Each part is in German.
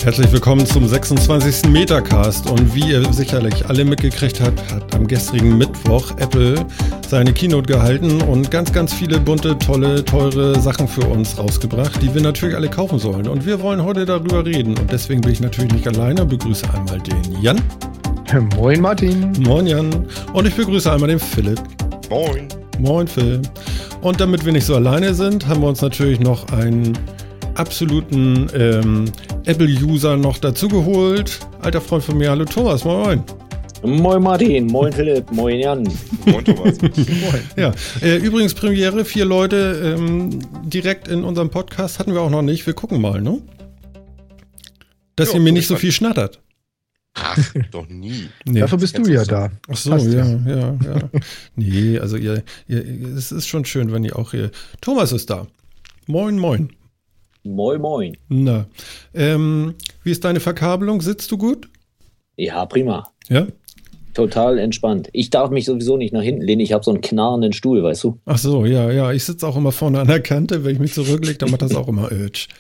Herzlich willkommen zum 26. Metacast und wie ihr sicherlich alle mitgekriegt habt, hat am gestrigen Mittwoch Apple seine Keynote gehalten und ganz, ganz viele bunte, tolle, teure Sachen für uns rausgebracht, die wir natürlich alle kaufen sollen. Und wir wollen heute darüber reden und deswegen bin ich natürlich nicht alleine, begrüße einmal den Jan. Moin Martin. Moin Jan. Und ich begrüße einmal den Philipp. Moin. Moin Phil. Und damit wir nicht so alleine sind, haben wir uns natürlich noch einen absoluten Apple-User noch dazu geholt. Alter Freund von mir, hallo Thomas, moin. Moin Martin, moin Philipp, moin Jan. Moin Thomas. Moin. Ja, übrigens Premiere, 4 Leute direkt in unserem Podcast hatten wir auch noch nicht. Wir gucken mal, ne? Dass ihr mir nicht so viel schnattert. Ach, doch nie. Nee. Dafür bist du ja da. Ach so, ja. Nee, also es ist schon schön, wenn ihr auch hier... Thomas ist da. Moin. Moin, moin. Na, wie ist deine Verkabelung? Sitzt du gut? Ja, prima. Ja? Total entspannt. Ich darf mich sowieso nicht nach hinten lehnen. Ich habe so einen knarrenden Stuhl, weißt du? Ach so, ja. Ich sitze auch immer vorne an der Kante. Wenn ich mich zurücklege, dann macht das auch immer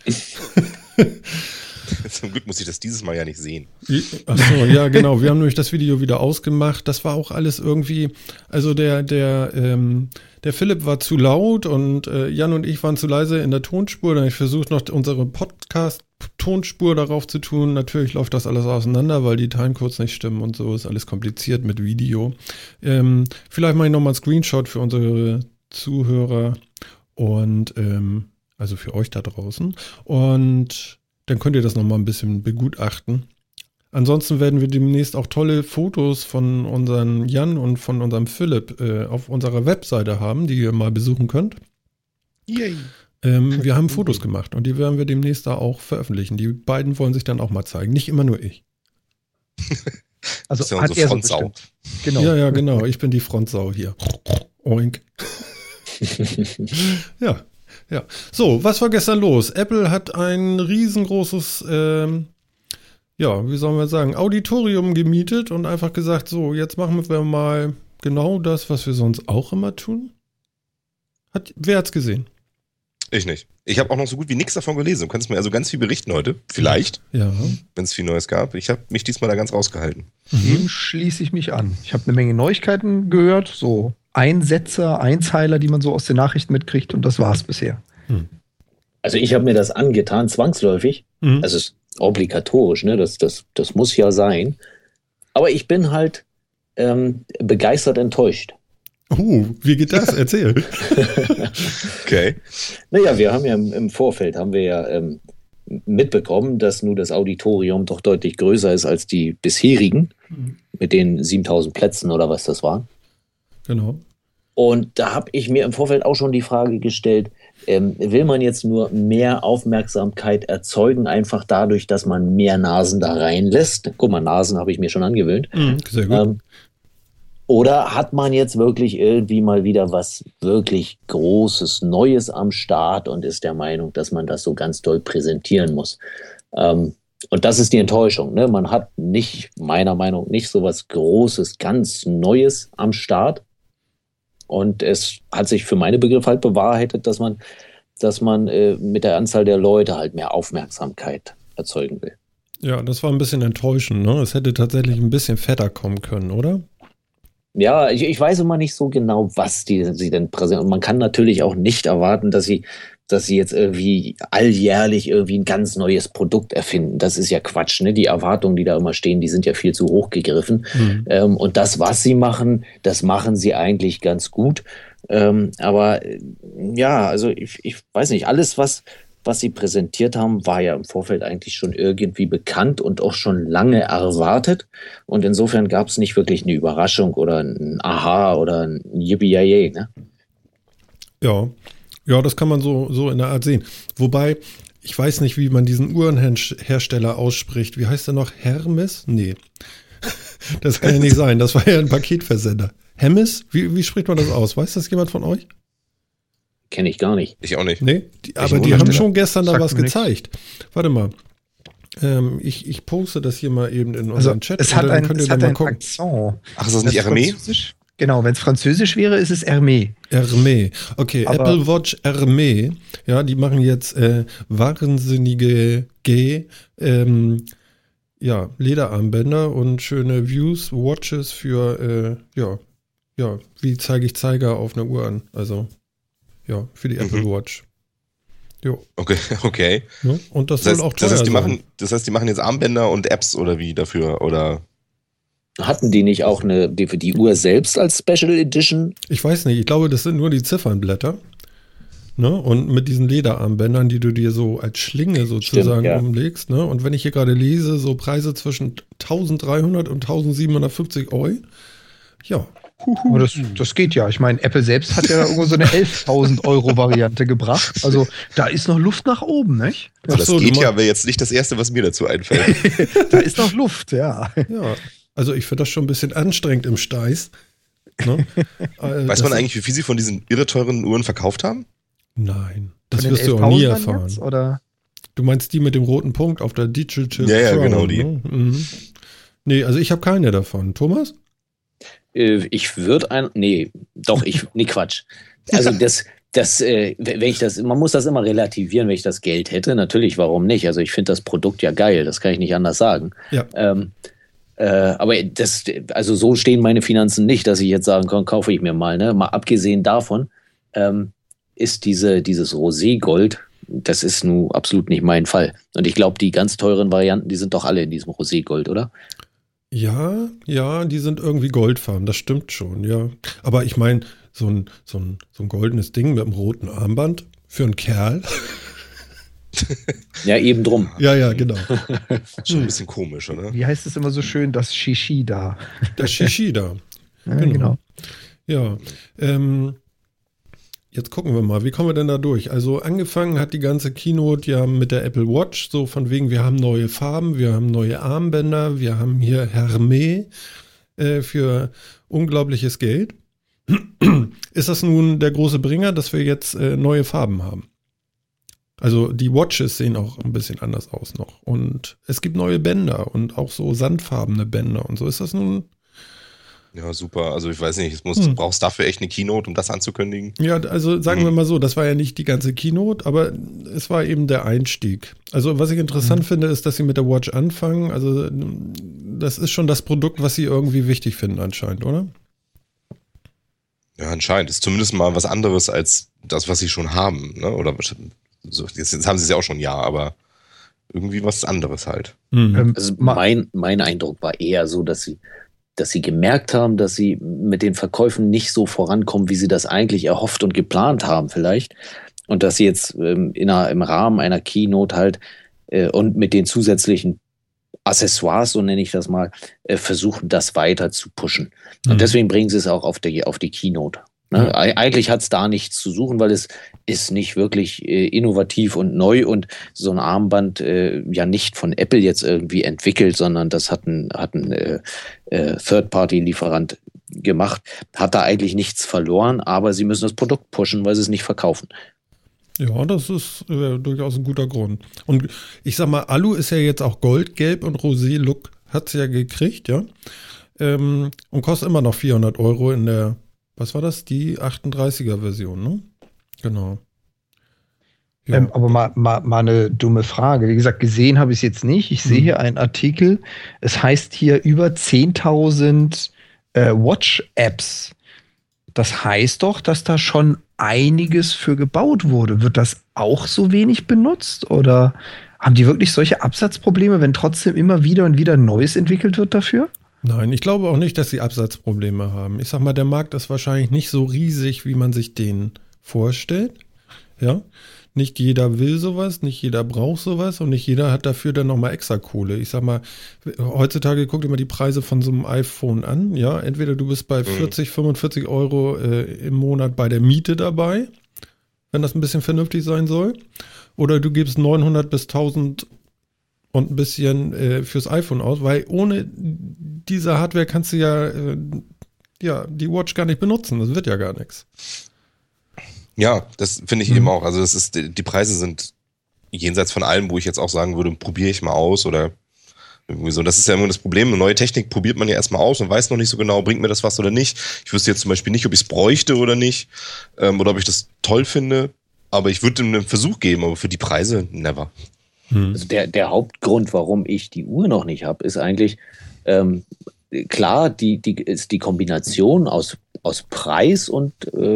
Zum Glück muss ich das dieses Mal ja nicht sehen. Ach so, ja, genau. Wir haben nämlich das Video wieder ausgemacht. Das war auch alles irgendwie, also der Philipp war zu laut und Jan und ich waren zu leise in der Tonspur. Dann habe ich versucht, noch unsere Podcast-Tonspur darauf zu tun. Natürlich läuft das alles auseinander, weil die Timecodes nicht stimmen und so. Ist alles kompliziert mit Video. Vielleicht mache ich nochmal einen Screenshot für unsere Zuhörer und also für euch da draußen. Und dann könnt ihr das nochmal ein bisschen begutachten. Ansonsten werden wir demnächst auch tolle Fotos von unserem Jan und von unserem Philipp auf unserer Webseite haben, die ihr mal besuchen könnt. Yay. Wir haben Fotos gemacht und die werden wir demnächst da auch veröffentlichen. Die beiden wollen sich dann auch mal zeigen, nicht immer nur ich. Also ist ja hat unsere er so Frontsau. bestimmt. Genau. Ja, genau. Ich bin die Frontsau hier. Oink. Ja. So, was war gestern los? Apple hat ein riesengroßes, wie sollen wir sagen, Auditorium gemietet und einfach gesagt, so, jetzt machen wir mal genau das, was wir sonst auch immer tun. Wer hat's gesehen? Ich nicht. Ich habe auch noch so gut wie nichts davon gelesen. Du kannst mir also ganz viel berichten heute. Vielleicht. Ja. Wenn es viel Neues gab. Ich habe mich diesmal da ganz rausgehalten. Dem schließe ich mich an. Ich habe eine Menge Neuigkeiten gehört, so Einsätze, Einzeiler, die man so aus den Nachrichten mitkriegt und das war's bisher. Also ich habe mir das angetan, zwangsläufig. Also es ist obligatorisch, ne? Das muss ja sein. Aber ich bin halt begeistert enttäuscht. Wie geht das? Erzähl. Okay. Naja, wir haben ja im Vorfeld mitbekommen, dass nun das Auditorium doch deutlich größer ist als die bisherigen, mit den 7000 Plätzen oder was das war. Genau. Und da habe ich mir im Vorfeld auch schon die Frage gestellt, will man jetzt nur mehr Aufmerksamkeit erzeugen, einfach dadurch, dass man mehr Nasen da reinlässt? Guck mal, Nasen habe ich mir schon angewöhnt. Sehr gut. Oder hat man jetzt wirklich irgendwie mal wieder was wirklich Großes, Neues am Start und ist der Meinung, dass man das so ganz doll präsentieren muss? Und das ist die Enttäuschung. Ne? Man hat meiner Meinung nach, nicht so was Großes, ganz Neues am Start. Und es hat sich für meine Begriffe halt bewahrheitet, dass man mit der Anzahl der Leute halt mehr Aufmerksamkeit erzeugen will. Ja, das war ein bisschen enttäuschend, ne? Es hätte tatsächlich ein bisschen fetter kommen können, oder? Ja, ich weiß immer nicht so genau, was sie denn präsentieren. Und man kann natürlich auch nicht erwarten, dass sie jetzt irgendwie alljährlich irgendwie ein ganz neues Produkt erfinden. Das ist ja Quatsch, ne? Die Erwartungen, die da immer stehen, die sind ja viel zu hoch gegriffen. Und das, was sie machen, das machen sie eigentlich ganz gut. Aber ja, also ich weiß nicht, alles, was sie präsentiert haben, war ja im Vorfeld eigentlich schon irgendwie bekannt und auch schon lange erwartet. Und insofern gab es nicht wirklich eine Überraschung oder ein Aha oder ein Yippie-Yay, ne? Ja, das kann man so in der Art sehen. Wobei, ich weiß nicht, wie man diesen Uhrenhersteller ausspricht. Wie heißt der noch? Hermes? Nee. Das kann ja nicht sein. Das war ja ein Paketversender. Hermes? Wie spricht man das aus? Weiß das jemand von euch? Kenne ich gar nicht. Ich auch nicht. Nee, aber die haben schon gestern da was gezeigt. Warte mal. Ich poste das hier mal eben in unseren Chat. Es hat einen mal gucken. Akzent. Ach, ist das nicht Hermes? Genau, wenn es französisch wäre, ist es Hermé. Hermé. Okay, Aber- Apple Watch Hermé. Ja, die machen jetzt wahnsinnige Lederarmbänder und schöne Views, Watches für, wie zeige ich Zeiger auf einer Uhr an. Also, ja, für die Apple Watch. Jo. Okay. Ne? Und das, Das soll auch heißt, teuer das heißt, die machen jetzt Armbänder und Apps oder wie dafür? Oder? Hatten die nicht auch für die Uhr selbst als Special Edition? Ich weiß nicht, ich glaube, das sind nur die Ziffernblätter. Ne? Und mit diesen Lederarmbändern, die du dir so als Schlinge sozusagen umlegst. Ne? Und wenn ich hier gerade lese, so Preise zwischen 1300 und 1750 Euro. Ja. Aber das geht ja. Ich meine, Apple selbst hat ja irgendwo so eine 11.000 Euro Variante gebracht. Also da ist noch Luft nach oben, nicht? Das geht ja, wäre jetzt nicht das Erste, was mir dazu einfällt. Da ist noch Luft, ja. Ja, also ich finde das schon ein bisschen anstrengend im Steiß. Ne? Weiß man eigentlich, wie viel sie von diesen irre teuren Uhren verkauft haben? Nein, das Von den wirst du auch nie 11.000ern erfahren. jetzt, oder? Du meinst die mit dem roten Punkt auf der Digital Ja, Crown, genau die. Ne? Mhm. Nee, also ich habe keine davon. Thomas? Ich würde nee, Quatsch. Also man muss das immer relativieren, wenn ich das Geld hätte. Natürlich, warum nicht? Also ich finde das Produkt ja geil, das kann ich nicht anders sagen. Ja. Aber also so stehen meine Finanzen nicht, dass ich jetzt sagen kann, kaufe ich mir mal. Ne? Mal abgesehen davon ist dieses Roségold, das ist nun absolut nicht mein Fall. Und ich glaube, die ganz teuren Varianten, die sind doch alle in diesem Roségold, oder? Ja, die sind irgendwie goldfarben, das stimmt schon, ja. Aber ich meine, so ein goldenes Ding mit einem roten Armband für einen Kerl. Ja, eben drum. Ja, genau. Schon ein bisschen komisch, oder? Wie heißt es immer so schön, das Shishi da? Das Shishida. Ja, genau. Ja, jetzt gucken wir mal, wie kommen wir denn da durch? Also angefangen hat die ganze Keynote ja mit der Apple Watch, so von wegen, wir haben neue Farben, wir haben neue Armbänder, wir haben hier Hermé für unglaubliches Geld. Ist das nun der große Bringer, dass wir jetzt neue Farben haben? Also die Watches sehen auch ein bisschen anders aus noch. Und es gibt neue Bänder und auch so sandfarbene Bänder und so. Ist das nun... Ja, super. Also ich weiß nicht, du brauchst dafür echt eine Keynote, um das anzukündigen. Ja, also sagen wir mal so, das war ja nicht die ganze Keynote, aber es war eben der Einstieg. Also was ich interessant finde, ist, dass sie mit der Watch anfangen. Also das ist schon das Produkt, was sie irgendwie wichtig finden anscheinend, oder? Ja, anscheinend. Ist zumindest mal was anderes als das, was sie schon haben. Ne? Oder so, jetzt haben sie es ja auch schon ein Jahr, aber irgendwie was anderes halt. Also mein Eindruck war eher so, dass sie gemerkt haben, dass sie mit den Verkäufen nicht so vorankommen, wie sie das eigentlich erhofft und geplant haben vielleicht. Und dass sie jetzt im Rahmen einer Keynote halt und mit den zusätzlichen Accessoires, so nenne ich das mal, versuchen, das weiter zu pushen. Und deswegen bringen sie es auch auf die Keynote. Ne? Eigentlich hat es da nichts zu suchen, weil es ist nicht wirklich innovativ und neu und so ein Armband ja nicht von Apple jetzt irgendwie entwickelt, sondern das hat ein Third-Party-Lieferant gemacht, hat da eigentlich nichts verloren, aber sie müssen das Produkt pushen, weil sie es nicht verkaufen. Ja, das ist durchaus ein guter Grund. Und ich sag mal, Alu ist ja jetzt auch Goldgelb und Rosé-Look hat es ja gekriegt, ja. Und kostet immer noch 400 Euro in der, was war das? Die 38er-Version, ne? Genau. Ja. Aber mal eine dumme Frage. Wie gesagt, gesehen habe ich es jetzt nicht. Ich sehe hier einen Artikel. Es heißt hier über 10.000 Watch-Apps. Das heißt doch, dass da schon einiges für gebaut wurde. Wird das auch so wenig benutzt? Oder haben die wirklich solche Absatzprobleme, wenn trotzdem immer wieder und wieder Neues entwickelt wird dafür? Nein, ich glaube auch nicht, dass sie Absatzprobleme haben. Ich sag mal, der Markt ist wahrscheinlich nicht so riesig, wie man sich den vorstellt. Ja, nicht jeder will sowas, nicht jeder braucht sowas und nicht jeder hat dafür dann nochmal extra Kohle. Ich sag mal, heutzutage guck dir mal die Preise von so einem iPhone an. Ja, entweder du bist bei 40, 45 Euro im Monat bei der Miete dabei, wenn das ein bisschen vernünftig sein soll. Oder du gibst 900 bis 1000 und ein bisschen fürs iPhone aus, weil ohne diese Hardware kannst du ja die Watch gar nicht benutzen. Das wird ja gar nichts. Ja, das finde ich eben auch. Also die Preise sind jenseits von allem, wo ich jetzt auch sagen würde, probiere ich mal aus oder Irgendwie so. Das ist ja immer das Problem. Eine neue Technik probiert man ja erstmal aus und weiß noch nicht so genau, bringt mir das was oder nicht. Ich wüsste jetzt zum Beispiel nicht, ob ich es bräuchte oder nicht, oder ob ich das toll finde. Aber ich würde ihm einen Versuch geben, aber für die Preise never. Also der Hauptgrund, warum ich die Uhr noch nicht habe, ist eigentlich klar, ist die Kombination aus Preis und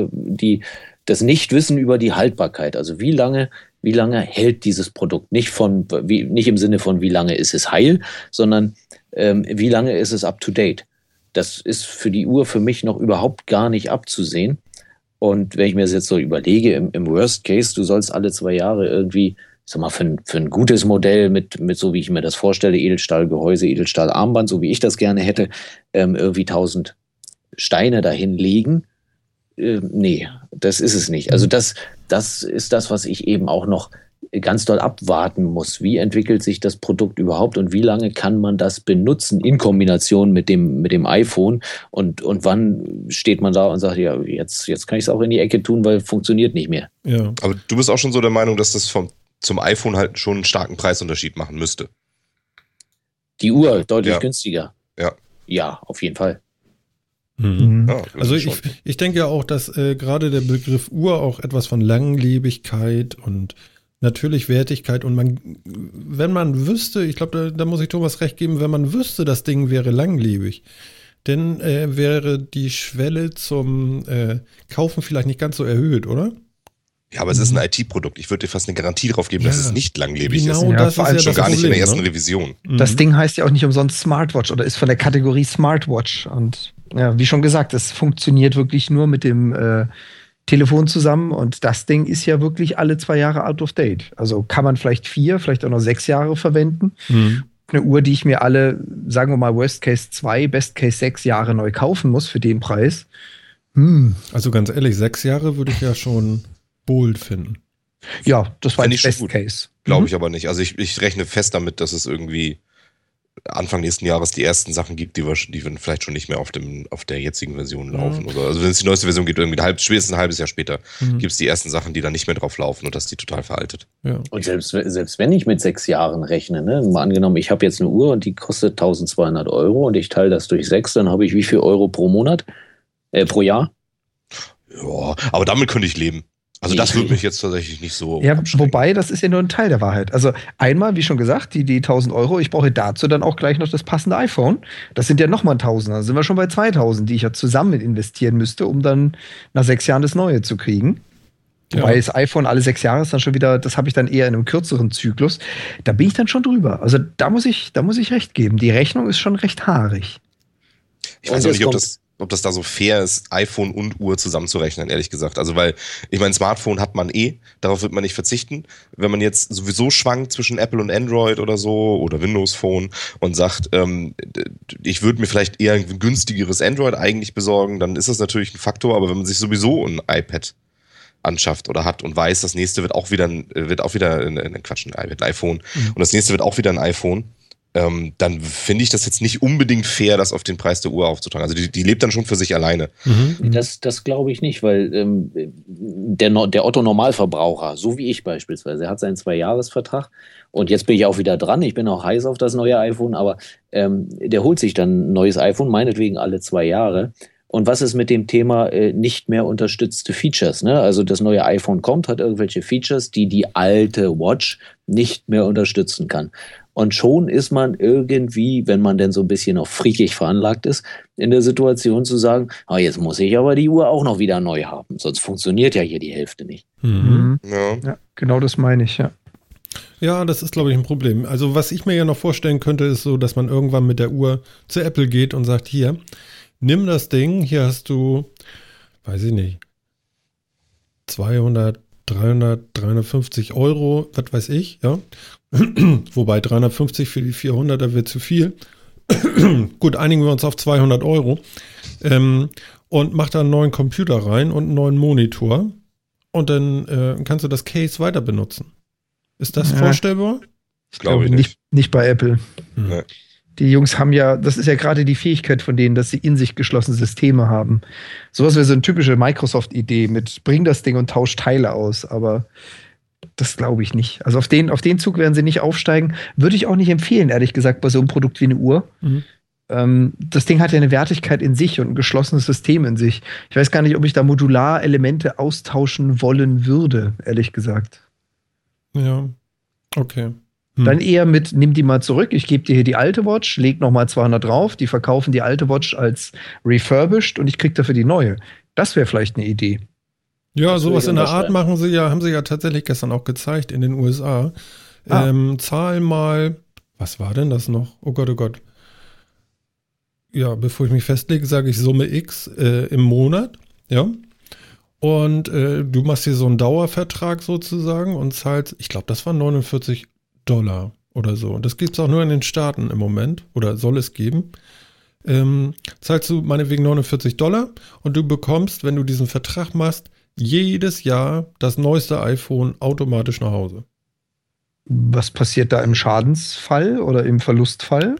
das Nichtwissen über die Haltbarkeit. Also wie lange hält dieses Produkt? Nicht im Sinne von, wie lange ist es heil, sondern wie lange ist es up to date? Das ist für die Uhr für mich noch überhaupt gar nicht abzusehen. Und wenn ich mir das jetzt so überlege, im Worst Case, du sollst alle 2 Jahre irgendwie, ich sag mal, für ein gutes Modell mit so wie ich mir das vorstelle, Edelstahlgehäuse, Edelstahlarmband, so wie ich das gerne hätte, irgendwie 1000 Steine dahin legen. Nee, das ist es nicht. Also das ist das, was ich eben auch noch ganz doll abwarten muss. Wie entwickelt sich das Produkt überhaupt und wie lange kann man das benutzen in Kombination mit dem iPhone und wann steht man da und sagt, ja, jetzt kann ich es auch in die Ecke tun, weil funktioniert nicht mehr. Ja. Aber du bist auch schon so der Meinung, dass das zum iPhone halt schon einen starken Preisunterschied machen müsste. Die Uhr deutlich günstiger. Ja. Ja, auf jeden Fall. Mhm. Ja, also ich denke ja auch, dass gerade der Begriff Uhr auch etwas von Langlebigkeit und natürlich Wertigkeit und wenn man wüsste, ich glaube, da muss ich Thomas recht geben, wenn man wüsste, das Ding wäre langlebig, dann wäre die Schwelle zum Kaufen vielleicht nicht ganz so erhöht, oder? Ja, aber es ist ein IT-Produkt. Ich würde dir fast eine Garantie darauf geben, dass es nicht langlebig ist. Genau, das vor allem ist ja schon das gar nicht in der Problem, ersten Revision. Das Ding heißt ja auch nicht umsonst Smartwatch oder ist von der Kategorie Smartwatch. Und ja, wie schon gesagt, es funktioniert wirklich nur mit dem Telefon zusammen und das Ding ist ja wirklich alle 2 Jahre out of date. Also kann man vielleicht 4, vielleicht auch noch 6 Jahre verwenden. Eine Uhr, die ich mir alle, sagen wir mal, Worst Case 2, Best Case 6 Jahre neu kaufen muss für den Preis. Also ganz ehrlich, 6 Jahre würde ich ja schon bold finden. Ja, das war Find ich Best schon gut. Case. Glaube ich aber nicht. Also ich rechne fest damit, dass es irgendwie Anfang nächsten Jahres die ersten Sachen gibt, die vielleicht schon nicht mehr auf der jetzigen Version laufen. Oder, also wenn es die neueste Version gibt, irgendwie spätestens ein halbes Jahr später, gibt es die ersten Sachen, die dann nicht mehr drauf laufen und dass die total veraltet. Ja. Und selbst wenn ich mit 6 Jahren rechne, ne, mal angenommen, ich habe jetzt eine Uhr und die kostet 1200 € und ich teile das durch 6, dann habe ich wie viel Euro pro Monat? Pro Jahr? Ja, aber damit könnte ich leben. Also das würde mich jetzt tatsächlich nicht so abschrecken. Wobei, das ist ja nur ein Teil der Wahrheit. Also einmal, wie schon gesagt, die 1000 €, ich brauche dazu dann auch gleich noch das passende iPhone. Das sind ja nochmal 1000, dann sind wir schon bei 2000, die ich ja zusammen investieren müsste, um dann nach 6 Jahren das Neue zu kriegen. Ja. Wobei das iPhone alle 6 Jahre ist dann schon wieder, das habe ich dann eher in einem kürzeren Zyklus. Da bin ich dann schon drüber. Also da muss ich recht geben. Die Rechnung ist schon recht haarig. Ich weiß auch nicht, ob das da so fair ist, iPhone und Uhr zusammenzurechnen, ehrlich gesagt. Also weil, ich meine, Smartphone hat man darauf wird man nicht verzichten. Wenn man jetzt sowieso schwankt zwischen Apple und Android oder so oder Windows Phone und sagt, ich würde mir vielleicht eher ein günstigeres Android eigentlich besorgen, dann ist das natürlich ein Faktor, aber wenn man sich sowieso ein iPad anschafft oder hat und weiß, das nächste wird auch wieder ein iPhone und das nächste wird auch wieder ein iPhone, dann finde ich das jetzt nicht unbedingt fair, das auf den Preis der Uhr aufzutragen. Also die lebt dann schon für sich alleine. Das glaube ich nicht, weil der Otto-Normalverbraucher, so wie ich beispielsweise, hat seinen 2-Jahres-Vertrag und jetzt bin ich auch wieder dran. Ich bin auch heiß auf das neue iPhone, aber der holt sich dann ein neues iPhone, meinetwegen alle 2 Jahre. Und was ist mit dem Thema nicht mehr unterstützte Features? Ne? Also das neue iPhone kommt, hat irgendwelche Features, die alte Watch nicht mehr unterstützen kann. Und schon ist man irgendwie, wenn man denn so ein bisschen noch freakig veranlagt ist, in der Situation zu sagen, jetzt muss ich aber die Uhr auch noch wieder neu haben, sonst funktioniert ja hier die Hälfte nicht. Ja, genau das meine ich, ja. Ja, das ist, glaube ich, ein Problem. Also was ich mir ja noch vorstellen könnte, ist so, dass man irgendwann mit der Uhr zu Apple geht und sagt, hier, nimm das Ding, hier hast du, weiß ich nicht, 200, 300, 350 €, was weiß ich, ja. Wobei 350 für die 400er wird zu viel. Gut, einigen wir uns auf 200 €. Und mach da einen neuen Computer rein und einen neuen Monitor. Und dann kannst du das Case weiter benutzen. Ist das vorstellbar? Glaube ich nicht. Nicht bei Apple. Nee. Die Jungs haben ja, das ist ja gerade die Fähigkeit von denen, dass sie in sich geschlossene Systeme haben. Sowas wäre so eine typische Microsoft-Idee mit bring das Ding und tausch Teile aus. Aber Das glaube ich nicht. Also auf den Zug werden sie nicht aufsteigen. Würde ich auch nicht empfehlen, ehrlich gesagt, bei so einem Produkt wie eine Uhr. Das Ding hat ja eine Wertigkeit in sich und ein geschlossenes System in sich. Ich weiß gar nicht, ob ich da modular Elemente austauschen wollen würde, ehrlich gesagt. Ja, okay. Dann eher mit, nimm die mal zurück, ich gebe dir hier die alte Watch, leg noch mal 200 drauf, die verkaufen die alte Watch als refurbished und ich krieg dafür die neue. Das wäre vielleicht eine Idee. Ja, sowas in der Art haben sie ja tatsächlich gestern auch gezeigt in den USA. Zahl mal, was war denn das noch? Oh Gott, oh Gott. Ja, bevor ich mich festlege, sage ich Summe X im Monat, ja. Und du machst hier so einen Dauervertrag sozusagen und zahlst, ich glaube, das waren $49 oder so. Und das gibt es auch nur in den Staaten im Moment oder soll es geben. Zahlst du meinetwegen $49 und du bekommst, wenn du diesen Vertrag machst, jedes Jahr das neueste iPhone automatisch nach Hause. Was passiert da im Schadensfall oder im Verlustfall?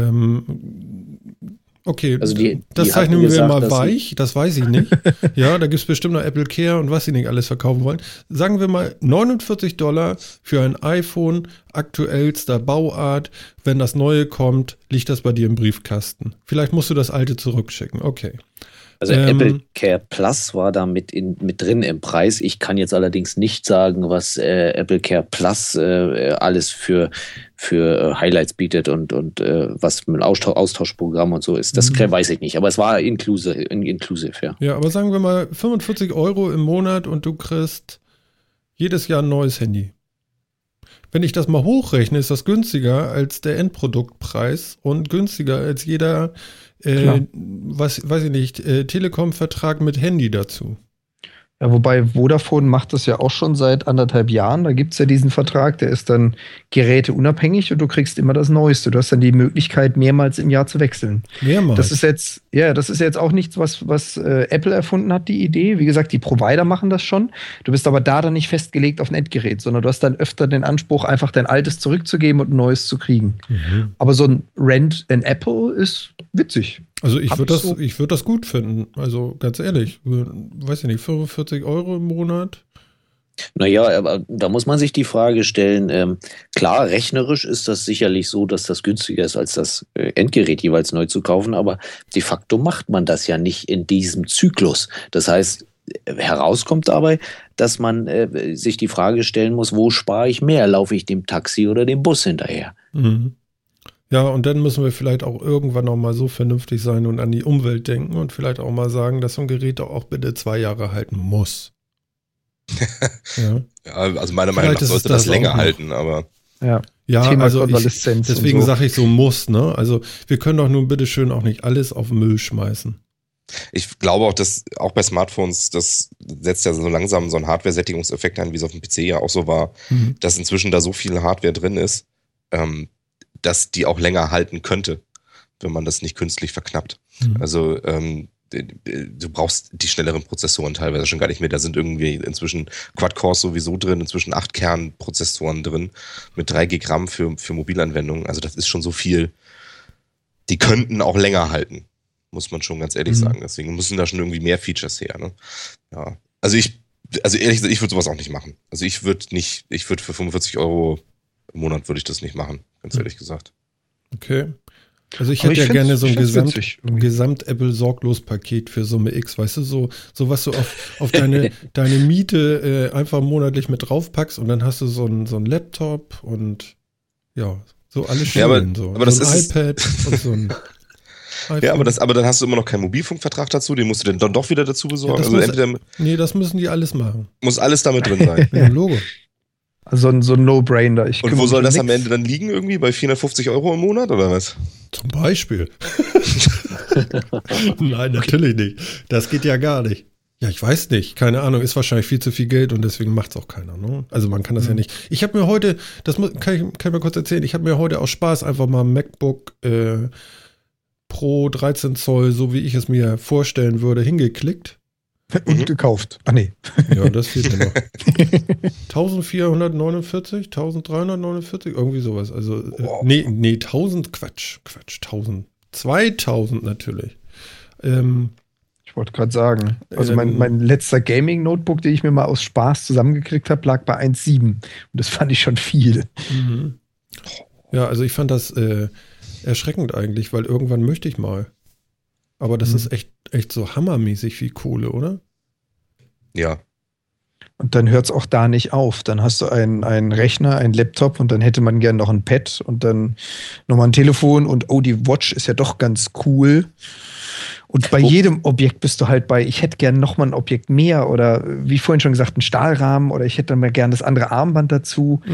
Okay, also das zeichnen wir mal weich, das weiß ich nicht. Ja, da gibt es bestimmt noch Apple Care und was sie nicht alles verkaufen wollen. Sagen wir mal $49 für ein iPhone aktuellster Bauart. Wenn das neue kommt, liegt das bei dir im Briefkasten. Vielleicht musst du das alte zurückschicken, okay. Also Apple Care Plus war da mit drin im Preis. Ich kann jetzt allerdings nicht sagen, was Apple Care Plus alles für Highlights bietet und was mit Austauschprogramm und so ist. Das weiß ich nicht, aber es war inclusive, ja. Ja, aber sagen wir mal 45 € im Monat und du kriegst jedes Jahr ein neues Handy. Wenn ich das mal hochrechne, ist das günstiger als der Endproduktpreis und günstiger als jeder weiß ich nicht, Telekom-Vertrag mit Handy dazu. Ja, wobei Vodafone macht das ja auch schon seit 1,5 Jahren. Da gibt es ja diesen Vertrag, der ist dann geräteunabhängig und du kriegst immer das Neueste. Du hast dann die Möglichkeit, mehrmals im Jahr zu wechseln. Mehrmals? Das ist jetzt auch nichts, was Apple erfunden hat, die Idee. Wie gesagt, die Provider machen das schon. Du bist aber da dann nicht festgelegt auf ein Endgerät, sondern du hast dann öfter den Anspruch, einfach dein altes zurückzugeben und ein neues zu kriegen. Aber so ein Rent in Apple ist witzig. Also ich würde das gut finden. Also ganz ehrlich, weiß ich nicht, 45 € im Monat. Naja, aber da muss man sich die Frage stellen, klar, rechnerisch ist das sicherlich so, dass das günstiger ist, als das Endgerät jeweils neu zu kaufen, aber de facto macht man das ja nicht in diesem Zyklus. Das heißt, herauskommt dabei, dass man sich die Frage stellen muss, wo spare ich mehr? Laufe ich dem Taxi oder dem Bus hinterher? Ja, und dann müssen wir vielleicht auch irgendwann noch mal so vernünftig sein und an die Umwelt denken und vielleicht auch mal sagen, dass so ein Gerät auch bitte 2 Jahre halten muss. Ja, also meiner Meinung nach sollte das länger halten, aber ja, also deswegen sage ich so muss, ne? Also wir können doch nun bitte schön auch nicht alles auf Müll schmeißen. Ich glaube auch, dass auch bei Smartphones, das setzt ja so langsam so einen Hardware-Sättigungseffekt ein, wie es auf dem PC ja auch so war, dass inzwischen da so viel Hardware drin ist, dass die auch länger halten könnte, wenn man das nicht künstlich verknappt. Also du brauchst die schnelleren Prozessoren teilweise schon gar nicht mehr. Da sind irgendwie inzwischen Quad-Cores sowieso drin, inzwischen 8 Kernprozessoren drin mit 3 GB RAM für Mobilanwendungen. Also das ist schon so viel. Die könnten auch länger halten, muss man schon ganz ehrlich sagen. Deswegen müssen da schon irgendwie mehr Features her. Ne? Ja. Also ehrlich gesagt, ich würde sowas auch nicht machen. Also ich würde für 45 € im Monat würde ich das nicht machen, ganz ehrlich gesagt. Okay. Also ich hätte ja gerne so ein Gesamt-Apple-Sorglos-Paket für Summe X, weißt du, so was du auf deine Miete einfach monatlich mit draufpackst und dann hast du so ein Laptop und ja, so alles schön. Ja, aber das so ein ist iPad und so ein iPhone. Ja, aber dann hast du immer noch keinen Mobilfunkvertrag dazu, den musst du dann doch wieder dazu besorgen. Ja, das müssen die alles machen. Muss alles damit drin sein. Ja, Logo. So ein No-Brainer. Und wo soll das am Ende dann liegen irgendwie? Bei 450 € im Monat oder was? Zum Beispiel. Nein, natürlich nicht. Das geht ja gar nicht. Ja, ich weiß nicht. Keine Ahnung. Ist wahrscheinlich viel zu viel Geld und deswegen macht es auch keiner. Ne? Also man kann das ja nicht. Ich habe mir heute, kann ich mal kurz erzählen, ich habe mir heute aus Spaß einfach mal ein MacBook Pro 13 Zoll, so wie ich es mir vorstellen würde, hingeklickt. Und gekauft. Ach nee. Ja, das fehlt mir noch. 1449, 1349, irgendwie sowas. Also, nee, 1000, Quatsch, 1000. 2000 natürlich. Ich Ich wollte gerade sagen, also mein letzter Gaming-Notebook, den ich mir mal aus Spaß zusammengekriegt habe, lag bei 1,7. Und das fand ich schon viel. Mhm. Ja, also ich fand das erschreckend eigentlich, weil irgendwann möchte ich mal. Aber das ist echt so hammermäßig viel Kohle, oder? Ja. Und dann hört es auch da nicht auf. Dann hast du einen Rechner, einen Laptop und dann hätte man gern noch ein Pad und dann nochmal ein Telefon und die Watch ist ja doch ganz cool. Und bei jedem Objekt bist du halt bei, ich hätte gern nochmal ein Objekt mehr oder wie vorhin schon gesagt, ein Stahlrahmen oder ich hätte dann mal gern das andere Armband dazu.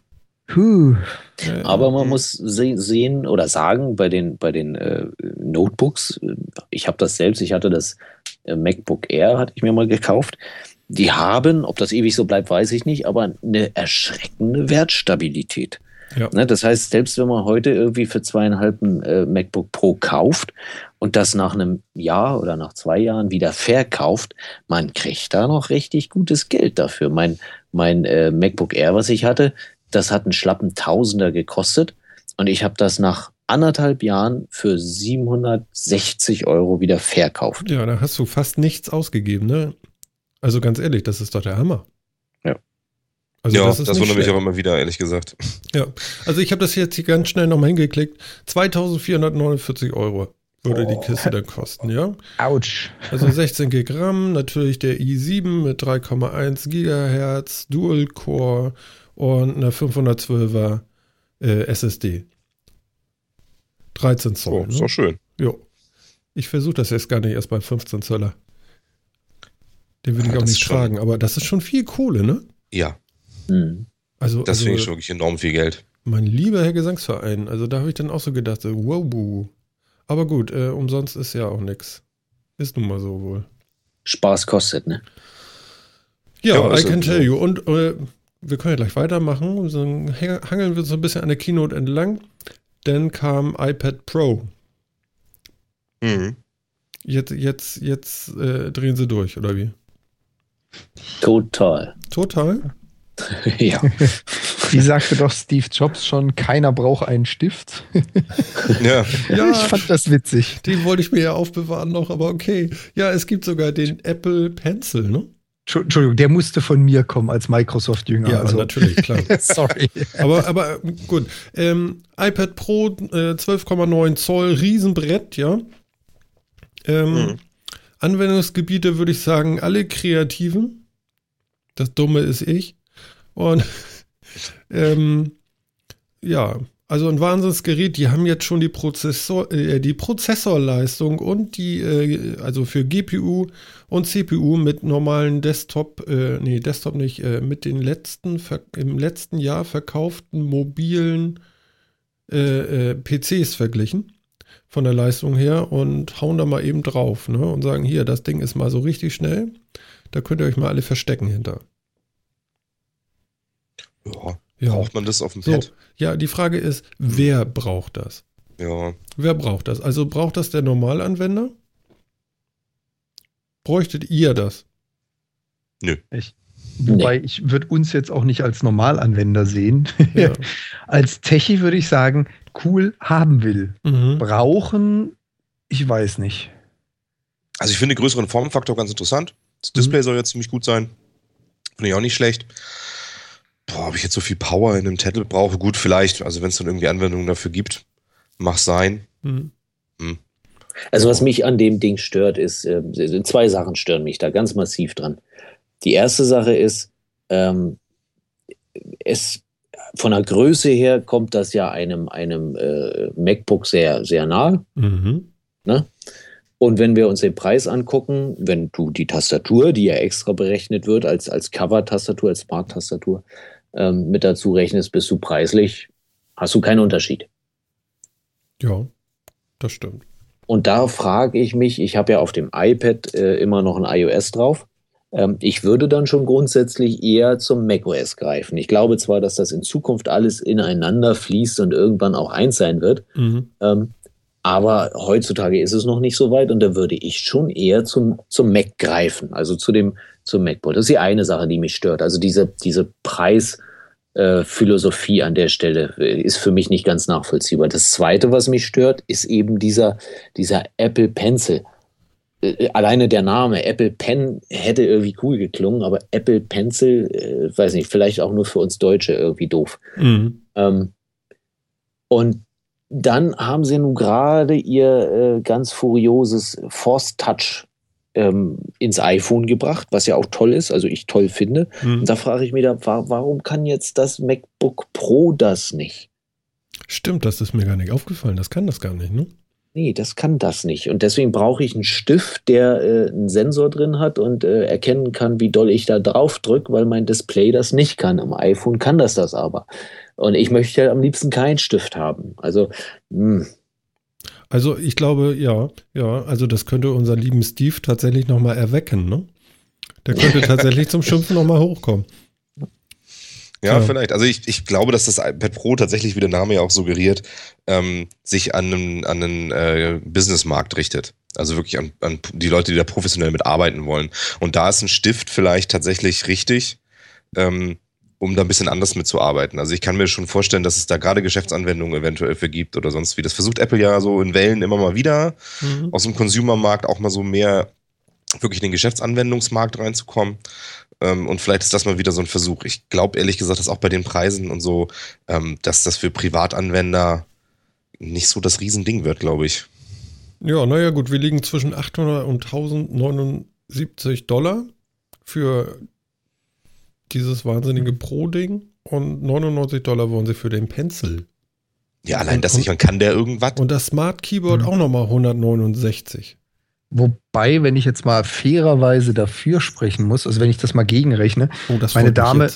Aber man muss sehen oder sagen, bei den Notebooks, ich habe das selbst, ich hatte das MacBook Air, hatte ich mir mal gekauft. Die haben, ob das ewig so bleibt, weiß ich nicht, aber eine erschreckende Wertstabilität. Ja. Ne, das heißt, selbst wenn man heute irgendwie für 2,5 ein MacBook Pro kauft und das nach einem Jahr oder nach 2 Jahren wieder verkauft, man kriegt da noch richtig gutes Geld dafür. Mein MacBook Air, was ich hatte, das hat einen schlappen Tausender gekostet und ich habe das nach 1,5 Jahren für 760 € wieder verkauft. Ja, da hast du fast nichts ausgegeben, ne? Also ganz ehrlich, das ist doch der Hammer. Ja. Also ja, das wundert mich auch immer wieder, ehrlich gesagt. Ja, also ich habe das jetzt hier ganz schnell nochmal hingeklickt. 2.449 € würde die Kiste dann kosten, ja? Autsch. Also 16 GB RAM, natürlich der i7 mit 3,1 GHz, Dual-Core und eine 512er SSD. 13 Zoll. Oh, ist doch schön. Jo. Ich versuche das jetzt gar nicht erst beim 15 Zöller. Den will ich auch nicht fragen, aber das ist schon viel Kohle, ne? Ja. Also, das finde ich wirklich enorm viel Geld. Mein lieber Herr Gesangsverein, also da habe ich dann auch so gedacht, so, wow. Aber gut, umsonst ist ja auch nix. Ist nun mal so wohl. Spaß kostet, ne? Ja, I can tell you. Und wir können ja gleich weitermachen. Und dann hangeln wir so ein bisschen an der Keynote entlang. Dann kam iPad Pro. Mhm. Jetzt drehen sie durch, oder wie? Total. Ja. Wie sagte doch Steve Jobs schon, keiner braucht einen Stift. Ja. Ich fand das witzig. Den wollte ich mir ja aufbewahren noch, aber okay. Ja, es gibt sogar den Apple Pencil, ne? Entschuldigung, der musste von mir kommen als Microsoft-Jünger. Ja, also. Natürlich, klar. Sorry. Aber gut. iPad Pro 12,9 Zoll, Riesenbrett, ja. Anwendungsgebiete würde ich sagen, alle Kreativen. Das Dumme ist ich. Und ja, also ein Wahnsinnsgerät. Die haben jetzt schon die Prozessorleistung und also für GPU und CPU mit normalen Desktop nicht, mit den im letzten Jahr verkauften mobilen PCs verglichen. Von der Leistung her und hauen da mal eben drauf, ne? Und sagen, hier, das Ding ist mal so richtig schnell. Da könnt ihr euch mal alle verstecken hinter. Ja. Braucht man das auf dem Pad? So, ja, die Frage ist, wer braucht das? Ja. Wer braucht das? Also braucht das der Normalanwender? Bräuchtet ihr das? Nö. Wobei, ich würde uns jetzt auch nicht als Normalanwender sehen. Ja. Als Techie würde ich sagen, cool, haben will. Brauchen, ich weiß nicht. Also ich finde den größeren Formfaktor ganz interessant. Das Display soll jetzt ziemlich gut sein. Finde ich auch nicht schlecht. Ob ich jetzt so viel Power in einem Tablet brauche? Gut, vielleicht. Also wenn es dann irgendwie Anwendungen dafür gibt, mach sein. Also was mich an dem Ding stört, ist, 2 Sachen stören mich da ganz massiv dran. Die erste Sache ist, von der Größe her kommt das ja einem MacBook sehr, sehr nahe. Ne? Und wenn wir uns den Preis angucken, wenn du die Tastatur, die ja extra berechnet wird als Cover-Tastatur, als Smart-Tastatur, mit dazu rechnest, bist du preislich, hast du keinen Unterschied. Ja, das stimmt. Und da frage ich mich, ich habe ja auf dem iPad immer noch ein iOS drauf. Ich würde dann schon grundsätzlich eher zum macOS greifen. Ich glaube zwar, dass das in Zukunft alles ineinander fließt und irgendwann auch eins sein wird, aber heutzutage ist es noch nicht so weit und da würde ich schon eher zum Mac greifen, also zum MacBook. Das ist die eine Sache, die mich stört. Also diese Preisphilosophie an der Stelle ist für mich nicht ganz nachvollziehbar. Das Zweite, was mich stört, ist eben dieser Apple Pencil. alleine der Name Apple Pen hätte irgendwie cool geklungen, aber Apple Pencil, weiß nicht, vielleicht auch nur für uns Deutsche irgendwie doof. Mhm. Und dann haben sie nun gerade ihr ganz furioses Force Touch ins iPhone gebracht, was ja auch toll ist, also ich toll finde. Und da frage ich mich, warum kann jetzt das MacBook Pro das nicht? Stimmt, das ist mir gar nicht aufgefallen. Das kann das gar nicht, ne? Nee, das kann das nicht. Und deswegen brauche ich einen Stift, der einen Sensor drin hat und erkennen kann, wie doll ich da drauf drücke, weil mein Display das nicht kann. Am iPhone kann das aber. Und ich möchte am liebsten keinen Stift haben. Also, Also ich glaube, ja, also das könnte unseren lieben Steve tatsächlich nochmal erwecken, ne? Der könnte tatsächlich zum Schimpfen nochmal hochkommen. Ja, vielleicht. Also ich glaube, dass das iPad Pro tatsächlich, wie der Name ja auch suggeriert, sich an einen Businessmarkt richtet. Also wirklich an die Leute, die da professionell mitarbeiten wollen. Und da ist ein Stift vielleicht tatsächlich richtig, um da ein bisschen anders mitzuarbeiten. Also ich kann mir schon vorstellen, dass es da gerade Geschäftsanwendungen eventuell für gibt oder sonst wie. Das versucht Apple ja so in Wellen immer mal wieder, aus dem Consumer-Markt auch mal so mehr wirklich in den Geschäftsanwendungsmarkt reinzukommen. Und vielleicht ist das mal wieder so ein Versuch. Ich glaube ehrlich gesagt, dass auch bei den Preisen und so, dass das für Privatanwender nicht so das Riesending wird, glaube ich. Ja, naja gut, wir liegen zwischen 800 und 1079 $, für dieses wahnsinnige Pro-Ding und 99 $ wollen sie für den Pencil. Ja, allein das nicht, man kann der irgendwas. Und das Smart Keyboard auch nochmal 169. Wobei, wenn ich jetzt mal fairerweise dafür sprechen muss, also wenn ich das mal gegenrechne, das meine Dame,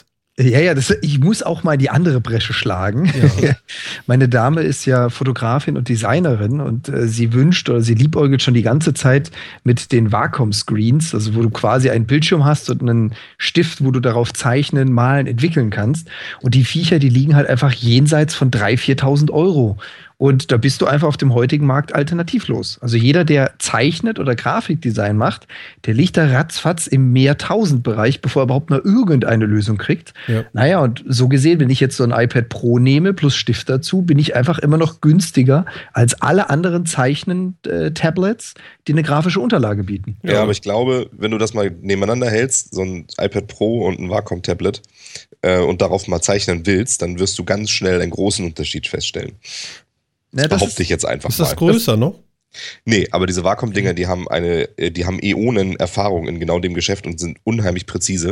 ich muss auch mal die andere Bresche schlagen. Ja. Meine Dame ist ja Fotografin und Designerin und sie wünscht oder sie liebäugelt schon die ganze Zeit mit den Wacom-Screens, also wo du quasi einen Bildschirm hast und einen Stift, wo du darauf zeichnen, malen, entwickeln kannst. Und die Viecher, die liegen halt einfach jenseits von 3.000, 4.000 Euro. Und da bist du einfach auf dem heutigen Markt alternativlos. Also jeder, der zeichnet oder Grafikdesign macht, der liegt da ratzfatz im Mehrtausend-Bereich, bevor er überhaupt nur irgendeine Lösung kriegt. Ja. Naja, und so gesehen, wenn ich jetzt so ein iPad Pro nehme plus Stift dazu, bin ich einfach immer noch günstiger als alle anderen Zeichnen-Tablets, die eine grafische Unterlage bieten. Ja, aber ich glaube, wenn du das mal nebeneinander hältst, so ein iPad Pro und ein Wacom-Tablet, und darauf mal zeichnen willst, dann wirst du ganz schnell einen großen Unterschied feststellen. Na, behaupte ich jetzt einfach mal. Ist das größer noch? Nee, aber diese Wacom-Dinger, die haben Äonen Erfahrung in genau dem Geschäft und sind unheimlich präzise.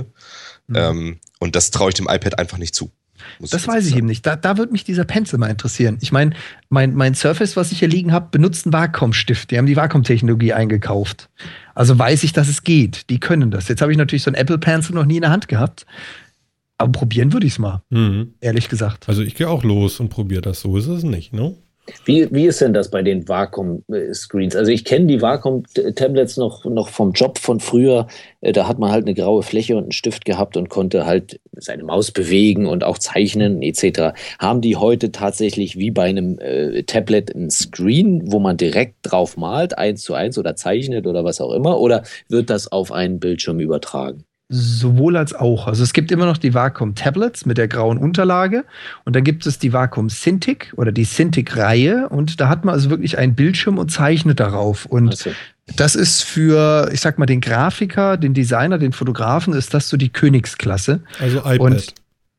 Und das traue ich dem iPad einfach nicht zu. Das weiß ich eben nicht. Da würde mich dieser Pencil mal interessieren. Ich meine, mein Surface, was ich hier liegen habe, benutzt einen Wacom-Stift. Die haben die Wacom-Technologie eingekauft. Also weiß ich, dass es geht. Die können das. Jetzt habe ich natürlich so einen Apple Pencil noch nie in der Hand gehabt. Aber probieren würde ich es mal. Ehrlich gesagt. Also ich gehe auch los und probiere das. So ist es nicht, ne? Wie ist denn das bei den Wacom-Screens? Also ich kenne die Wacom-Tablets noch vom Job von früher. Da hat man halt eine graue Fläche und einen Stift gehabt und konnte halt seine Maus bewegen und auch zeichnen etc. Haben die heute tatsächlich wie bei einem Tablet ein Screen, wo man direkt drauf malt, 1:1 oder zeichnet oder was auch immer? Oder wird das auf einen Bildschirm übertragen? Sowohl als auch. Also es gibt immer noch die Wacom Tablets mit der grauen Unterlage und dann gibt es die Wacom Cintiq oder die Cintiq-Reihe und da hat man also wirklich einen Bildschirm und zeichnet darauf. Und das ist für, ich sag mal, den Grafiker, den Designer, den Fotografen, ist das so die Königsklasse. Also iPad. Und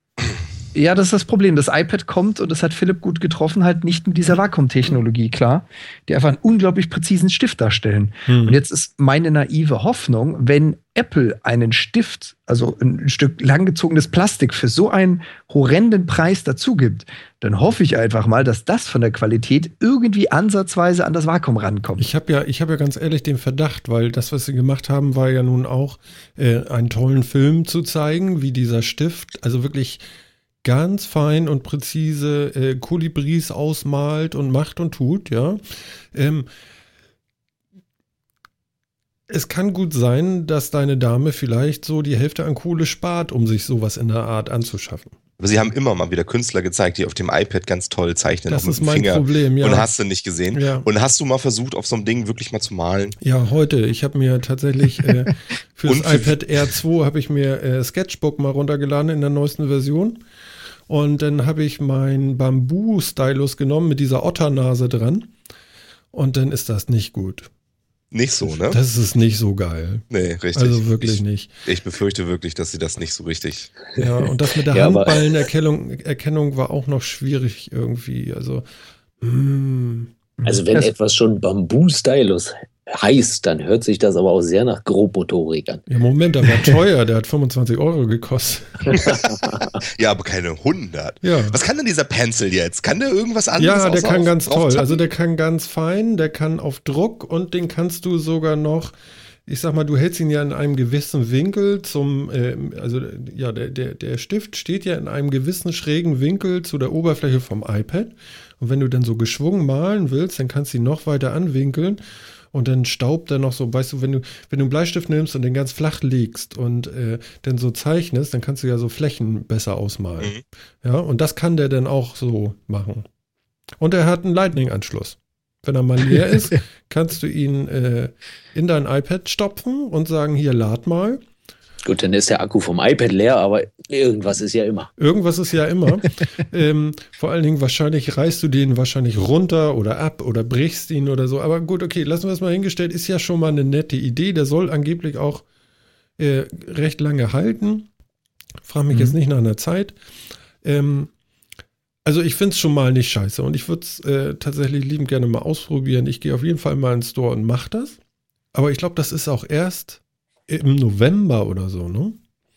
ja, das ist das Problem. Das iPad kommt, und das hat Philipp gut getroffen, halt nicht mit dieser Wacom-Technologie, klar, die einfach einen unglaublich präzisen Stift darstellen. Und jetzt ist meine naive Hoffnung, wenn Apple einen Stift, also ein Stück langgezogenes Plastik für so einen horrenden Preis dazu gibt, dann hoffe ich einfach mal, dass das von der Qualität irgendwie ansatzweise an das Wacom rankommt. Ich hab ja ganz ehrlich den Verdacht, weil das, was sie gemacht haben, war ja nun auch einen tollen Film zu zeigen, wie dieser Stift, also wirklich ganz fein und präzise Kolibris ausmalt und macht und tut, ja. Es kann gut sein, dass deine Dame vielleicht so die Hälfte an Kohle spart, um sich sowas in der Art anzuschaffen. Aber sie haben immer mal wieder Künstler gezeigt, die auf dem iPad ganz toll zeichnen. Das ist mein Problem, ja. Und hast du nicht gesehen. Ja. Und hast du mal versucht, auf so einem Ding wirklich mal zu malen? Ja, heute. Ich habe mir tatsächlich für das iPad Air 2 habe ich mir Sketchbook mal runtergeladen in der neuesten Version. Und dann habe ich meinen Bambu-Stylus genommen mit dieser Otternase dran. Und dann ist das nicht gut. nicht so, ne? Das ist nicht so geil. Nee, richtig. Also wirklich nicht. Ich befürchte wirklich, dass sie das nicht so richtig. Ja, und das mit der Handballenerkennung war auch noch schwierig irgendwie. Also wenn etwas schon Bamboo-Stylus heißt, dann hört sich das aber auch sehr nach Grobmotorik an. Ja, Moment, der war teuer, der hat 25 € gekostet. Ja, aber keine 100. Ja. Was kann denn dieser Pencil jetzt? Kann der irgendwas anderes? Ja, der kann ganz toll. aufzappen? Also der kann ganz fein, der kann auf Druck und den kannst du sogar noch, ich sag mal, du hältst ihn ja in einem gewissen Winkel der Stift steht ja in einem gewissen schrägen Winkel zu der Oberfläche vom iPad. Und wenn du dann so geschwungen malen willst, dann kannst du ihn noch weiter anwinkeln. Und dann staubt er noch so, weißt du, wenn du einen Bleistift nimmst und den ganz flach legst und dann so zeichnest, dann kannst du ja so Flächen besser ausmalen. Ja, und das kann der dann auch so machen. Und er hat einen Lightning-Anschluss. Wenn er mal leer ist, kannst du ihn in dein iPad stopfen und sagen, hier, lad mal. Gut, dann ist der Akku vom iPad leer, aber irgendwas ist ja immer. Irgendwas ist ja immer. Vor allen Dingen reißt du den wahrscheinlich runter oder ab oder brichst ihn oder so. Aber gut, okay, lassen wir es mal hingestellt. Ist ja schon mal eine nette Idee. Der soll angeblich auch recht lange halten. Frag mich jetzt nicht nach einer Zeit. Also ich finde es schon mal nicht scheiße und ich würde es tatsächlich liebend gerne mal ausprobieren. Ich gehe auf jeden Fall mal in den Store und mache das. Aber ich glaube, das ist auch erst im November oder so, ne?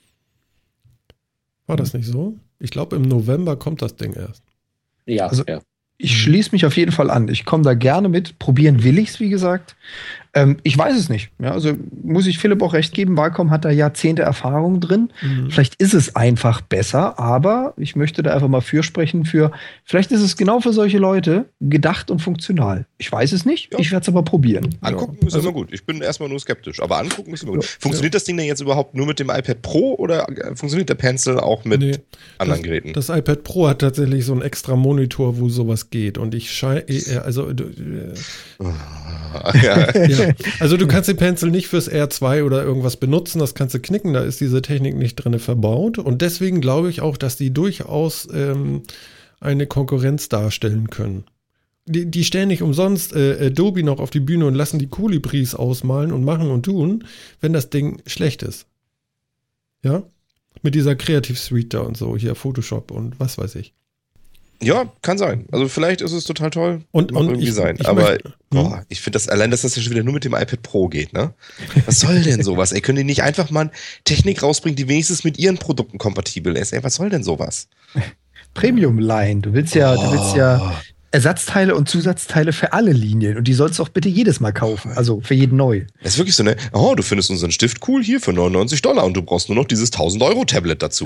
War das nicht so? Ich glaube, im November kommt das Ding erst. Ja, also, ja. Ich schließe mich auf jeden Fall an. Ich komme da gerne mit. Probieren will ich es, wie gesagt. Ich weiß es nicht. Ja, also muss ich Philipp auch recht geben. Wacom hat da Jahrzehnte Erfahrung drin. Vielleicht ist es einfach besser, aber ich möchte da einfach mal fürsprechen vielleicht ist es genau für solche Leute gedacht und funktional. Ich weiß es nicht. Ja. Ich werde es aber probieren. Angucken ist immer gut. Ich bin erstmal nur skeptisch, aber angucken ist immer gut. Funktioniert das Ding denn jetzt überhaupt nur mit dem iPad Pro oder funktioniert der Pencil auch mit anderen Geräten? Das iPad Pro hat tatsächlich so einen extra Monitor, wo sowas geht und also du kannst den Pencil nicht fürs R2 oder irgendwas benutzen, das kannst du knicken, da ist diese Technik nicht drin verbaut und deswegen glaube ich auch, dass die durchaus eine Konkurrenz darstellen können. Die stellen nicht umsonst Adobe noch auf die Bühne und lassen die Kolibris ausmalen und machen und tun, wenn das Ding schlecht ist. Ja? Mit dieser Creative Suite da und so, hier Photoshop und was weiß ich. Ja, kann sein. Also vielleicht ist es total toll. Und irgendwie sein. Aber ich finde das, allein, dass das ja schon wieder nur mit dem iPad Pro geht, ne? Was soll denn sowas? Ey, können die nicht einfach mal Technik rausbringen, die wenigstens mit ihren Produkten kompatibel ist? Ey, was soll denn sowas? Premium-Line. Du willst ja Ersatzteile und Zusatzteile für alle Linien. Und die sollst du auch bitte jedes Mal kaufen. Also für jeden neu. Das ist wirklich so, ne? Oh, du findest unseren Stift cool hier für $99 und du brauchst nur noch dieses 1000-Euro-Tablet dazu.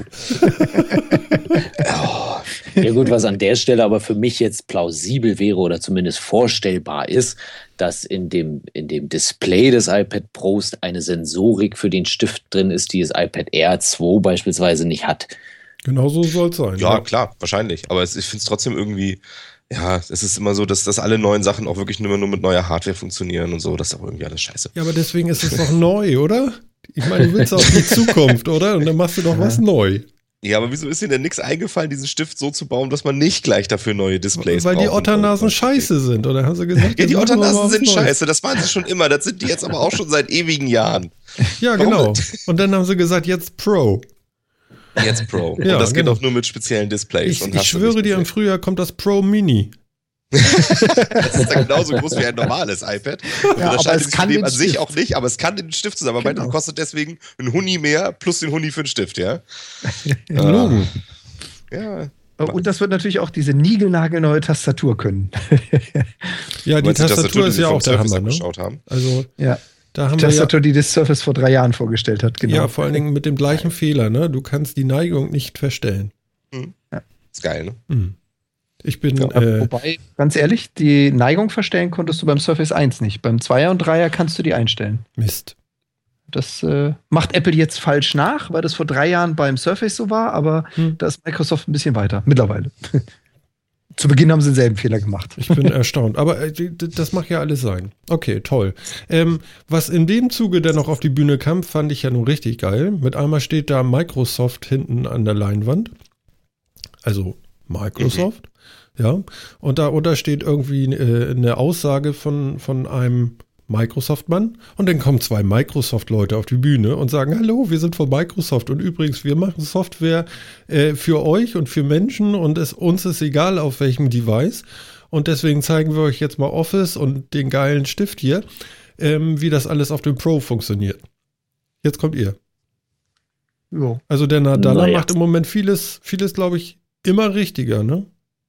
Ja gut, was an der Stelle aber für mich jetzt plausibel wäre oder zumindest vorstellbar ist, dass in dem Display des iPad Pros eine Sensorik für den Stift drin ist, die das iPad Air 2 beispielsweise nicht hat. Genau so soll es sein. Ja, klar, wahrscheinlich. Aber ich finde es trotzdem irgendwie, ja, es ist immer so, dass alle neuen Sachen auch wirklich nur mit neuer Hardware funktionieren und so. Das ist auch irgendwie alles scheiße. Ja, aber deswegen ist es doch neu, oder? Ich meine, du willst auch die Zukunft, oder? Und dann machst du doch was neu. Ja, aber wieso ist dir denn nichts eingefallen, diesen Stift so zu bauen, dass man nicht gleich dafür neue Displays braucht? Weil die Otternasen scheiße sind, oder haben sie gesagt? Ja, die Otternasen sind scheiße, das waren sie schon immer. Das sind die jetzt aber auch schon seit ewigen Jahren. Ja, genau. Und dann haben sie gesagt, jetzt Pro. Jetzt Pro. Ja, und das geht auch nur mit speziellen Displays. Ich schwöre dir, im Frühjahr kommt das Pro Mini. Das ist dann genauso groß wie ein normales iPad. Ja, aber es kann den an sich Stift. auch nicht, aber es kann den Stift zusammenarbeiten und kostet deswegen ein Huni mehr plus den Huni für den Stift, ja? Logen. Ja. Und das wird natürlich auch diese niegelnagelneue Tastatur können. Ja, die Tastatur ist ja auch der Hammer, ne? Haben. Also, ja. Da haben die Tastatur, die das Surface vor 3 Jahren vorgestellt hat, genau. Ja, vor allen Dingen mit dem gleichen Fehler, ne? Du kannst die Neigung nicht verstellen. Ja. Ist geil, ne? Ich bin. Wobei, ganz ehrlich, die Neigung verstellen konntest du beim Surface 1 nicht. Beim 2er und 3er kannst du die einstellen. Mist. Das macht Apple jetzt falsch nach, weil das vor 3 Jahren beim Surface so war, aber da ist Microsoft ein bisschen weiter, mittlerweile. Zu Beginn haben sie denselben Fehler gemacht. Ich bin erstaunt. Aber das mag ja alles sein. Okay, toll. Was in dem Zuge dann noch auf die Bühne kam, fand ich ja nun richtig geil. Mit einmal steht da Microsoft hinten an der Leinwand. Also Microsoft. Ja. Und darunter steht irgendwie eine Aussage von einem Microsoft-Mann und dann kommen 2 Microsoft-Leute auf die Bühne und sagen, hallo, wir sind von Microsoft und übrigens, wir machen Software für euch und für Menschen und uns ist egal auf welchem Device und deswegen zeigen wir euch jetzt mal Office und den geilen Stift hier, wie das alles auf dem Pro funktioniert. Jetzt kommt ihr. Jo. Also der Nadella macht im Moment vieles, glaube ich, immer richtiger, ne?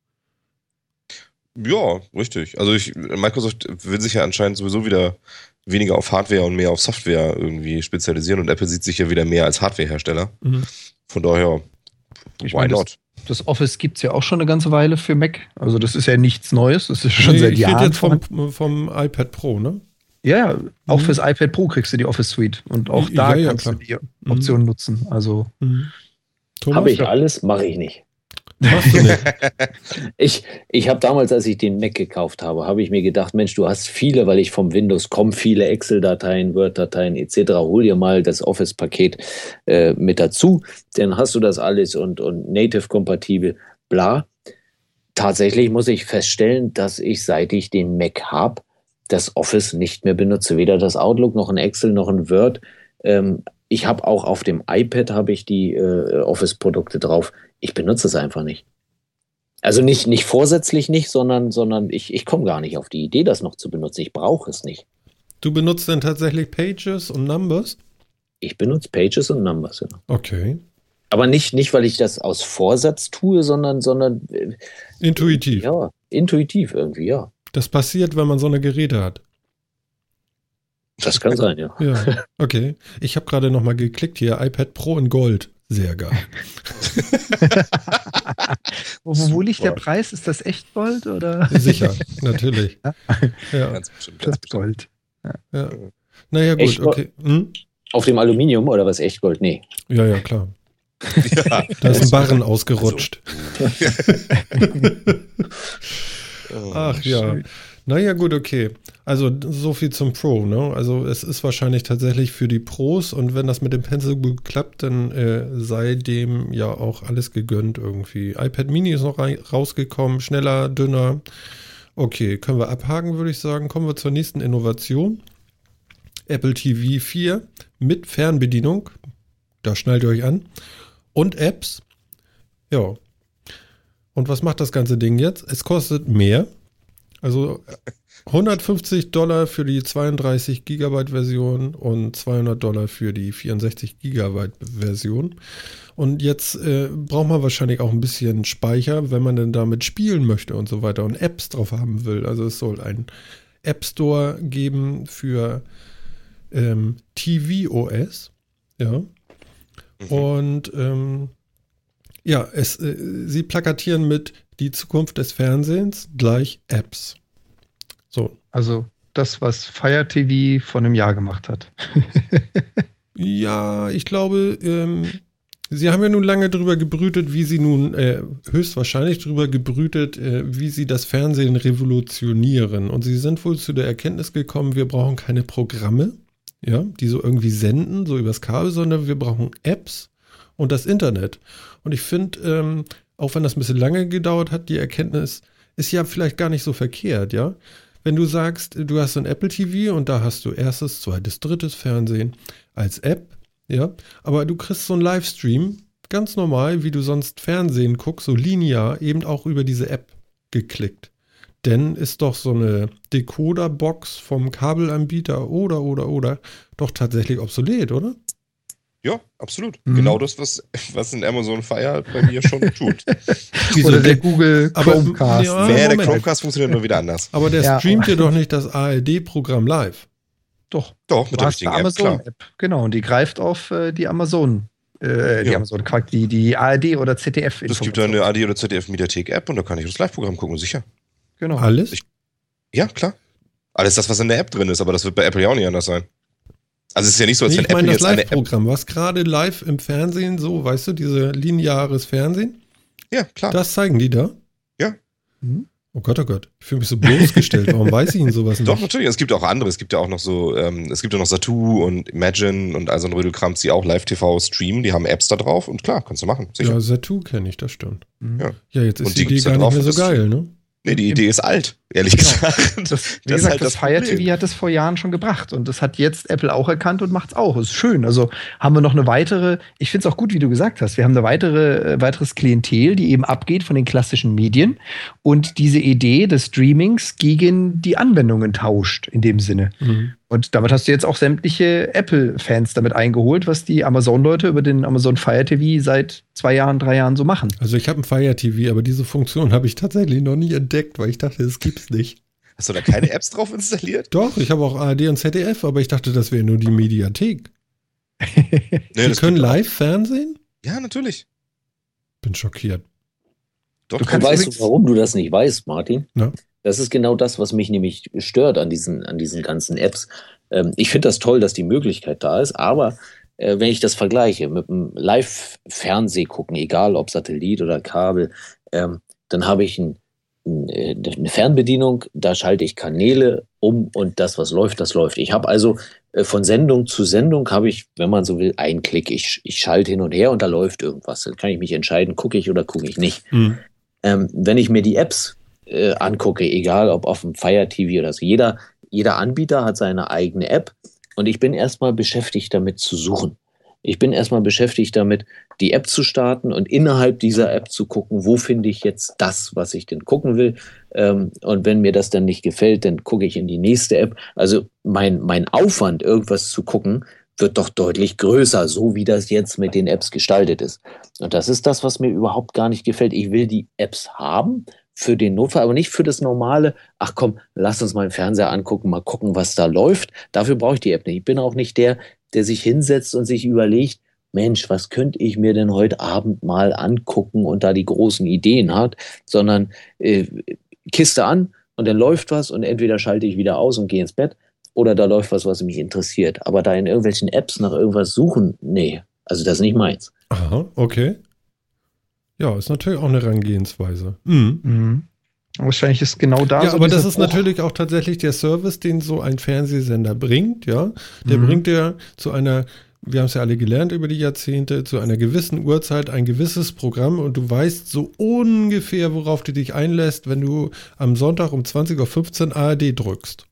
Ja, richtig. Also Microsoft will sich ja anscheinend sowieso wieder weniger auf Hardware und mehr auf Software irgendwie spezialisieren und Apple sieht sich ja wieder mehr als Hardwarehersteller. Von daher, why not? Das Office gibt es ja auch schon eine ganze Weile für Mac. Also das ist ja nichts Neues. Das ist schon seit Jahren. Ich rede jetzt vom iPad Pro, ne? Ja, auch fürs iPad Pro kriegst du die Office Suite. Und auch da kannst du die Option nutzen. Also habe ich alles, mache ich nicht. Machst du nicht. Ich habe damals, als ich den Mac gekauft habe, habe ich mir gedacht, Mensch, du hast viele, weil ich vom Windows komme, viele Excel-Dateien, Word-Dateien etc. Hol dir mal das Office-Paket mit dazu, dann hast du das alles und native-kompatibel, bla. Tatsächlich muss ich feststellen, dass ich, seit ich den Mac habe, das Office nicht mehr benutze. Weder das Outlook, noch ein Excel, noch ein Word. Ich habe auch auf dem iPad habe ich die Office-Produkte drauf. Ich benutze es einfach nicht. Also nicht vorsätzlich nicht, sondern ich komme gar nicht auf die Idee, das noch zu benutzen. Ich brauche es nicht. Du benutzt dann tatsächlich Pages und Numbers? Ich benutze Pages und Numbers, ja. Okay. Aber nicht, weil ich das aus Vorsatz tue, sondern intuitiv. Ja, intuitiv irgendwie, ja. Das passiert, wenn man so eine Geräte hat. Das kann sein, ja. Ja, okay. Ich habe gerade noch mal geklickt hier, iPad Pro in Gold. Sehr geil. Wo liegt der Preis? Ist das echt Gold oder? Sicher, natürlich. Ja. Ganz bestimmt. Gold. Ja. Naja, gut, echt okay. Auf dem Aluminium oder was? Echtgold? Nee. Ja, klar. Ja, da ist ein Barren ausgerutscht. Ach ja. Naja, gut, okay. Also so viel zum Pro, ne? Also es ist wahrscheinlich tatsächlich für die Pros und wenn das mit dem Pencil gut klappt, dann sei dem ja auch alles gegönnt irgendwie. iPad Mini ist noch rausgekommen, schneller, dünner. Okay, können wir abhaken, würde ich sagen. Kommen wir zur nächsten Innovation. Apple TV 4 mit Fernbedienung. Da schnallt ihr euch an. Und Apps. Ja. Und was macht das ganze Ding jetzt? Es kostet mehr. Also $150 für die 32 GB Version und $200 für die 64 GB Version. Und jetzt braucht man wahrscheinlich auch ein bisschen Speicher, wenn man denn damit spielen möchte und so weiter und Apps drauf haben will. Also es soll einen App Store geben für tvOS. Ja. Und ja, sie plakatieren mit die Zukunft des Fernsehens gleich Apps. So. Also das, was Fire TV vor einem Jahr gemacht hat. Ja, ich glaube, sie haben ja nun lange drüber gebrütet, wie sie nun, höchstwahrscheinlich drüber gebrütet, wie sie das Fernsehen revolutionieren. Und sie sind wohl zu der Erkenntnis gekommen, wir brauchen keine Programme, ja, die so irgendwie senden, so übers Kabel, sondern wir brauchen Apps und das Internet. Und ich finde, auch wenn das ein bisschen lange gedauert hat, die Erkenntnis ist ja vielleicht gar nicht so verkehrt, ja. Wenn du sagst, du hast ein Apple TV und da hast du erstes, zweites, drittes Fernsehen als App, ja, aber du kriegst so einen Livestream, ganz normal, wie du sonst Fernsehen guckst, so linear, eben auch über diese App geklickt. Denn ist doch so eine Decoder-Box vom Kabelanbieter oder doch tatsächlich obsolet, oder? Ja, absolut. Genau das, was in Amazon Fire bei mir schon tut. Oder der Google Chromecast. Ja, der Chromecast funktioniert nur wieder anders. Aber der streamt dir doch nicht das ARD-Programm live. Doch, mit der richtigen App, klar. Genau, und die greift auf die Amazon, die ARD oder ZDF. Es gibt da eine ARD oder ZDF-Mediathek-App und da kann ich das Live-Programm gucken, sicher. Genau. Alles? Ja, klar. Alles das, was in der App drin ist, aber das wird bei Apple ja auch nicht anders sein. Also es ist ja nicht so, als wenn Apple jetzt eine App... Ich meine das Live-Programm, was gerade live im Fernsehen so, weißt du, diese lineares Fernsehen? Ja, klar. Das zeigen die da? Ja. Oh Gott, ich fühle mich so bloßgestellt. Warum weiß ich denn sowas nicht? Doch, natürlich. Es gibt auch andere. Es gibt ja auch noch so, es gibt ja noch Satu und Imagine und all so ein Rödelkrams, die auch Live-TV streamen. Die haben Apps da drauf und klar, kannst du machen. Sicher. Ja, Satu kenne ich, das stimmt. Ja, Ja, jetzt ist und die Idee gar nicht mehr so geil, ne? Nee, die Idee ist alt. ehrlich gesagt. Wie gesagt, das Fire TV hat es vor Jahren schon gebracht und das hat jetzt Apple auch erkannt und macht es auch. Ist schön. Also haben wir noch eine weitere, ich finde es auch gut, wie du gesagt hast, wir haben eine weiteres Klientel, die eben abgeht von den klassischen Medien und diese Idee des Streamings gegen die Anwendungen tauscht in dem Sinne. Und damit hast du jetzt auch sämtliche Apple-Fans damit eingeholt, was die Amazon-Leute über den Amazon Fire TV seit 2 Jahren, 3 Jahren so machen. Also ich habe ein Fire TV, aber diese Funktion habe ich tatsächlich noch nie entdeckt, weil ich dachte, das gibt's nicht. Hast du da keine Apps drauf installiert? Doch, ich habe auch ARD und ZDF, aber ich dachte, das wäre nur die Mediathek. Die können live Fernsehen? Ja, natürlich. Bin schockiert. Doch, du weißt, warum du das nicht weißt, Martin? Ja. Das ist genau das, was mich nämlich stört an diesen ganzen Apps. Ich finde das toll, dass die Möglichkeit da ist, aber wenn ich das vergleiche mit dem Live-Fernseh gucken, egal ob Satellit oder Kabel, dann habe ich eine Fernbedienung, da schalte ich Kanäle um und das, was läuft, das läuft. Ich habe also von Sendung zu Sendung habe ich, wenn man so will, einen Klick. Ich schalte hin und her und da läuft irgendwas. Dann kann ich mich entscheiden, gucke ich oder gucke ich nicht. Wenn ich mir die Apps angucke, egal ob auf dem Fire TV oder so, jeder Anbieter hat seine eigene App und ich bin erstmal beschäftigt damit zu suchen. Ich bin erstmal beschäftigt damit, die App zu starten und innerhalb dieser App zu gucken, wo finde ich jetzt das, was ich denn gucken will. Und wenn mir das dann nicht gefällt, dann gucke ich in die nächste App. Also mein Aufwand, irgendwas zu gucken, wird doch deutlich größer, so wie das jetzt mit den Apps gestaltet ist. Und das ist das, was mir überhaupt gar nicht gefällt. Ich will die Apps haben für den Notfall, aber nicht für das normale, ach komm, lass uns mal einen Fernseher angucken, mal gucken, was da läuft. Dafür brauche ich die App nicht. Ich bin auch nicht der sich hinsetzt und sich überlegt, Mensch, was könnte ich mir denn heute Abend mal angucken und da die großen Ideen hat, sondern Kiste an und dann läuft was und entweder schalte ich wieder aus und gehe ins Bett oder da läuft was mich interessiert. Aber da in irgendwelchen Apps nach irgendwas suchen, nee, also das ist nicht meins. Aha, okay. Ja, ist natürlich auch eine Herangehensweise. Wahrscheinlich ist genau da ja, so. Aber das ist natürlich auch tatsächlich der Service, den so ein Fernsehsender bringt, ja. Der bringt ja zu einer, wir haben es ja alle gelernt über die Jahrzehnte, zu einer gewissen Uhrzeit ein gewisses Programm und du weißt so ungefähr, worauf du dich einlässt, wenn du am Sonntag um 20.15 Uhr ARD drückst.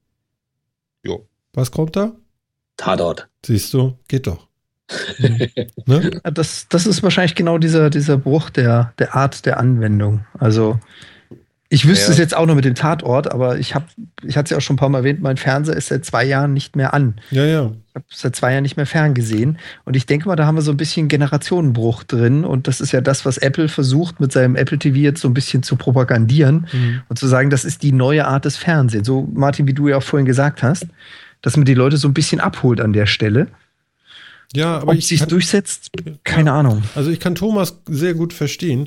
Jo. Was kommt da? Tatort. Siehst du, geht doch. Ne? Das ist wahrscheinlich genau dieser Bruch der Art der Anwendung. Also ich wüsste es jetzt auch noch mit dem Tatort, aber ich hatte es ja auch schon ein paar Mal erwähnt, mein Fernseher ist seit 2 Jahren nicht mehr an. Ja. Ich habe seit 2 Jahren nicht mehr ferngesehen. Und ich denke mal, da haben wir so ein bisschen Generationenbruch drin. Und das ist ja das, was Apple versucht, mit seinem Apple TV jetzt so ein bisschen zu propagandieren und zu sagen, das ist die neue Art des Fernsehens. So, Martin, wie du ja auch vorhin gesagt hast, dass man die Leute so ein bisschen abholt an der Stelle. Ja, aber ob es sich durchsetzt, keine Ahnung. Also ich kann Thomas sehr gut verstehen.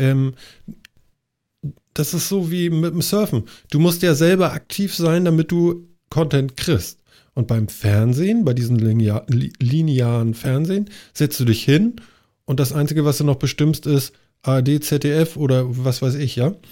Das ist so wie mit dem Surfen. Du musst ja selber aktiv sein, damit du Content kriegst. Und beim Fernsehen, bei diesem linearen Fernsehen, setzt du dich hin und das Einzige, was du noch bestimmst, ist ARD, ZDF oder was weiß ich, ja.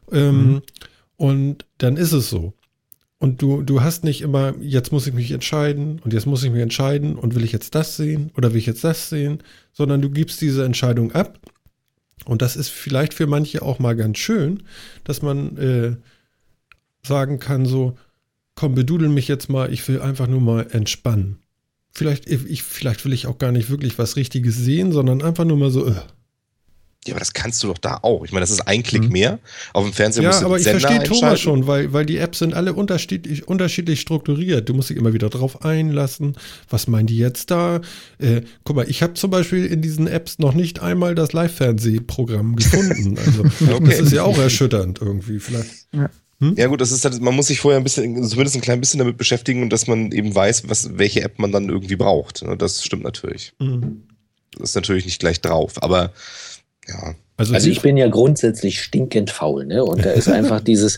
Und dann ist es so. Und du hast nicht immer, jetzt muss ich mich entscheiden und jetzt muss ich mich entscheiden und will ich jetzt das sehen oder will ich jetzt das sehen, sondern du gibst diese Entscheidung ab. Und das ist vielleicht für manche auch mal ganz schön, dass man sagen kann so, komm, bedudel mich jetzt mal, ich will einfach nur mal entspannen. Vielleicht will ich auch gar nicht wirklich was Richtiges sehen, sondern einfach nur mal so, Ja, aber das kannst du doch da auch. Ich meine, das ist ein Klick mehr. Auf dem Fernseher musst du aber den ich Sender verstehe Thomas einschalten. schon, weil die Apps sind alle unterschiedlich strukturiert. Du musst dich immer wieder drauf einlassen. Was meinen die jetzt da? Guck mal, ich habe zum Beispiel in diesen Apps noch nicht einmal das Live-Fernsehprogramm gefunden. Also das ist ja auch erschütternd irgendwie. Vielleicht. Ja gut, das ist halt, man muss sich vorher zumindest ein klein bisschen damit beschäftigen und dass man eben weiß, welche App man dann irgendwie braucht. Das stimmt natürlich. Das ist natürlich nicht gleich drauf, aber ja. Also ich bin ja grundsätzlich stinkend faul, ne? Und da ist einfach dieses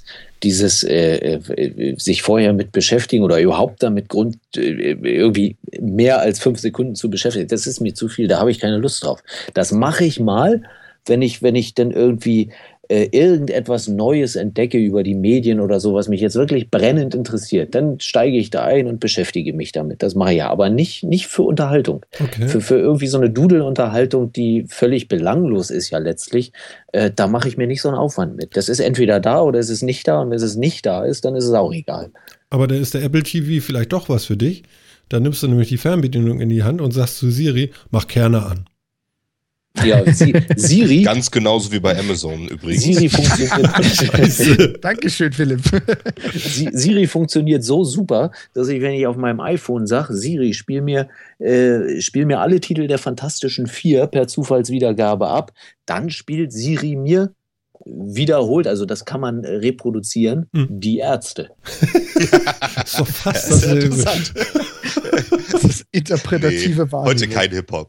sich vorher mit beschäftigen oder überhaupt damit irgendwie mehr als 5 Sekunden zu beschäftigen, das ist mir zu viel, da habe ich keine Lust drauf. Das mache ich mal, wenn ich dann irgendwie irgendetwas Neues entdecke über die Medien oder so, was mich jetzt wirklich brennend interessiert, dann steige ich da ein und beschäftige mich damit. Das mache ich ja, aber nicht für Unterhaltung. Okay. Für irgendwie so eine Dudelunterhaltung, die völlig belanglos ist ja letztlich, da mache ich mir nicht so einen Aufwand mit. Das ist entweder da oder es ist nicht da, und wenn es nicht da ist, dann ist es auch egal. Aber dann ist der Apple TV vielleicht doch was für dich. Dann nimmst du nämlich die Fernbedienung in die Hand und sagst zu Siri, mach Kerne an. Ja, Siri. Ganz genauso wie bei Amazon übrigens. Siri funktioniert. Dankeschön, Philipp. Siri funktioniert so super, dass ich, wenn ich auf meinem iPhone sage, Siri, spiel mir alle Titel der Fantastischen Vier per Zufallswiedergabe ab, dann spielt Siri mir wiederholt, also das kann man reproduzieren, die Ärzte. Ist doch fast dasselbe. Das ist interpretative Wahrnehmung. Heute kein Hip-Hop.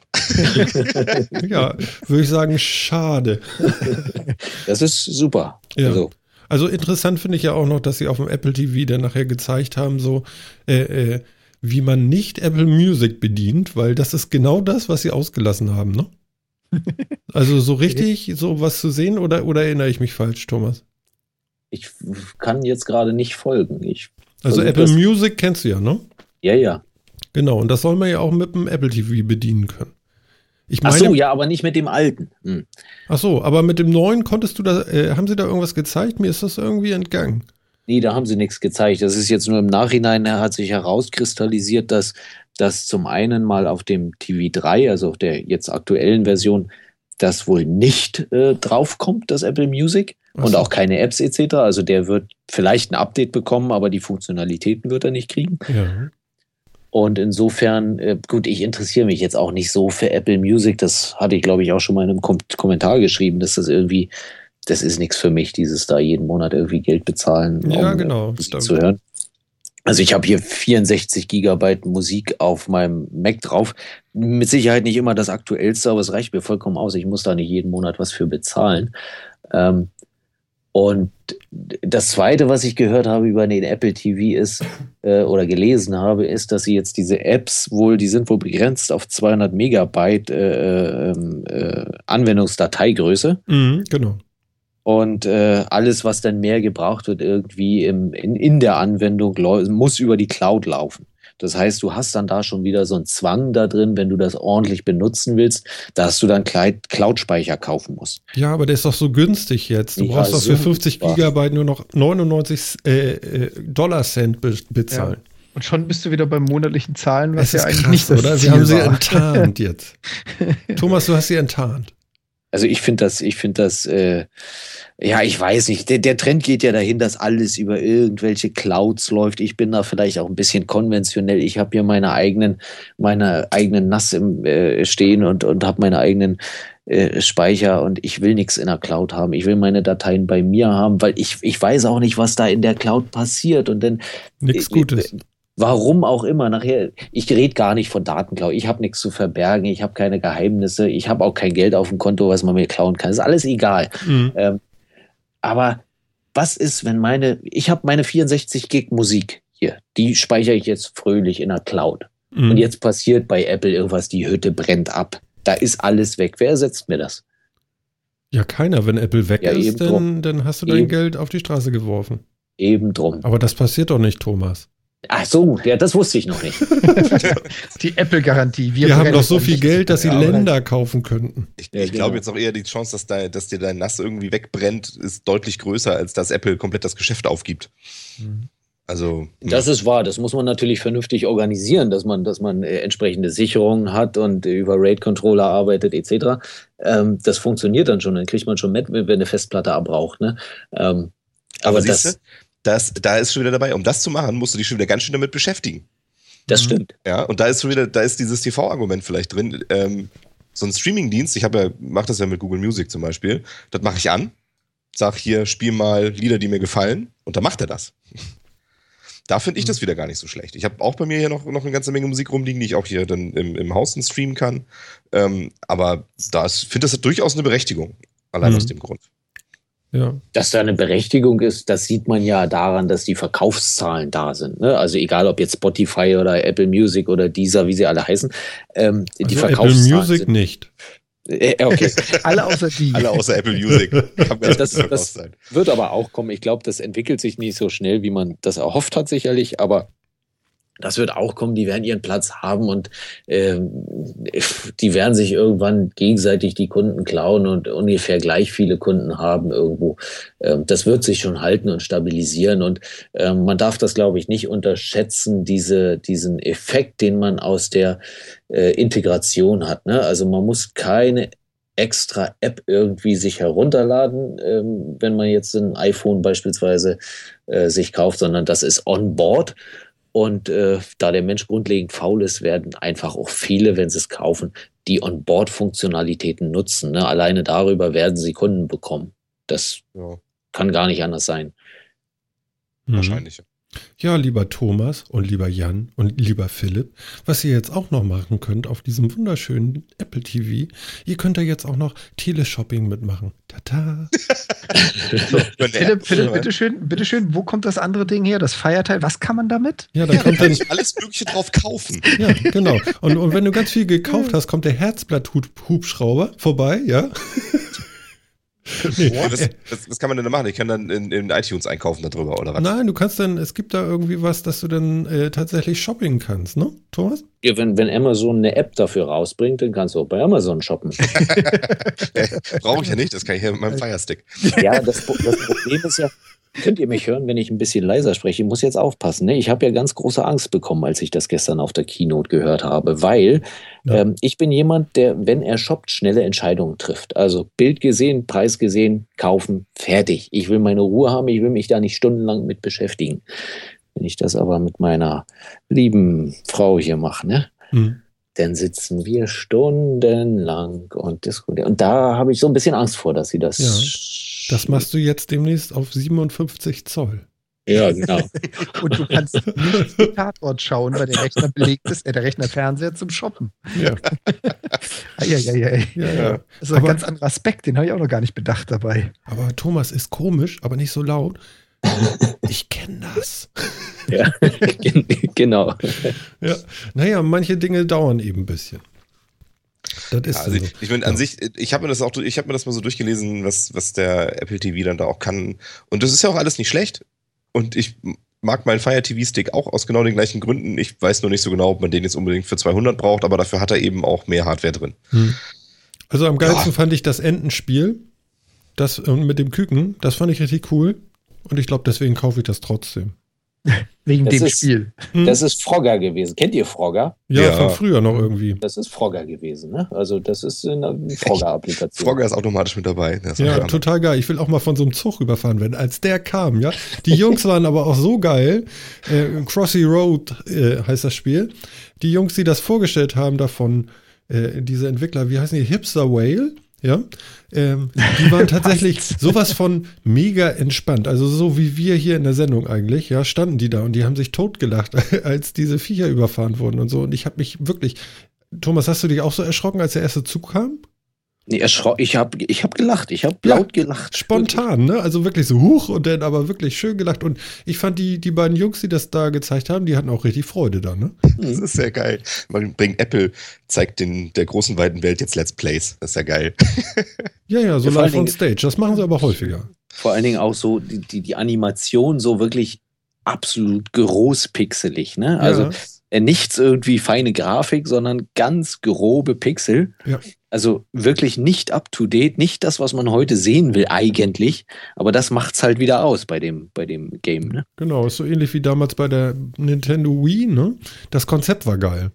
Ja, würde ich sagen, schade. Das ist super. Ja. Also interessant finde ich ja auch noch, dass sie auf dem Apple TV dann nachher gezeigt haben, so wie man nicht Apple Music bedient, weil das ist genau das, was sie ausgelassen haben, ne? Also so richtig so was zu sehen, oder erinnere ich mich falsch, Thomas? Ich kann jetzt gerade nicht folgen. Also Apple Music kennst du ja, ne? Ja. Genau, und das soll man ja auch mit dem Apple TV bedienen können. Ach so, ja, aber nicht mit dem alten. Ach so, aber mit dem neuen konntest du da, haben sie da irgendwas gezeigt? Mir ist das irgendwie entgangen. Nee, da haben sie nichts gezeigt. Das ist jetzt nur im Nachhinein, hat sich herauskristallisiert, dass das zum einen mal auf dem TV 3, also auf der jetzt aktuellen Version, das wohl nicht draufkommt, das Apple Music. Ach so. Und auch keine Apps etc. Also der wird vielleicht ein Update bekommen, aber die Funktionalitäten wird er nicht kriegen. Ja. Und insofern, gut, ich interessiere mich jetzt auch nicht so für Apple Music. Das hatte ich, glaube ich, auch schon mal in einem Kommentar geschrieben, dass das irgendwie, das ist nichts für mich, dieses da jeden Monat irgendwie Geld bezahlen, ja, genau, Musik zu hören. Also ich habe hier 64 Gigabyte Musik auf meinem Mac drauf. Mit Sicherheit nicht immer das Aktuellste, aber es reicht mir vollkommen aus. Ich muss da nicht jeden Monat was für bezahlen. Und das Zweite, was ich gehört habe über den Apple TV ist, oder gelesen habe, ist, dass sie jetzt diese Apps die sind wohl begrenzt auf 200 Megabyte Anwendungsdateigröße. Genau. Und alles, was dann mehr gebraucht wird, irgendwie in der Anwendung, muss über die Cloud laufen. Das heißt, du hast dann da schon wieder so einen Zwang da drin, wenn du das ordentlich benutzen willst, dass du dann Cloud-Speicher kaufen musst. Ja, aber der ist doch so günstig jetzt. Du brauchst doch für 50 Gigabyte nur noch 99 $Cent bezahlen. Ja. Und schon bist du wieder beim monatlichen Zahlen, was ja eigentlich krass, nicht das oder? Ziel Wir haben sie war. enttarnt jetzt. Thomas, du hast sie enttarnt. Also ich finde das, ja, ich weiß nicht, der Trend geht ja dahin, dass alles über irgendwelche Clouds läuft. Ich bin da vielleicht auch ein bisschen konventionell. Ich habe hier meine eigenen NAS stehen und habe meine eigenen Speicher, und ich will nichts in der Cloud haben. Ich will meine Dateien bei mir haben, weil ich weiß auch nicht, was da in der Cloud passiert. Und dann nichts Gutes. Warum auch immer. Nachher, ich rede gar nicht von Datenklau. Ich habe nichts zu verbergen. Ich habe keine Geheimnisse. Ich habe auch kein Geld auf dem Konto, was man mir klauen kann. Ist alles egal. Aber was ist, wenn ich habe meine 64 Gig Musik hier. Die speichere ich jetzt fröhlich in der Cloud. Und jetzt passiert bei Apple irgendwas, die Hütte brennt ab. Da ist alles weg. Wer ersetzt mir das? Ja, keiner. Wenn Apple weg ist, dann hast du dein Geld auf die Straße geworfen. Eben drum. Aber das passiert doch nicht, Thomas. Ach so, ja, das wusste ich noch nicht. Die Apple-Garantie. Wir haben doch so viel Geld, dass sie Länder kaufen könnten. Ich glaube jetzt auch eher, die Chance, dass dir dein NAS irgendwie wegbrennt, ist deutlich größer, als dass Apple komplett das Geschäft aufgibt. Also das ist wahr. Das muss man natürlich vernünftig organisieren, dass man entsprechende Sicherungen hat und über RAID-Controller arbeitet etc. Das funktioniert dann schon. Dann kriegt man schon mit, wenn eine Festplatte abbraucht. Ne? Aber da ist schon wieder dabei, um das zu machen, musst du dich schon wieder ganz schön damit beschäftigen. Das stimmt. Ja, und da ist dieses TV-Argument vielleicht drin. So ein Streaming-Dienst, mache das ja mit Google Music zum Beispiel, das mache ich an, sag hier, spiel mal Lieder, die mir gefallen, und dann macht er das. Da finde ich das wieder gar nicht so schlecht. Ich habe auch bei mir hier noch eine ganze Menge Musik rumliegen, die ich auch hier dann im Haus streamen kann. Aber finde das durchaus eine Berechtigung, allein aus dem Grund. Ja. Dass da eine Berechtigung ist, das sieht man ja daran, dass die Verkaufszahlen da sind. Ne? Also egal, ob jetzt Spotify oder Apple Music oder Deezer, wie sie alle heißen. Die Verkaufszahlen Apple Music nicht. Okay. Alle außer die. Alle außer Apple Music. Das wird aber auch kommen. Ich glaube, das entwickelt sich nicht so schnell, wie man das erhofft hat, sicherlich, aber das wird auch kommen, die werden ihren Platz haben und die werden sich irgendwann gegenseitig die Kunden klauen und ungefähr gleich viele Kunden haben irgendwo. Das wird sich schon halten und stabilisieren und man darf das, glaube ich, nicht unterschätzen, diesen Effekt, den man aus der Integration hat. Ne? Also man muss keine extra App irgendwie sich herunterladen, wenn man jetzt ein iPhone beispielsweise sich kauft, sondern das ist on board. Und da der Mensch grundlegend faul ist, werden einfach auch viele, wenn sie es kaufen, die On-Board-Funktionalitäten nutzen. Ne? Alleine darüber werden sie Kunden bekommen. Das kann gar nicht anders sein. Wahrscheinlich. Ja, lieber Thomas und lieber Jan und lieber Philipp, was ihr jetzt auch noch machen könnt auf diesem wunderschönen Apple TV, ihr könnt da jetzt auch noch Teleshopping mitmachen. Tata! So, Philipp, bitteschön, wo kommt das andere Ding her, das Feierteil? Was kann man damit? Ja, da kommt dann alles Mögliche drauf kaufen. Ja, genau. Und wenn du ganz viel gekauft hast, kommt der Herzblatt-Hubschrauber vorbei, ja? Nee. Was kann man denn da machen? Ich kann dann in iTunes einkaufen darüber, oder was? Nein, du kannst dann, es gibt da irgendwie was, dass du dann tatsächlich shopping kannst, ne, Thomas? Ja, wenn Amazon eine App dafür rausbringt, dann kannst du auch bei Amazon shoppen. Brauche ich ja nicht, das kann ich ja mit meinem Firestick. Ja, das Problem ist ja, könnt ihr mich hören, wenn ich ein bisschen leiser spreche? Ich muss jetzt aufpassen. Ne? Ich habe ja ganz große Angst bekommen, als ich das gestern auf der Keynote gehört habe, weil ich bin jemand, der, wenn er shoppt, schnelle Entscheidungen trifft. Also Bild gesehen, Preis gesehen, kaufen, fertig. Ich will meine Ruhe haben, ich will mich da nicht stundenlang mit beschäftigen. Wenn ich das aber mit meiner lieben Frau hier mache, ne? Dann sitzen wir stundenlang und diskutieren. Und da habe ich so ein bisschen Angst vor, dass sie das... Ja. Das machst du jetzt demnächst auf 57 Zoll. Ja, genau. Und du kannst nicht den Tatort schauen, weil der Rechner belegt ist, der Rechnerfernseher zum Shoppen. Ja. Ja. Das ist ein ganz anderer Aspekt, den habe ich auch noch gar nicht bedacht dabei. Aber Thomas ist komisch, aber nicht so laut. Ich kenne das. Ja, genau. Ja. Naja, manche Dinge dauern eben ein bisschen. Das ist also so. ich meine, an sich, ich habe mir das mal so durchgelesen, was der Apple TV dann da auch kann. Und das ist ja auch alles nicht schlecht. Und ich mag meinen Fire TV Stick auch aus genau den gleichen Gründen. Ich weiß nur nicht so genau, ob man den jetzt unbedingt für 200 braucht, aber dafür hat er eben auch mehr Hardware drin. Also am geilsten fand ich das Entenspiel. Das mit dem Küken, das fand ich richtig cool. Und ich glaube, deswegen kaufe ich das trotzdem. Wegen dem Spiel. Das ist Frogger gewesen. Kennt ihr Frogger? Ja, von früher noch irgendwie. Das ist Frogger gewesen, ne? Also das ist eine Frogger-Applikation. Frogger ist automatisch mit dabei. Ja, total geil. Ich will auch mal von so einem Zug überfahren werden. Als der kam, ja. Die Jungs waren aber auch so geil. Crossy Road heißt das Spiel. Die Jungs, die das vorgestellt haben davon, diese Entwickler, wie heißen die? Hipster Whale? Ja, die waren tatsächlich sowas von mega entspannt. Also so wie wir hier in der Sendung eigentlich, ja, standen die da und die haben sich totgelacht, als diese Viecher überfahren wurden und so. Und ich habe mich wirklich, Thomas, hast du dich auch so erschrocken, als der erste Zug kam? Nee, ich hab gelacht, ich habe laut gelacht. Spontan, wirklich. Ne? Also wirklich so huch und dann aber wirklich schön gelacht. Und ich fand die beiden Jungs, die das da gezeigt haben, die hatten auch richtig Freude da, ne? Das ist sehr geil. Apple zeigt der großen, weiten Welt jetzt Let's Plays. Das ist ja geil. Ja, so live on stage. Das machen sie aber häufiger. Vor allen Dingen auch so die Animation so wirklich absolut großpixelig, ne? Also nichts irgendwie feine Grafik, sondern ganz grobe Pixel. Ja. Also wirklich nicht up to date, nicht das, was man heute sehen will eigentlich, aber das macht's halt wieder aus bei dem Game, ne? Genau, ist so ähnlich wie damals bei der Nintendo Wii, ne? Das Konzept war geil.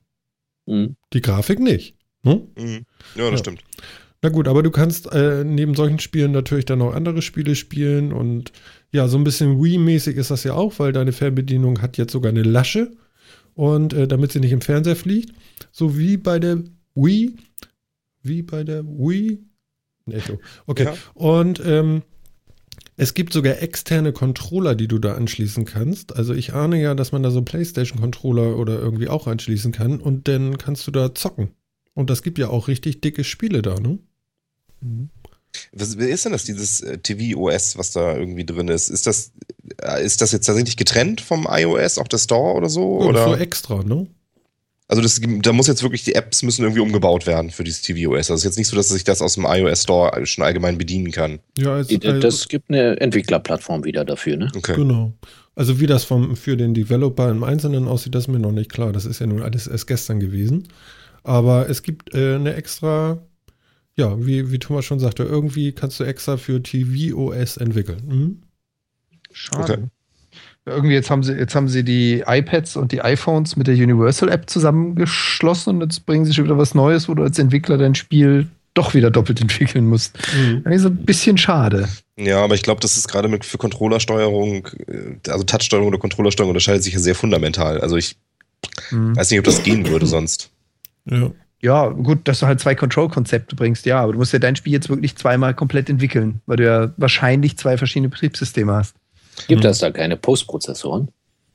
Die Grafik nicht. Ne? Ja, das stimmt. Na gut, aber du kannst neben solchen Spielen natürlich dann noch andere Spiele spielen und ja, so ein bisschen Wii-mäßig ist das ja auch, weil deine Fernbedienung hat jetzt sogar eine Lasche und damit sie nicht im Fernseher fliegt, so wie bei der Wii. Ein Echo. Okay. Ja. Und es gibt sogar externe Controller, die du da anschließen kannst. Also ich ahne ja, dass man da so PlayStation-Controller oder irgendwie auch anschließen kann und dann kannst du da zocken. Und das gibt ja auch richtig dicke Spiele da, ne? Was ist denn das, dieses TV-OS, was da irgendwie drin ist? Ist das jetzt tatsächlich getrennt vom iOS, auch der Store oder so? Ja, oder? So extra, ne? Also da muss jetzt wirklich, die Apps müssen irgendwie umgebaut werden für dieses tvOS. Also es ist jetzt nicht so, dass sich das aus dem iOS Store schon allgemein bedienen kann. Ja, das gibt eine Entwicklerplattform wieder dafür, ne? Okay. Genau. Also wie das für den Developer im Einzelnen aussieht, das ist mir noch nicht klar. Das ist ja nun alles erst gestern gewesen. Aber es gibt eine extra, ja, wie Thomas schon sagte, irgendwie kannst du extra für tvOS entwickeln. Mhm. Schade. Okay. Irgendwie jetzt haben sie die iPads und die iPhones mit der Universal App zusammengeschlossen und jetzt bringen sie schon wieder was Neues, wo du als Entwickler dein Spiel doch wieder doppelt entwickeln musst. Eigentlich so ein bisschen schade. Ja, aber ich glaube, das ist gerade für Controllersteuerung, also Touchsteuerung oder Controllersteuerung unterscheidet sich ja sehr fundamental. Also ich weiß nicht, ob das gehen würde sonst. Ja, gut, dass du halt 2 Control-Konzepte bringst, ja, aber du musst ja dein Spiel jetzt wirklich zweimal komplett entwickeln, weil du ja wahrscheinlich 2 verschiedene Betriebssysteme hast. Gibt es da keine Postprozessoren?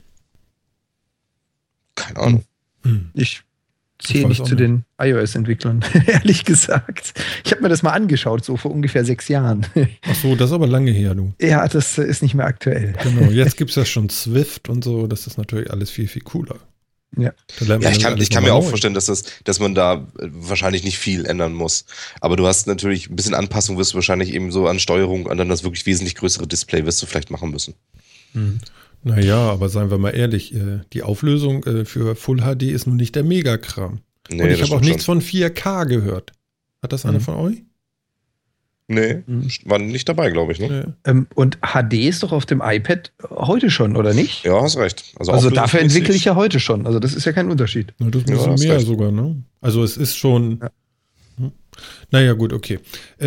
Keine Ahnung. Ich zähle nicht zu den iOS-Entwicklern, ehrlich gesagt. Ich habe mir das mal angeschaut, so vor ungefähr 6 Jahren. Ach so, das ist aber lange her, du. Ja, das ist nicht mehr aktuell. Genau, jetzt gibt es ja schon Swift und so, das ist natürlich alles viel, viel cooler. Ja, ich kann mir auch vorstellen, dass man da wahrscheinlich nicht viel ändern muss. Aber du hast natürlich ein bisschen Anpassung, wirst du wahrscheinlich eben so an Steuerung, an dann das wirklich wesentlich größere Display wirst du vielleicht machen müssen. Naja, aber seien wir mal ehrlich, die Auflösung für Full HD ist nun nicht der Megakram. Nee, und ich habe auch nichts von 4K gehört. Hat das einer von euch? Nee, war nicht dabei, glaube ich. Ne? Und HD ist doch auf dem iPad heute schon, oder nicht? Ja, hast recht. Also dafür entwickle ich ja heute schon. Also das ist ja kein Unterschied. Na, das ist ein bisschen mehr sogar, ne? Also es ist schon... Ja. Naja, gut, okay.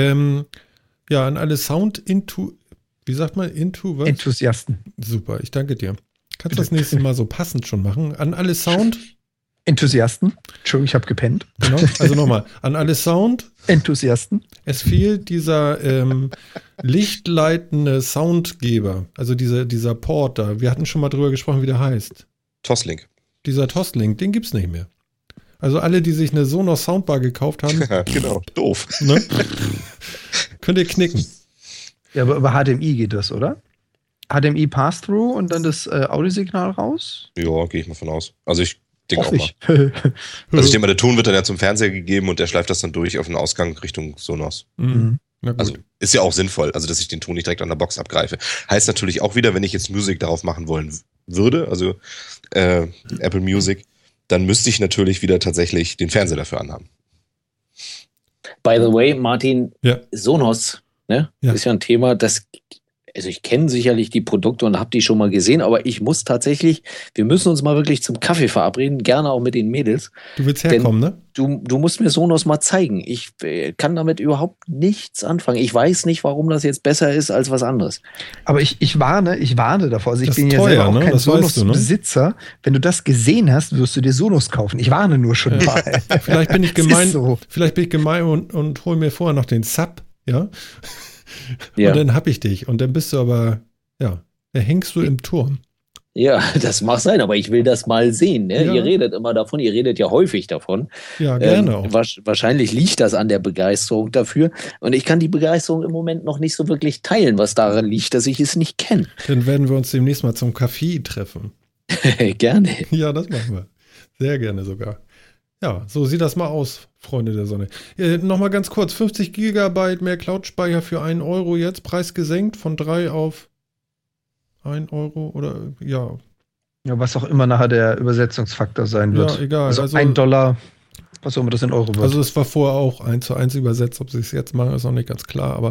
Ja, an alle wie sagt man? Was? Enthusiasten. Super, ich danke dir. Kannst du das nächste Mal so passend schon machen? An alle Enthusiasten. Entschuldigung, ich habe gepennt. Genau. Also nochmal. An alle Enthusiasten. Es fehlt dieser lichtleitende Soundgeber. Also dieser Port da. Wir hatten schon mal drüber gesprochen, wie der heißt. Toslink. Dieser Toslink, den gibt's nicht mehr. Also alle, die sich eine Sonos Soundbar gekauft haben. Ja, genau. Doof. Ne? Könnt ihr knicken. Ja, aber über HDMI geht das, oder? HDMI Pass-Through und dann das Audiosignal raus? Ja, gehe ich mal von aus. Also ich denke auch mal. Also ich denke mal, der Ton wird dann ja zum Fernseher gegeben und der schleift das dann durch auf den Ausgang Richtung Sonos. Also ist ja auch sinnvoll, also dass ich den Ton nicht direkt an der Box abgreife. Heißt natürlich auch wieder, wenn ich jetzt Music darauf machen wollen würde, also Apple Music, dann müsste ich natürlich wieder tatsächlich den Fernseher dafür anhaben. By the way, Martin, Sonos, ne, ist ja ein Thema, also ich kenne sicherlich die Produkte und habe die schon mal gesehen, aber ich muss tatsächlich, wir müssen uns mal wirklich zum Kaffee verabreden, gerne auch mit den Mädels. Du willst herkommen, ne? Du musst mir Sonos mal zeigen. Ich kann damit überhaupt nichts anfangen. Ich weiß nicht, warum das jetzt besser ist als was anderes. Aber ich warne davor. Also ich bin ja teuer, selber auch ne? kein Sonos-Besitzer. Wenn du das gesehen hast, wirst du dir Sonos kaufen. Ich warne nur schon mal. Vielleicht bin ich gemein und hol mir vorher noch den Sub, ja? Und dann hab ich dich. Und dann bist du aber, da hängst du im Turm. Ja, das mag sein, aber ich will das mal sehen. Ne? Ja. Ihr redet immer davon, ihr redet ja häufig davon. Ja, gerne auch. Wahrscheinlich liegt das an der Begeisterung dafür. Und ich kann die Begeisterung im Moment noch nicht so wirklich teilen, was daran liegt, dass ich es nicht kenne. Dann werden wir uns demnächst mal zum Kaffee treffen. Gerne. Ja, das machen wir. Sehr gerne sogar. Ja, so sieht das mal aus, Freunde der Sonne. Nochmal ganz kurz, 50 Gigabyte mehr Cloud-Speicher für 1 Euro jetzt, Preis gesenkt von 3 auf 1 Euro oder ja. Ja, was auch immer nachher der Übersetzungsfaktor sein wird. Ja, egal. Also $1, was auch immer das in Euro wird. Also es war vorher auch 1:1 übersetzt, ob sie es jetzt machen, ist noch nicht ganz klar, aber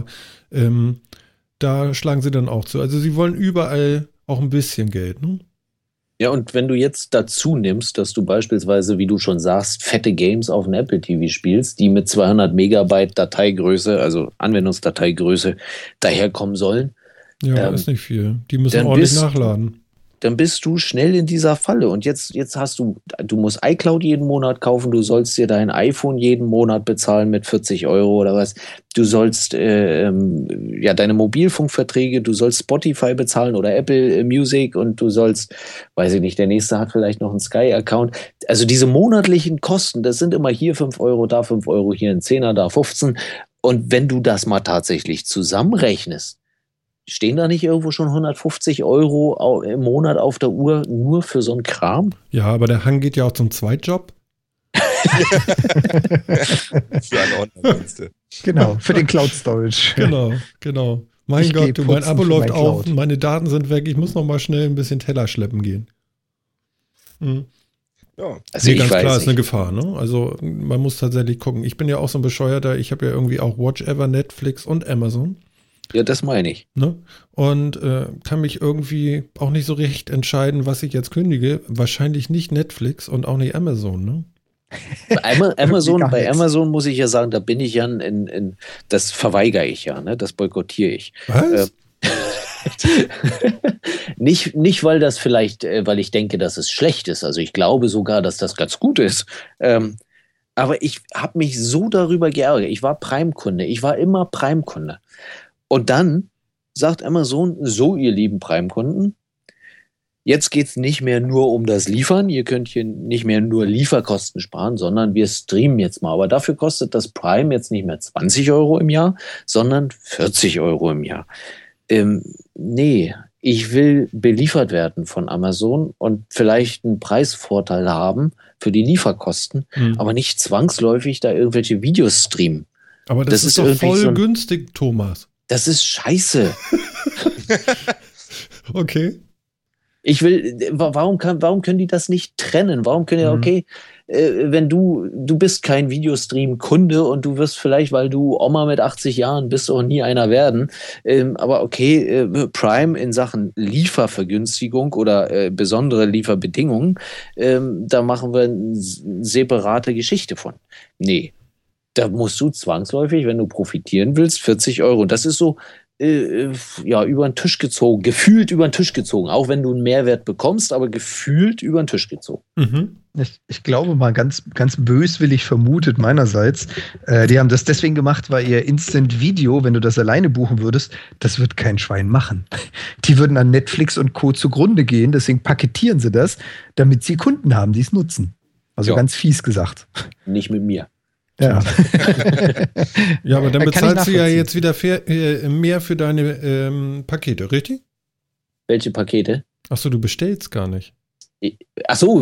da schlagen sie dann auch zu. Also sie wollen überall auch ein bisschen Geld, ne? Ja, und wenn du jetzt dazu nimmst, dass du beispielsweise, wie du schon sagst, fette Games auf dem Apple TV spielst, die mit 200 Megabyte Dateigröße, also Anwendungsdateigröße, daherkommen sollen. Ja, ist nicht viel. Die müssen ordentlich nachladen. Dann bist du schnell in dieser Falle. Und jetzt hast du musst iCloud jeden Monat kaufen, du sollst dir dein iPhone jeden Monat bezahlen mit 40 Euro oder was. Du sollst deine Mobilfunkverträge, du sollst Spotify bezahlen oder Apple Music und du sollst, weiß ich nicht, der nächste hat vielleicht noch einen Sky-Account. Also diese monatlichen Kosten, das sind immer hier 5 Euro, da 5 Euro, hier ein 10er, da 15. Und wenn du das mal tatsächlich zusammenrechnest, stehen da nicht irgendwo schon 150 Euro im Monat auf der Uhr nur für so einen Kram? Ja, aber der Hang geht ja auch zum Zweitjob. Für alle Online-Dienste. Genau, für den Cloud Storage. Genau. Mein Gott, mein Abo läuft auf, meine Daten sind weg, ich muss noch mal schnell ein bisschen Teller schleppen gehen. Mhm. Ja. Also ganz klar, ist eine Gefahr, ne? Also man muss tatsächlich gucken. Ich bin ja auch so ein Bescheuerter, ich habe ja irgendwie auch Watch Ever, Netflix und Amazon. Ja, das meine ich. Ne? Und kann mich irgendwie auch nicht so recht entscheiden, was ich jetzt kündige. Wahrscheinlich nicht Netflix und auch nicht Amazon, ne? Bei Amazon muss ich ja sagen, da bin ich ja das verweigere ich ja, ne? Das boykottiere ich. Was? Nicht, weil das vielleicht, weil ich denke, dass es schlecht ist. Also ich glaube sogar, dass das ganz gut ist. Aber ich habe mich so darüber geärgert. Ich war Prime-Kunde. Ich war immer Prime-Kunde. Und dann sagt Amazon, so ihr lieben Prime-Kunden, jetzt geht es nicht mehr nur um das Liefern. Ihr könnt hier nicht mehr nur Lieferkosten sparen, sondern wir streamen jetzt mal. Aber dafür kostet das Prime jetzt nicht mehr 20 € im Jahr, sondern 40 € im Jahr. Nee, ich will beliefert werden von Amazon und vielleicht einen Preisvorteil haben für die Lieferkosten, aber nicht zwangsläufig da irgendwelche Videos streamen. Aber das ist doch voll günstig, Thomas. Das ist scheiße. Okay. Ich will, warum können die das nicht trennen? Warum können die, wenn du bist kein Videostream-Kunde und du wirst vielleicht, weil du Oma mit 80 Jahren bist, auch nie einer werden. Aber okay, Prime in Sachen Liefervergünstigung oder besondere Lieferbedingungen, da machen wir eine separate Geschichte von. Nee, da musst du zwangsläufig, wenn du profitieren willst, 40 €. Und das ist so, über den Tisch gezogen, gefühlt über den Tisch gezogen, auch wenn du einen Mehrwert bekommst, aber gefühlt über den Tisch gezogen. Mhm. Ich glaube mal ganz, ganz böswillig vermutet meinerseits, die haben das deswegen gemacht, weil ihr Instant Video, wenn du das alleine buchen würdest, das wird kein Schwein machen. Die würden an Netflix und Co. zugrunde gehen, deswegen paketieren sie das, damit sie Kunden haben, die es nutzen. Also ganz fies gesagt. Nicht mit mir. Ja. Ja, aber dann bezahlst du ja jetzt wieder mehr für deine Pakete, richtig? Welche Pakete? Achso, du bestellst gar nicht. Achso,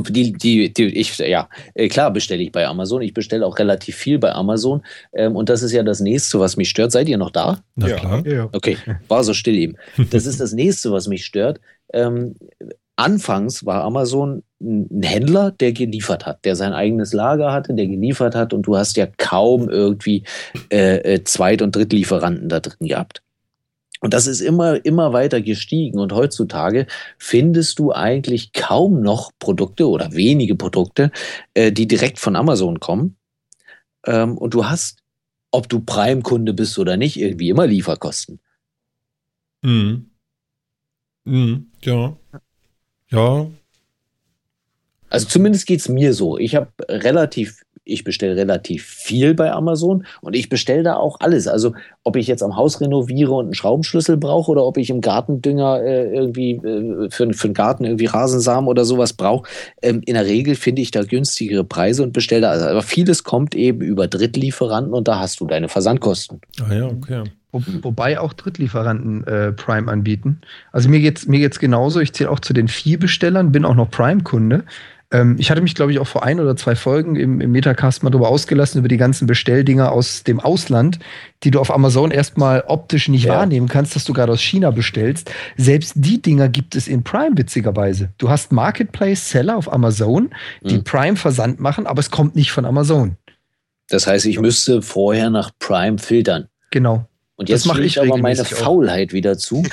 klar bestelle ich bei Amazon. Ich bestelle auch relativ viel bei Amazon. Und das ist ja das Nächste, was mich stört. Seid ihr noch da? Na klar. Ja. Okay, war so still eben. Das ist das Nächste, was mich stört. Anfangs war Amazon ein Händler, der geliefert hat, der sein eigenes Lager hatte, der geliefert hat und du hast ja kaum irgendwie Zweit- und Drittlieferanten da drin gehabt. Und das ist immer weiter gestiegen und heutzutage findest du eigentlich kaum noch Produkte oder wenige Produkte, die direkt von Amazon kommen. Und du hast, ob du Prime-Kunde bist oder nicht, irgendwie immer Lieferkosten. Ja. Ja. Also zumindest geht es mir so. Ich bestelle relativ viel bei Amazon und ich bestelle da auch alles. Also ob ich jetzt am Haus renoviere und einen Schraubenschlüssel brauche oder ob ich im Gartendünger irgendwie für den Garten irgendwie Rasensamen oder sowas brauche. In der Regel finde ich da günstigere Preise und bestelle da. Also, aber vieles kommt eben über Drittlieferanten und da hast du deine Versandkosten. Ah ja, okay. Wobei auch Drittlieferanten Prime anbieten. Also mir geht's genauso. Ich zähle auch zu den Vielbestellern, bin auch noch Prime-Kunde. Ich hatte mich, glaube ich, auch vor 1 oder 2 Folgen im Metacast mal darüber ausgelassen, über die ganzen Bestelldinger aus dem Ausland, die du auf Amazon erstmal optisch nicht wahrnehmen kannst, dass du gerade aus China bestellst. Selbst die Dinger gibt es in Prime, witzigerweise. Du hast Marketplace-Seller auf Amazon, die Prime-Versand machen, aber es kommt nicht von Amazon. Das heißt, ich müsste vorher nach Prime filtern. Genau. Und jetzt mache ich aber meine Faulheit wieder zu.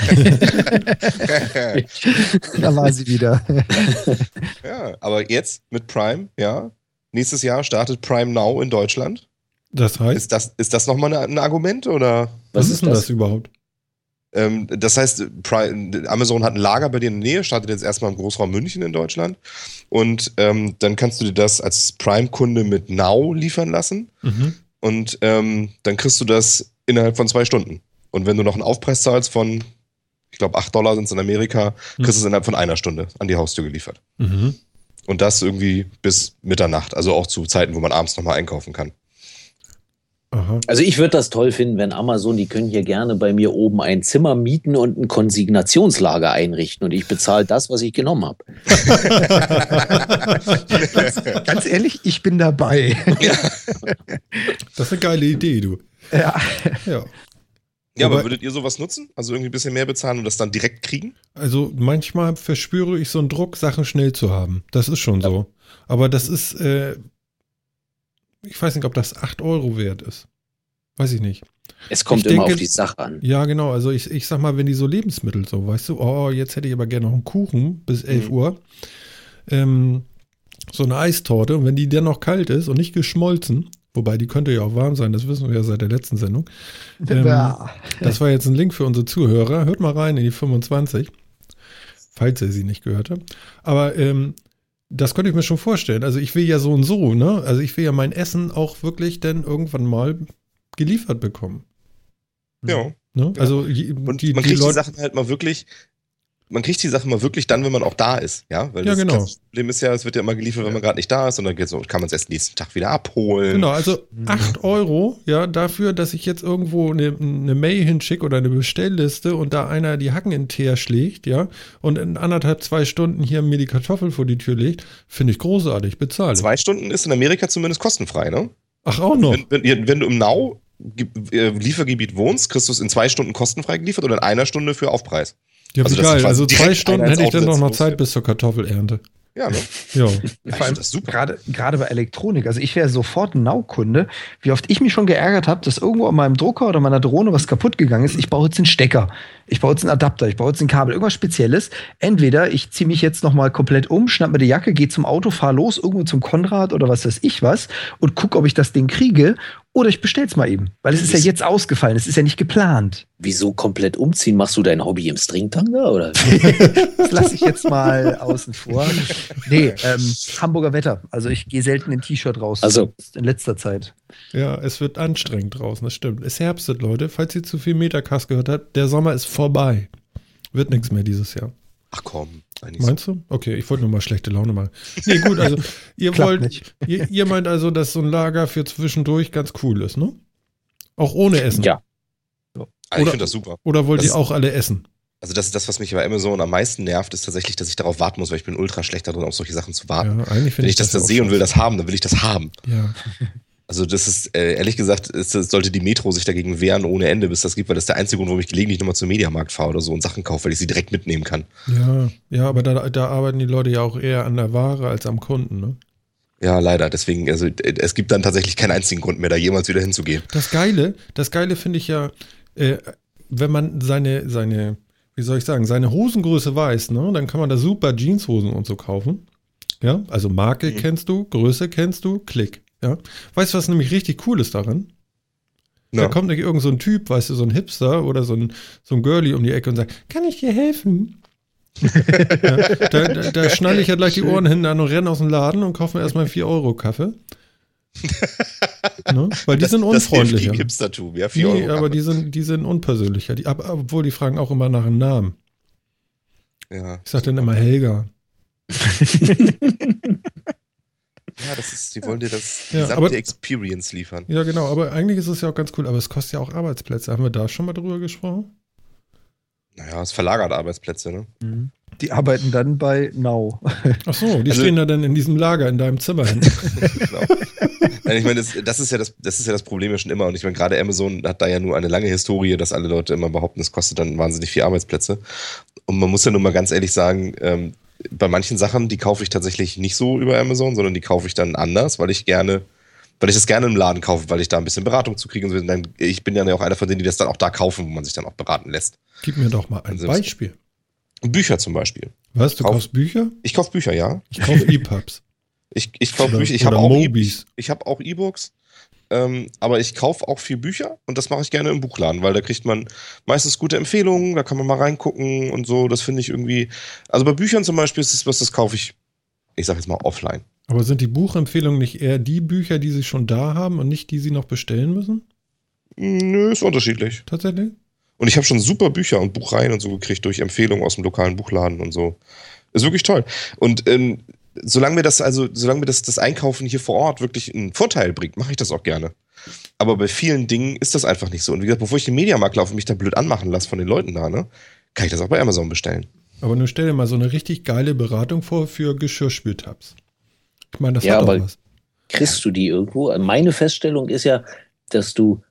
Da war sie wieder. Ja, aber jetzt mit Prime, ja. Nächstes Jahr startet Prime Now in Deutschland. Das heißt? Ist das nochmal ein Argument oder? Was ist denn das überhaupt? Das heißt, Amazon hat ein Lager bei dir in der Nähe, startet jetzt erstmal im Großraum München in Deutschland. Und dann kannst du dir das als Prime-Kunde mit Now liefern lassen. Und dann kriegst du das innerhalb von 2 Stunden. Und wenn du noch einen Aufpreis zahlst von, ich glaube, $8 sind es in Amerika, kriegst du es innerhalb von 1 Stunde an die Haustür geliefert. Und das irgendwie bis Mitternacht, also auch zu Zeiten, wo man abends nochmal einkaufen kann. Aha. Also ich würde das toll finden, wenn Amazon, die können hier gerne bei mir oben ein Zimmer mieten und ein Konsignationslager einrichten und ich bezahle das, was ich genommen habe. Ganz ehrlich, ich bin dabei. Ja. Das ist eine geile Idee, du. Ja. Ja, aber würdet ihr sowas nutzen? Also irgendwie ein bisschen mehr bezahlen und das dann direkt kriegen? Also manchmal verspüre ich so einen Druck, Sachen schnell zu haben. Das ist schon so. Aber das ist, ich weiß nicht, ob das 8 € wert ist. Weiß ich nicht. Es kommt immer auf die Sache an. Ja, genau. Also ich sag mal, wenn die so Lebensmittel so, weißt du, oh, jetzt hätte ich aber gerne noch einen Kuchen bis 11 Uhr. So eine Eistorte. Und wenn die dann noch kalt ist und nicht geschmolzen, wobei die könnte ja auch warm sein, das wissen wir ja seit der letzten Sendung. Das war jetzt ein Link für unsere Zuhörer. Hört mal rein in die 25, falls ihr sie nicht gehört habt. Aber das könnte ich mir schon vorstellen. Also ich will ja so und so, ne? Also ich will ja mein Essen auch wirklich dann irgendwann mal geliefert bekommen. Ja. Ne? Also und man kriegt die Sachen halt mal wirklich, man kriegt die Sachen mal wirklich dann, wenn man auch da ist, ja? Weil ja, genau. Das Problem ist ja, es wird ja immer geliefert, wenn man gerade nicht da ist und dann kann man es erst nächsten Tag wieder abholen. Genau, also 8 €, ja, dafür, dass ich jetzt irgendwo eine Mail hinschicke oder eine Bestellliste und da einer die Hacken in den Teer schlägt, ja, und in 1,5, 2 Stunden hier mir die Kartoffel vor die Tür legt, finde ich großartig, bezahle. 2 Stunden ist in Amerika zumindest kostenfrei, ne? Ach, auch noch? Wenn du im Liefergebiet wohnst, kriegst du es in 2 Stunden kostenfrei geliefert oder in 1 Stunde für Aufpreis. Ja, wie geil. Also 2 Stunden hätte ich dann noch Zeit bis zur Kartoffelernte. Ja, ne? Ja. Vor allem gerade bei Elektronik. Also ich wäre sofort ein Now-Kunde. Wie oft ich mich schon geärgert habe, dass irgendwo an meinem Drucker oder meiner Drohne was kaputt gegangen ist. Ich baue jetzt einen Stecker. Ich baue jetzt einen Adapter. Ich baue jetzt ein Kabel. Irgendwas Spezielles. Entweder ich ziehe mich jetzt noch mal komplett um, schnapp mir die Jacke, gehe zum Auto, fahr los, irgendwo zum Konrad oder was weiß ich was und guck, ob ich das Ding kriege. Oder ich bestell's mal eben. Weil es ist ja jetzt ausgefallen. Es ist ja nicht geplant. Wieso komplett umziehen? Machst du dein Hobby im Stringtanga, oder? Das lasse ich jetzt mal außen vor. Nee, Hamburger Wetter. Also ich gehe selten in T-Shirt raus. Also in letzter Zeit. Ja, es wird anstrengend draußen, das stimmt. Es herbstet, Leute. Falls ihr zu viel Metacast gehört habt, der Sommer ist vorbei. Wird nichts mehr dieses Jahr. Ach komm. Meinst du? Okay, ich wollte nur mal schlechte Laune machen. Nee, gut, also ihr ihr meint also, dass so ein Lager für zwischendurch ganz cool ist, ne? Auch ohne Essen. Ja. Ich finde das super. Oder wollt ihr auch alle essen? Also das ist das, was mich bei Amazon am meisten nervt, ist tatsächlich, dass ich darauf warten muss, weil ich bin ultra schlecht darin, auf solche Sachen zu warten. Ja, eigentlich wenn ich das sehe und will das haben, dann will ich das haben. Ja. Also das ist, ehrlich gesagt, sollte die Metro sich dagegen wehren ohne Ende, bis das gibt, weil das ist der einzige Grund, warum ich gelegentlich nochmal zum Mediamarkt fahre oder so und Sachen kaufe, weil ich sie direkt mitnehmen kann. Ja, aber da arbeiten die Leute ja auch eher an der Ware als am Kunden, ne? Ja, leider. Deswegen, also es gibt dann tatsächlich keinen einzigen Grund mehr, da jemals wieder hinzugehen. Das Geile finde ich ja, wenn man seine, wie soll ich sagen, seine Hosengröße weiß, ne, dann kann man da super Jeanshosen und so kaufen. Ja, also Marke kennst du, Größe kennst du, Klick. Ja, weißt du, was nämlich richtig cool ist daran? Ja. Da kommt nicht irgend so ein Typ, weißt du, so ein Hipster oder so ein Girlie um die Ecke und sagt, kann ich dir helfen? Ja, da schnalle ich ja gleich die Ohren hin an und renne aus dem Laden und kaufe mir erstmal einen 4 € Kaffee. Ne? Weil die sind unfreundlicher. Das Hipstertum, ja, 4 € aber die sind unpersönlicher. Obwohl die fragen auch immer nach einem Namen. Ja. Ich sag dann immer Helga. Ja, die wollen dir das gesamte Experience liefern. Ja, genau, aber eigentlich ist es ja auch ganz cool, aber es kostet ja auch Arbeitsplätze. Haben wir da schon mal drüber gesprochen? Naja, es verlagert Arbeitsplätze, ne? Die arbeiten dann bei Now. Ach so, die stehen da dann in diesem Lager in deinem Zimmer hin. Genau. Nein, ich meine, das ist ja das Problem ja schon immer. Und ich meine, gerade Amazon hat da ja nur eine lange Historie, dass alle Leute immer behaupten, es kostet dann wahnsinnig viel Arbeitsplätze. Und man muss ja nur mal ganz ehrlich sagen, bei manchen Sachen, die kaufe ich tatsächlich nicht so über Amazon, sondern die kaufe ich dann anders, weil ich das gerne im Laden kaufe, weil ich da ein bisschen Beratung zu kriege. Und so. Ich bin ja auch einer von denen, die das dann auch da kaufen, wo man sich dann auch beraten lässt. Gib mir doch mal ein Beispiel. Bücher zum Beispiel. Was, du kaufst Bücher? Ich kaufe Bücher, ja. Ich kaufe EPUBs. Ich kaufe Bücher. Ich habe auch E-Books. Aber ich kaufe auch viel Bücher und das mache ich gerne im Buchladen, weil da kriegt man meistens gute Empfehlungen, da kann man mal reingucken und so. Das finde ich irgendwie. Also bei Büchern zum Beispiel ist es was, das kaufe ich sag jetzt mal offline. Aber sind die Buchempfehlungen nicht eher die Bücher, die sie schon da haben und nicht die sie noch bestellen müssen? Nö, ist unterschiedlich. Tatsächlich? Und ich habe schon super Bücher und Buchreihen und so gekriegt durch Empfehlungen aus dem lokalen Buchladen und so. Ist wirklich toll. Und solange mir das Einkaufen hier vor Ort wirklich einen Vorteil bringt, mache ich das auch gerne. Aber bei vielen Dingen ist das einfach nicht so. Und wie gesagt, bevor ich den Mediamarkt laufe und mich da blöd anmachen lasse von den Leuten da, ne, kann ich das auch bei Amazon bestellen. Aber nun stell dir mal so eine richtig geile Beratung vor für Geschirrspültabs. Ich meine, das hat doch was. Kriegst du die irgendwo? Meine Feststellung ist ja, dass du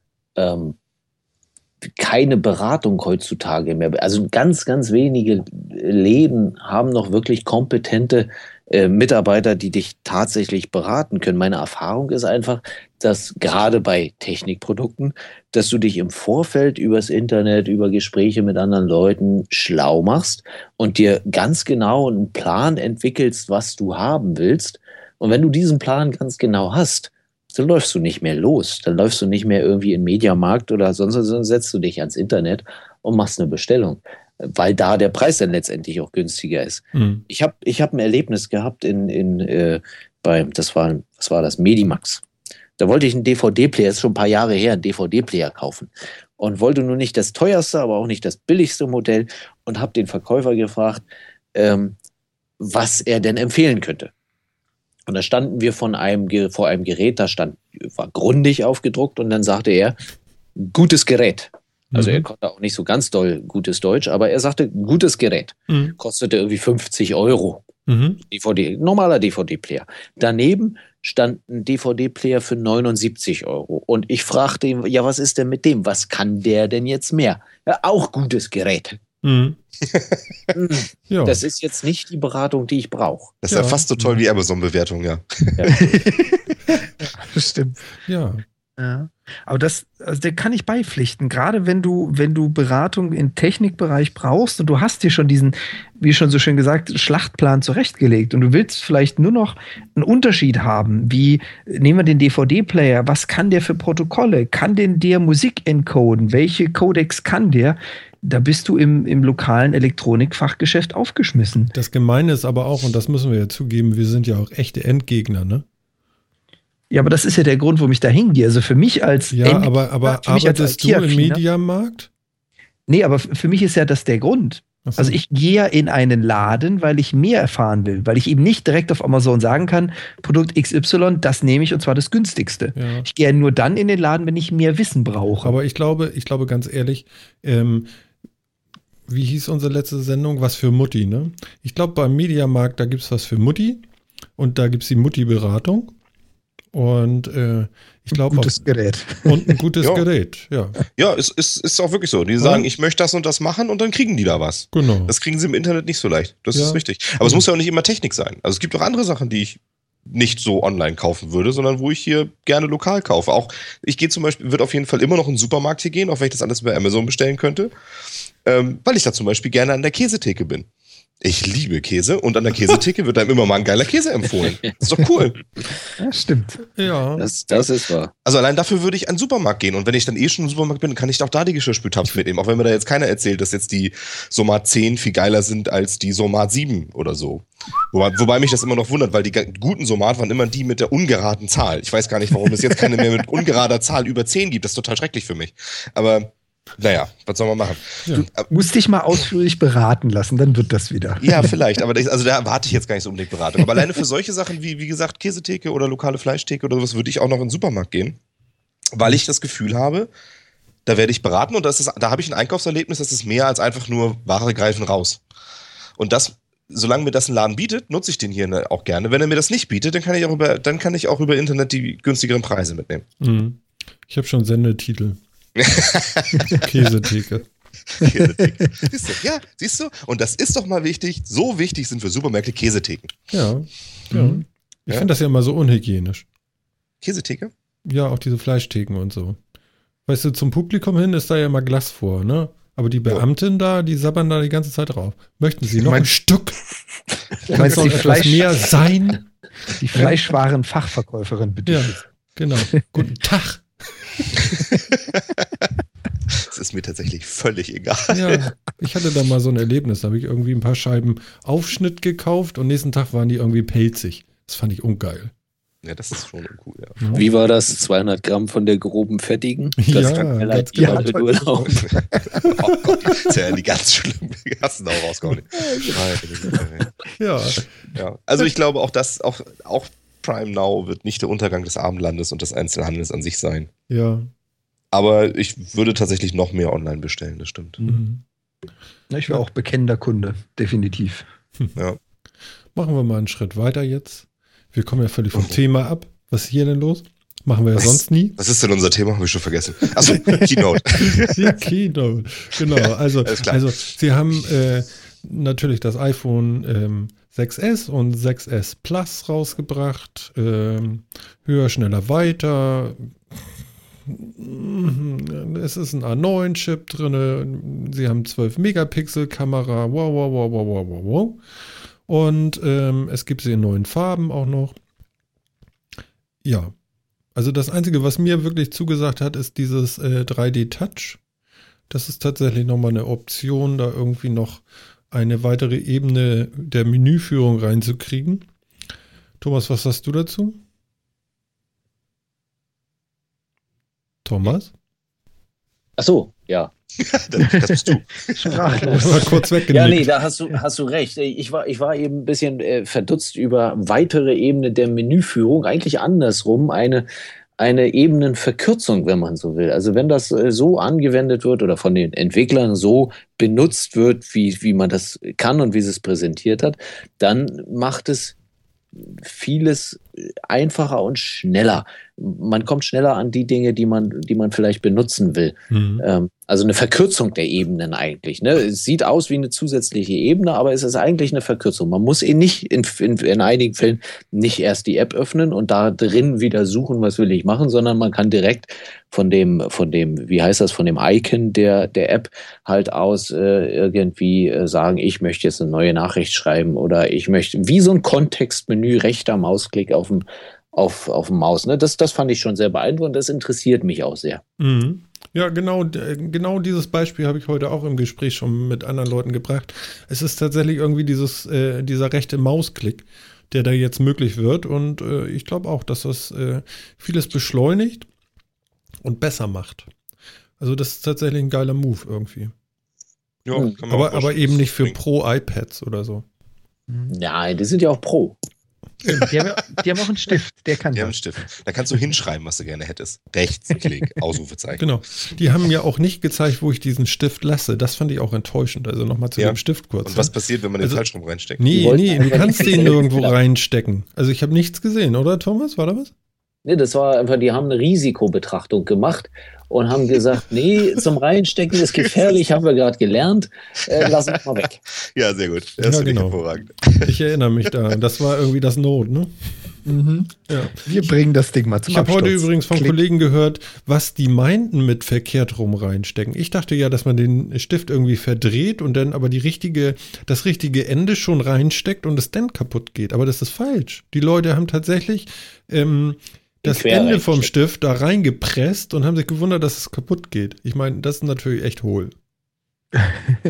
keine Beratung heutzutage mehr. Also ganz, ganz wenige Läden haben noch wirklich kompetente Mitarbeiter, die dich tatsächlich beraten können. Meine Erfahrung ist einfach, dass gerade bei Technikprodukten, dass du dich im Vorfeld übers Internet, über Gespräche mit anderen Leuten schlau machst und dir ganz genau einen Plan entwickelst, was du haben willst. Und wenn du diesen Plan ganz genau hast, dann läufst du nicht mehr los. Dann läufst du nicht mehr irgendwie in den Mediamarkt oder sonst was, sondern setzt du dich ans Internet und machst eine Bestellung, weil da der Preis dann letztendlich auch günstiger ist. Mhm. Ich hab ein Erlebnis gehabt das war das Medimax. Da wollte ich einen DVD-Player, ist schon ein paar Jahre her, einen DVD-Player kaufen und wollte nur nicht das teuerste, aber auch nicht das billigste Modell und habe den Verkäufer gefragt, was er denn empfehlen könnte. Und da standen wir vor einem Gerät, war Grundig aufgedruckt und dann sagte er, gutes Gerät. Also er konnte auch nicht so ganz doll gutes Deutsch, aber er sagte, gutes Gerät. Kostete irgendwie 50 €. Normaler DVD-Player. Daneben stand ein DVD-Player für 79 €. Und ich fragte ihn, ja, was ist denn mit dem? Was kann der denn jetzt mehr? Ja, auch gutes Gerät. Ja. Das ist jetzt nicht die Beratung, die ich brauche. Das ist ja fast so toll wie Amazon-Bewertung, ja. Das stimmt. Ja. Aber der kann ich beipflichten. Gerade wenn du Beratung im Technikbereich brauchst und du hast dir schon diesen, wie schon so schön gesagt, Schlachtplan zurechtgelegt und du willst vielleicht nur noch einen Unterschied haben, wie, nehmen wir den DVD-Player, was kann der für Protokolle? Kann der Musik encoden? Welche Codecs kann der? Da bist du im lokalen Elektronikfachgeschäft aufgeschmissen. Das Gemeine ist aber auch, und das müssen wir ja zugeben, wir sind ja auch echte Endgegner, ne? Ja, aber das ist ja der Grund, warum ich da hingehe. Also für mich als aber arbeitest du im Mediamarkt? Nee, aber für mich ist ja das der Grund. So. Also ich gehe ja in einen Laden, weil ich mehr erfahren will, weil ich eben nicht direkt auf Amazon sagen kann, Produkt XY, das nehme ich und zwar das günstigste. Ja. Ich gehe ja nur dann in den Laden, wenn ich mehr Wissen brauche. Aber ich glaube ganz ehrlich, wie hieß unsere letzte Sendung? Was für Mutti, ne? Ich glaube, beim Mediamarkt, da gibt es was für Mutti und da gibt es die Mutti-Beratung. Und ich glaube ein gutes Gerät. Und ein gutes Gerät, ja. Ja, ist auch wirklich so. Die sagen, ich möchte das und das machen und dann kriegen die da was. Genau. Das kriegen sie im Internet nicht so leicht. Das ist richtig. Aber es muss ja auch nicht immer Technik sein. Also es gibt auch andere Sachen, die ich nicht so online kaufen würde, sondern wo ich hier gerne lokal kaufe. Auch ich gehe zum Beispiel, würde auf jeden Fall immer noch in den Supermarkt hier gehen, auch wenn ich das alles bei Amazon bestellen könnte, weil ich da zum Beispiel gerne an der Käsetheke bin. Ich liebe Käse und an der Käsetheke wird einem immer mal ein geiler Käse empfohlen. Das ist doch cool. Ja, stimmt. Ja. Das ist wahr. Also allein dafür würde ich an den Supermarkt gehen und wenn ich dann schon im Supermarkt bin, kann ich auch da die Geschirrspültabs mitnehmen. Auch wenn mir da jetzt keiner erzählt, dass jetzt die Somat 10 viel geiler sind als die Somat 7 oder so. Wobei mich das immer noch wundert, weil die guten Somat waren immer die mit der ungeraden Zahl. Ich weiß gar nicht, warum es jetzt keine mehr mit ungerader Zahl über 10 gibt. Das ist total schrecklich für mich. Aber naja, was soll man machen? Ja. Du musst dich mal ausführlich beraten lassen, dann wird das wieder. Ja, vielleicht, aber da erwarte ich jetzt gar nicht so unbedingt Beratung. Aber alleine für solche Sachen wie gesagt, Käsetheke oder lokale Fleischtheke oder sowas, würde ich auch noch in den Supermarkt gehen, weil ich das Gefühl habe, da werde ich beraten und da habe ich ein Einkaufserlebnis, das ist mehr als einfach nur Ware greifen raus. Und solange mir das ein Laden bietet, nutze ich den hier auch gerne. Wenn er mir das nicht bietet, dann kann ich auch über Internet die günstigeren Preise mitnehmen. Mhm. Ich habe schon Sendetitel. Käsetheke. Siehst du? Und das ist doch mal wichtig. So wichtig sind für Supermärkte Käsetheken. Ja. Ich finde das ja immer so unhygienisch. Käsetheke? Ja, auch diese Fleischtheken und so. Weißt du, zum Publikum hin ist da ja immer Glas vor, ne? Aber die Beamten da, die sabbern da die ganze Zeit drauf. Möchten Sie noch ein Stück? Meinst du, etwas mehr sein? Die Fleischwaren-Fachverkäuferin, bitte. Ja, genau. Guten Tag. Das ist mir tatsächlich völlig egal. Ja, ich hatte da mal so ein Erlebnis. Da habe ich irgendwie ein paar Scheiben Aufschnitt gekauft und nächsten Tag waren die irgendwie pelzig. Das fand ich ungeil. Ja, das ist schon uncool, ja. Wie war das? 200 Gramm von der groben Fettigen? Das ja, kann mir leid, Oh Gott, das ist ja die ganz schlimm. Hast du da auch rausgehauen. Ja. Also ich glaube auch, dass auch Prime Now wird nicht der Untergang des Abendlandes und des Einzelhandels an sich sein. Ja. Aber ich würde tatsächlich noch mehr online bestellen, das stimmt. Mhm. Ich wäre auch bekennender Kunde, definitiv. Ja. Machen wir mal einen Schritt weiter jetzt. Wir kommen ja völlig vom Thema ab. Was ist hier denn los? Machen wir ja sonst nie. Was ist denn unser Thema? Habe ich schon vergessen. Achso, Keynote. Die Keynote. Genau. Also sie haben natürlich das iPhone 6S und 6S Plus rausgebracht. Höher, schneller, weiter. Es ist ein A9-Chip drin. Sie haben 12-Megapixel-Kamera. Wow. Und es gibt sie in neuen Farben auch noch. Ja. Also das Einzige, was mir wirklich zugesagt hat, ist dieses 3D-Touch. Das ist tatsächlich nochmal eine Option, da irgendwie noch eine weitere Ebene der Menüführung reinzukriegen. Thomas, was sagst du dazu? Thomas? Ach so, ja. Das bist du. Sprachlos. Mal kurz weggenickt. Ja, nee, da hast du recht. Ich war eben ein bisschen verdutzt über weitere Ebene der Menüführung. Eigentlich andersrum, eine Ebenenverkürzung, wenn man so will. Also wenn das so angewendet wird oder von den Entwicklern so benutzt wird, wie man das kann und wie sie es präsentiert hat, dann macht es vieles einfacher und schneller. Man kommt schneller an die Dinge, die man vielleicht benutzen will. Also eine Verkürzung der Ebenen eigentlich. Ne? Es sieht aus wie eine zusätzliche Ebene, aber es ist eigentlich eine Verkürzung. Man muss nicht in einigen Fällen nicht erst die App öffnen und da drin wieder suchen, was will ich machen, sondern man kann direkt von dem, wie heißt das, von dem Icon der App halt aus irgendwie sagen, ich möchte jetzt eine neue Nachricht schreiben oder ich möchte, wie so ein Kontextmenü, rechter Mausklick auf dem Maus. Ne? Das fand ich schon sehr beeindruckend. Das interessiert mich auch sehr. Mhm. Ja, genau dieses Beispiel habe ich heute auch im Gespräch schon mit anderen Leuten gebracht. Es ist tatsächlich irgendwie dieser rechte Mausklick, der da jetzt möglich wird. Und ich glaube auch, dass das vieles beschleunigt und besser macht. Also das ist tatsächlich ein geiler Move irgendwie. Ja, kann man aber eben nicht für Pro-iPads oder so. Ja, die sind ja auch Pro. Die haben auch einen Stift, der kann Die haben einen Stift. Da kannst du hinschreiben, was du gerne hättest. Rechtsklick, Ausrufezeichen. Genau. Die haben ja auch nicht gezeigt, wo ich diesen Stift lasse. Das fand ich auch enttäuschend. Also nochmal zu dem Stift kurz. Und was passiert, wenn man den falsch rum reinsteckt? Nee, du kannst den nirgendwo reinstecken. Also ich habe nichts gesehen, oder Thomas? War da was? Nee, das war einfach, die haben eine Risikobetrachtung gemacht und haben gesagt, nee, zum Reinstecken ist gefährlich, haben wir gerade gelernt, lassen wir mal weg. Ja, sehr gut. Das finde ich hervorragend. Ich erinnere mich da. Das war irgendwie das Not, ne? Mhm. Ja. Wir bringen das Ding mal zum Absturz. Ich habe heute übrigens von Klick. Kollegen gehört, was die meinten mit verkehrt rum reinstecken. Ich dachte ja, dass man den Stift irgendwie verdreht und dann aber das richtige Ende schon reinsteckt und es dann kaputt geht. Aber das ist falsch. Die Leute haben tatsächlich das Ende vom Stift da reingepresst und haben sich gewundert, dass es kaputt geht. Ich meine, das ist natürlich echt hohl. Ja?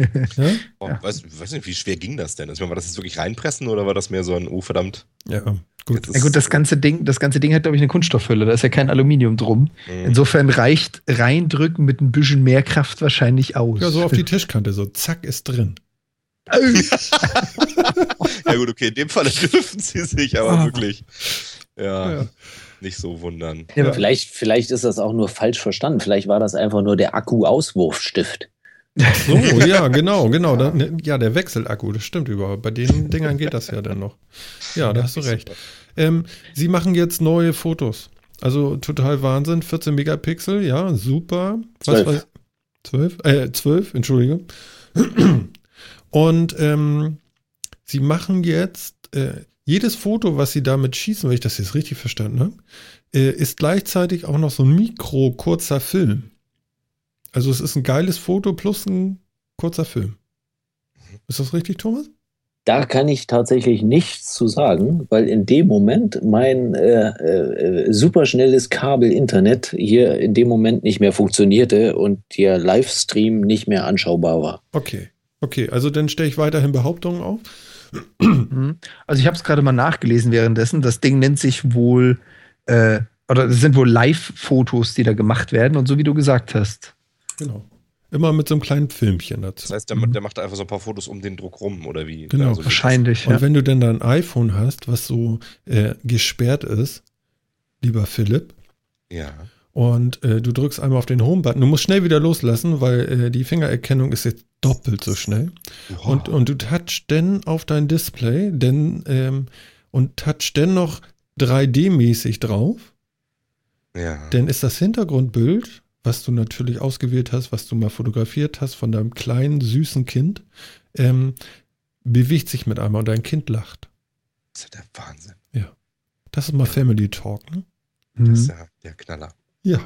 Weiß nicht, wie schwer ging das denn? Also, war das jetzt wirklich reinpressen oder war das mehr so ein, oh verdammt? Ja, gut. Ja gut, das ganze Ding hat, glaube ich, eine Kunststoffhülle. Da ist ja kein Aluminium drum. Insofern reicht reindrücken mit ein bisschen mehr Kraft wahrscheinlich aus. Ja, so auf die Tischkante, so zack, ist drin. Ja gut, okay, in dem Fall dürfen sie sich aber wirklich nicht so wundern. Ja, vielleicht ist das auch nur falsch verstanden. Vielleicht war das einfach nur der Akku-Auswurfstift. So, ja, genau. Ja, der Wechselakku, das stimmt überhaupt. Bei den Dingern geht das ja dann noch. Ja, da hast du recht. Sie machen jetzt neue Fotos. Also total Wahnsinn. 14 Megapixel, ja, super. 12, Entschuldige. Und sie machen jetzt jedes Foto, was sie damit schießen, wenn ich das jetzt richtig verstanden habe, ist gleichzeitig auch noch so ein kurzer Film. Also es ist ein geiles Foto plus ein kurzer Film. Ist das richtig, Thomas? Da kann ich tatsächlich nichts zu sagen, weil in dem Moment mein superschnelles Kabel-Internet hier in dem Moment nicht mehr funktionierte und der Livestream nicht mehr anschaubar war. Okay, also dann stelle ich weiterhin Behauptungen auf. Also ich habe es gerade mal nachgelesen währenddessen. Das Ding nennt sich wohl, oder es sind wohl Live-Fotos, die da gemacht werden und so wie du gesagt hast. Genau. Immer mit so einem kleinen Filmchen dazu. Das heißt, der macht einfach so ein paar Fotos um den Druck rum, oder wie? Genau, so wahrscheinlich. Und wenn du dann dein iPhone hast, was so gesperrt ist, lieber Philipp, ja. und du drückst einmal auf den Home-Button, du musst schnell wieder loslassen, weil die Fingererkennung ist jetzt doppelt so schnell. Wow. Und du touchst dann auf dein Display und touchst dann noch 3D-mäßig drauf. Ja. Dann ist das Hintergrundbild, was du natürlich ausgewählt hast, was du mal fotografiert hast von deinem kleinen, süßen Kind, bewegt sich mit einmal und dein Kind lacht. Das ist ja der Wahnsinn. Ja. Das ist mal Family Talk, ne? Das ist ja der Knaller. Ja.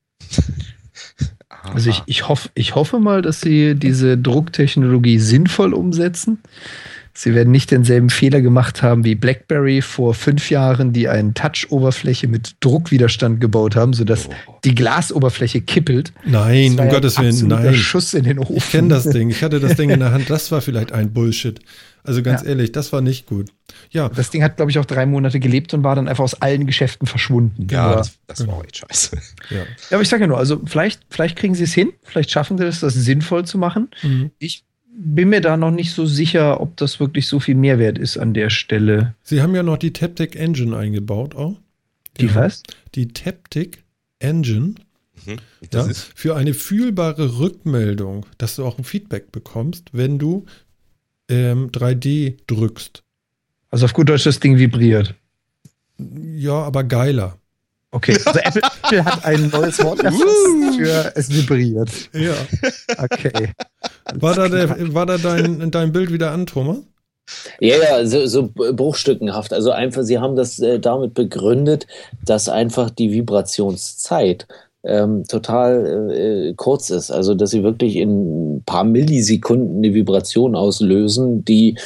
Also ich hoffe mal, dass sie diese Drucktechnologie sinnvoll umsetzen. Sie werden nicht denselben Fehler gemacht haben wie BlackBerry vor 5 Jahren, die eine Touch-Oberfläche mit Druckwiderstand gebaut haben, sodass die Glasoberfläche kippelt. Nein, um Gottes Willen, nein. Schuss in den Ofen. Ich kenne das Ding. Ich hatte das Ding in der Hand. Das war vielleicht ein Bullshit. Also ganz ehrlich, das war nicht gut. Ja. Das Ding hat, glaube ich, auch 3 Monate gelebt und war dann einfach aus allen Geschäften verschwunden. Ja, das war auch echt scheiße. Ja, aber ich sage ja nur, also vielleicht kriegen sie es hin, vielleicht schaffen sie es, das sinnvoll zu machen. Mhm. Ich bin mir da noch nicht so sicher, ob das wirklich so viel Mehrwert ist an der Stelle. Sie haben ja noch die Taptic Engine eingebaut auch. Die was? Die Taptic Engine. Das ist für eine fühlbare Rückmeldung, dass du auch ein Feedback bekommst, wenn du 3D drückst. Also auf gut Deutsch, das Ding vibriert. Ja, aber geiler. Okay, also Apple hat ein neues Wort für es vibriert. Ja. Okay. War da dein Bild wieder an, Thomas? Ja, so bruchstückenhaft. Also einfach, sie haben das damit begründet, dass einfach die Vibrationszeit total kurz ist. Also, dass sie wirklich in ein paar Millisekunden eine Vibration auslösen, die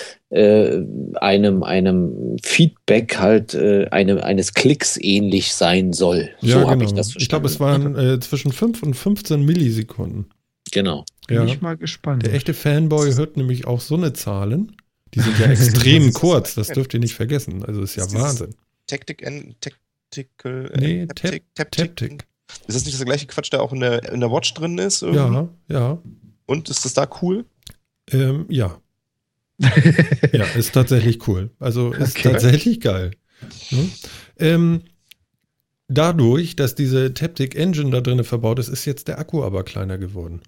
einem Feedback halt eines Klicks ähnlich sein soll. Ja, so genau. habe ich das verstanden. Ich glaube, es waren zwischen 5 und 15 Millisekunden. Genau. Bin ich mal gespannt. Der echte Fanboy hört nämlich auch so eine Zahlen. Die sind ja extrem kurz, das dürft ihr nicht vergessen. Also ist ja Wahnsinn. Taptic. Nee, Taptic. Ist das nicht der gleiche Quatsch, der auch in der Watch drin ist? Irgendwie? Ja. Und ist das da cool? Ja. Ja, ist tatsächlich cool. Also ist tatsächlich geil. Ne? Dadurch, dass diese Taptic Engine da drin verbaut ist, ist jetzt der Akku aber kleiner geworden.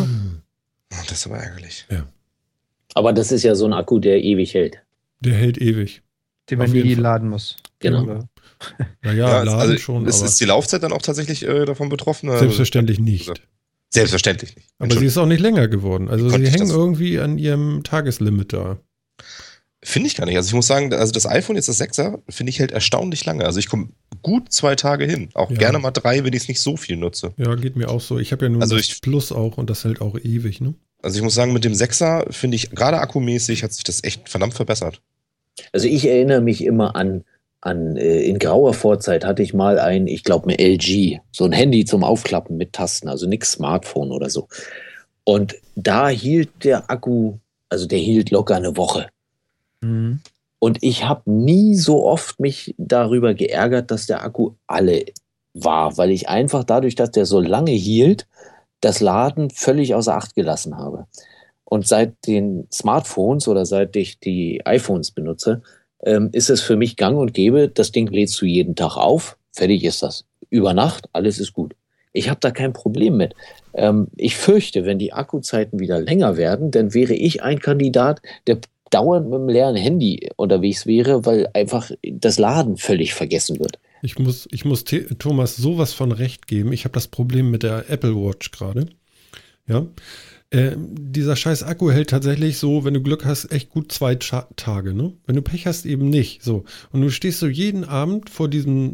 Das ist aber ärgerlich. Ja. Aber das ist ja so ein Akku, der ewig hält. Der hält ewig. Den man nie laden muss. Genau. Naja, laden also schon. Ist die Laufzeit dann auch tatsächlich davon betroffen? Selbstverständlich nicht. Selbstverständlich nicht. Aber sie ist auch nicht länger geworden. Also sie hängen irgendwie an ihrem Tageslimit da. Finde ich gar nicht. Also ich muss sagen, also das iPhone, jetzt das 6er, finde ich hält erstaunlich lange. Also ich komme gut 2 Tage hin. Auch gerne mal 3, wenn ich es nicht so viel nutze. Ja, geht mir auch so. Ich habe ja nur das Plus auch und das hält auch ewig, ne? Also ich muss sagen, mit dem 6er finde ich, gerade akkumäßig hat sich das echt verdammt verbessert. Also ich erinnere mich immer an in grauer Vorzeit hatte ich mal ich glaube ein LG, so ein Handy zum Aufklappen mit Tasten, also nix Smartphone oder so. Und da hielt der Akku, also der hielt locker eine Woche. Mhm. Und ich habe nie so oft mich darüber geärgert, dass der Akku alle war, weil ich einfach dadurch, dass der so lange hielt, das Laden völlig außer Acht gelassen habe. Und seit den Smartphones oder seit ich die iPhones benutze, ist es für mich gang und gäbe, das Ding lädst du jeden Tag auf, fertig ist das. Über Nacht, alles ist gut. Ich habe da kein Problem mit. Ich fürchte, wenn die Akkuzeiten wieder länger werden, dann wäre ich ein Kandidat, der dauernd mit einem leeren Handy unterwegs wäre, weil einfach das Laden völlig vergessen wird. Ich muss Thomas sowas von recht geben. Ich habe das Problem mit der Apple Watch gerade. Ja. Dieser scheiß Akku hält tatsächlich so, wenn du Glück hast, echt gut 2 Tage, ne? Wenn du Pech hast, eben nicht. So. Und du stehst so jeden Abend vor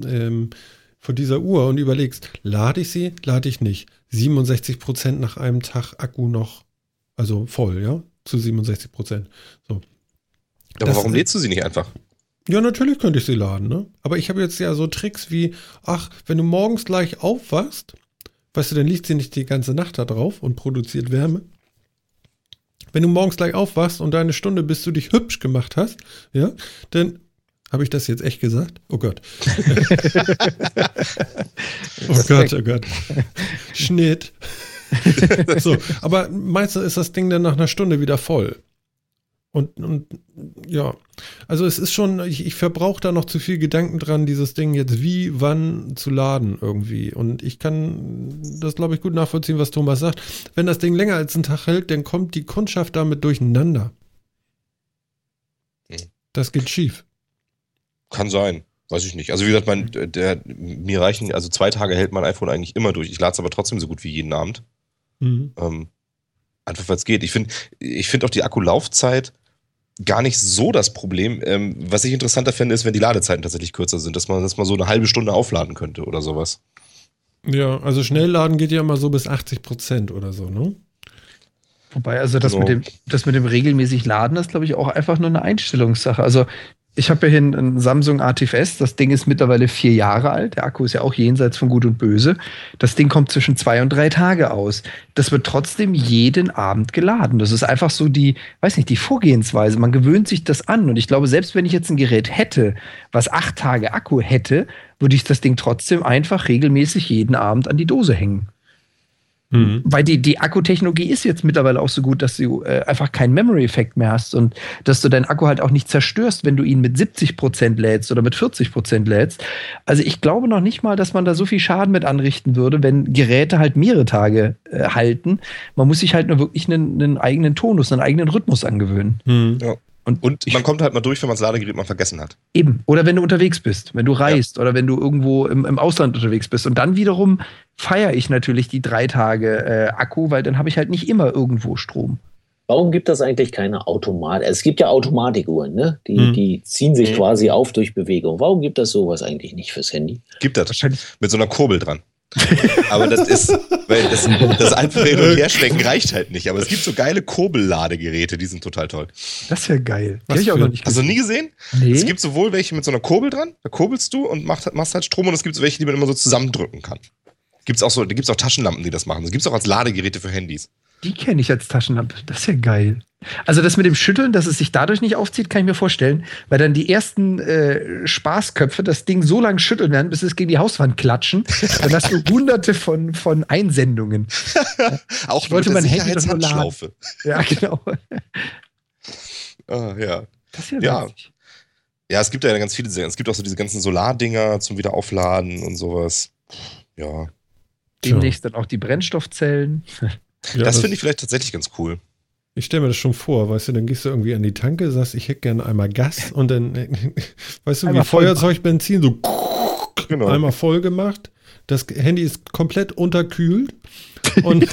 dieser Uhr und überlegst, lade ich sie, lade ich nicht. 67% nach einem Tag Akku noch, also voll, ja? Zu 67%. So. Aber warum lädst du sie nicht einfach? Ja, natürlich könnte ich sie laden, ne? Aber ich habe jetzt ja so Tricks wie, wenn du morgens gleich aufwachst, weißt du, dann liegt sie nicht die ganze Nacht da drauf und produziert Wärme. Wenn du morgens gleich aufwachst und eine Stunde, bis du dich hübsch gemacht hast, ja, dann habe ich das jetzt echt gesagt? Oh Gott. Oh Gott. Schnitt. So, aber meistens ist das Ding dann nach einer Stunde wieder voll. Und ja, also es ist schon, ich verbrauche da noch zu viel Gedanken dran, dieses Ding jetzt wie, wann zu laden irgendwie. Und ich kann das, glaube ich, gut nachvollziehen, was Thomas sagt. Wenn das Ding länger als einen Tag hält, dann kommt die Kundschaft damit durcheinander. Das geht schief. Kann sein. Weiß ich nicht. Also wie gesagt, mir reichen, also 2 Tage hält mein iPhone eigentlich immer durch. Ich lade es aber trotzdem so gut wie jeden Abend. Einfach weil es geht. Ich find auch die Akkulaufzeit gar nicht so das Problem. Was ich interessanter fände, ist, wenn die Ladezeiten tatsächlich kürzer sind, dass man so eine halbe Stunde aufladen könnte oder sowas. Ja, also Schnellladen geht ja immer so bis 80% oder so, ne? Wobei, also das mit dem regelmäßig Laden ist, glaube ich, auch einfach nur eine Einstellungssache. Also ich habe ja hier ein Samsung ATIF-S, das Ding ist mittlerweile 4 Jahre alt, der Akku ist ja auch jenseits von Gut und Böse. Das Ding kommt zwischen 2 und 3 Tage aus. Das wird trotzdem jeden Abend geladen. Das ist einfach so die Vorgehensweise. Man gewöhnt sich das an. Und ich glaube, selbst wenn ich jetzt ein Gerät hätte, was 8 Tage Akku hätte, würde ich das Ding trotzdem einfach regelmäßig jeden Abend an die Dose hängen. Weil die Akkutechnologie ist jetzt mittlerweile auch so gut, dass du einfach keinen Memory-Effekt mehr hast und dass du deinen Akku halt auch nicht zerstörst, wenn du ihn mit 70% lädst oder mit 40% lädst. Also ich glaube noch nicht mal, dass man da so viel Schaden mit anrichten würde, wenn Geräte halt mehrere Tage halten. Man muss sich halt nur wirklich einen eigenen Tonus, einen eigenen Rhythmus angewöhnen. Ja. Und man kommt halt mal durch, wenn man das Ladegerät mal vergessen hat. Eben. Oder wenn du unterwegs bist, wenn du reist oder wenn du irgendwo im Ausland unterwegs bist. Und dann wiederum feiere ich natürlich die 3 Tage Akku, weil dann habe ich halt nicht immer irgendwo Strom. Warum gibt das eigentlich keine Automat? Es gibt ja Automatikuhren, ne? Die ziehen sich quasi auf durch Bewegung. Warum gibt das sowas eigentlich nicht fürs Handy? Gibt das. Wahrscheinlich mit so einer Kurbel dran. Aber das ist, weil das einfach hin und her schwenken reicht halt nicht. Aber es gibt so geile Kurbelladegeräte, die sind total toll. Das ist ja geil. Hast du nie gesehen? Nee. Es gibt sowohl welche mit so einer Kurbel dran, da kurbelst du und machst halt Strom, und es gibt so welche, die man immer so zusammendrücken kann. Da gibt's auch Taschenlampen, die das machen. Das gibt's auch als Ladegeräte für Handys. Die kenne ich als Taschenlampe. Das ist ja geil. Also das mit dem Schütteln, dass es sich dadurch nicht aufzieht, kann ich mir vorstellen, weil dann die ersten Spaßköpfe das Ding so lange schütteln werden, bis es gegen die Hauswand klatschen. Dann hast du hunderte von Einsendungen. Auch wollte man Sicherheitshandschlaufe. Ja, genau. Ja. Das ist ja witzig. Ja, es gibt ja ganz viele Sachen. Es gibt auch so diese ganzen Solardinger zum Wiederaufladen und sowas. Ja. Demnächst dann auch die Brennstoffzellen. Ja, das finde ich vielleicht tatsächlich ganz cool. Ich stelle mir das schon vor, weißt du, dann gehst du irgendwie an die Tanke, sagst, ich hätte gerne einmal Gas und dann, weißt du, wie Feuerzeugbenzin, so genau. Einmal voll gemacht. Das Handy ist komplett unterkühlt und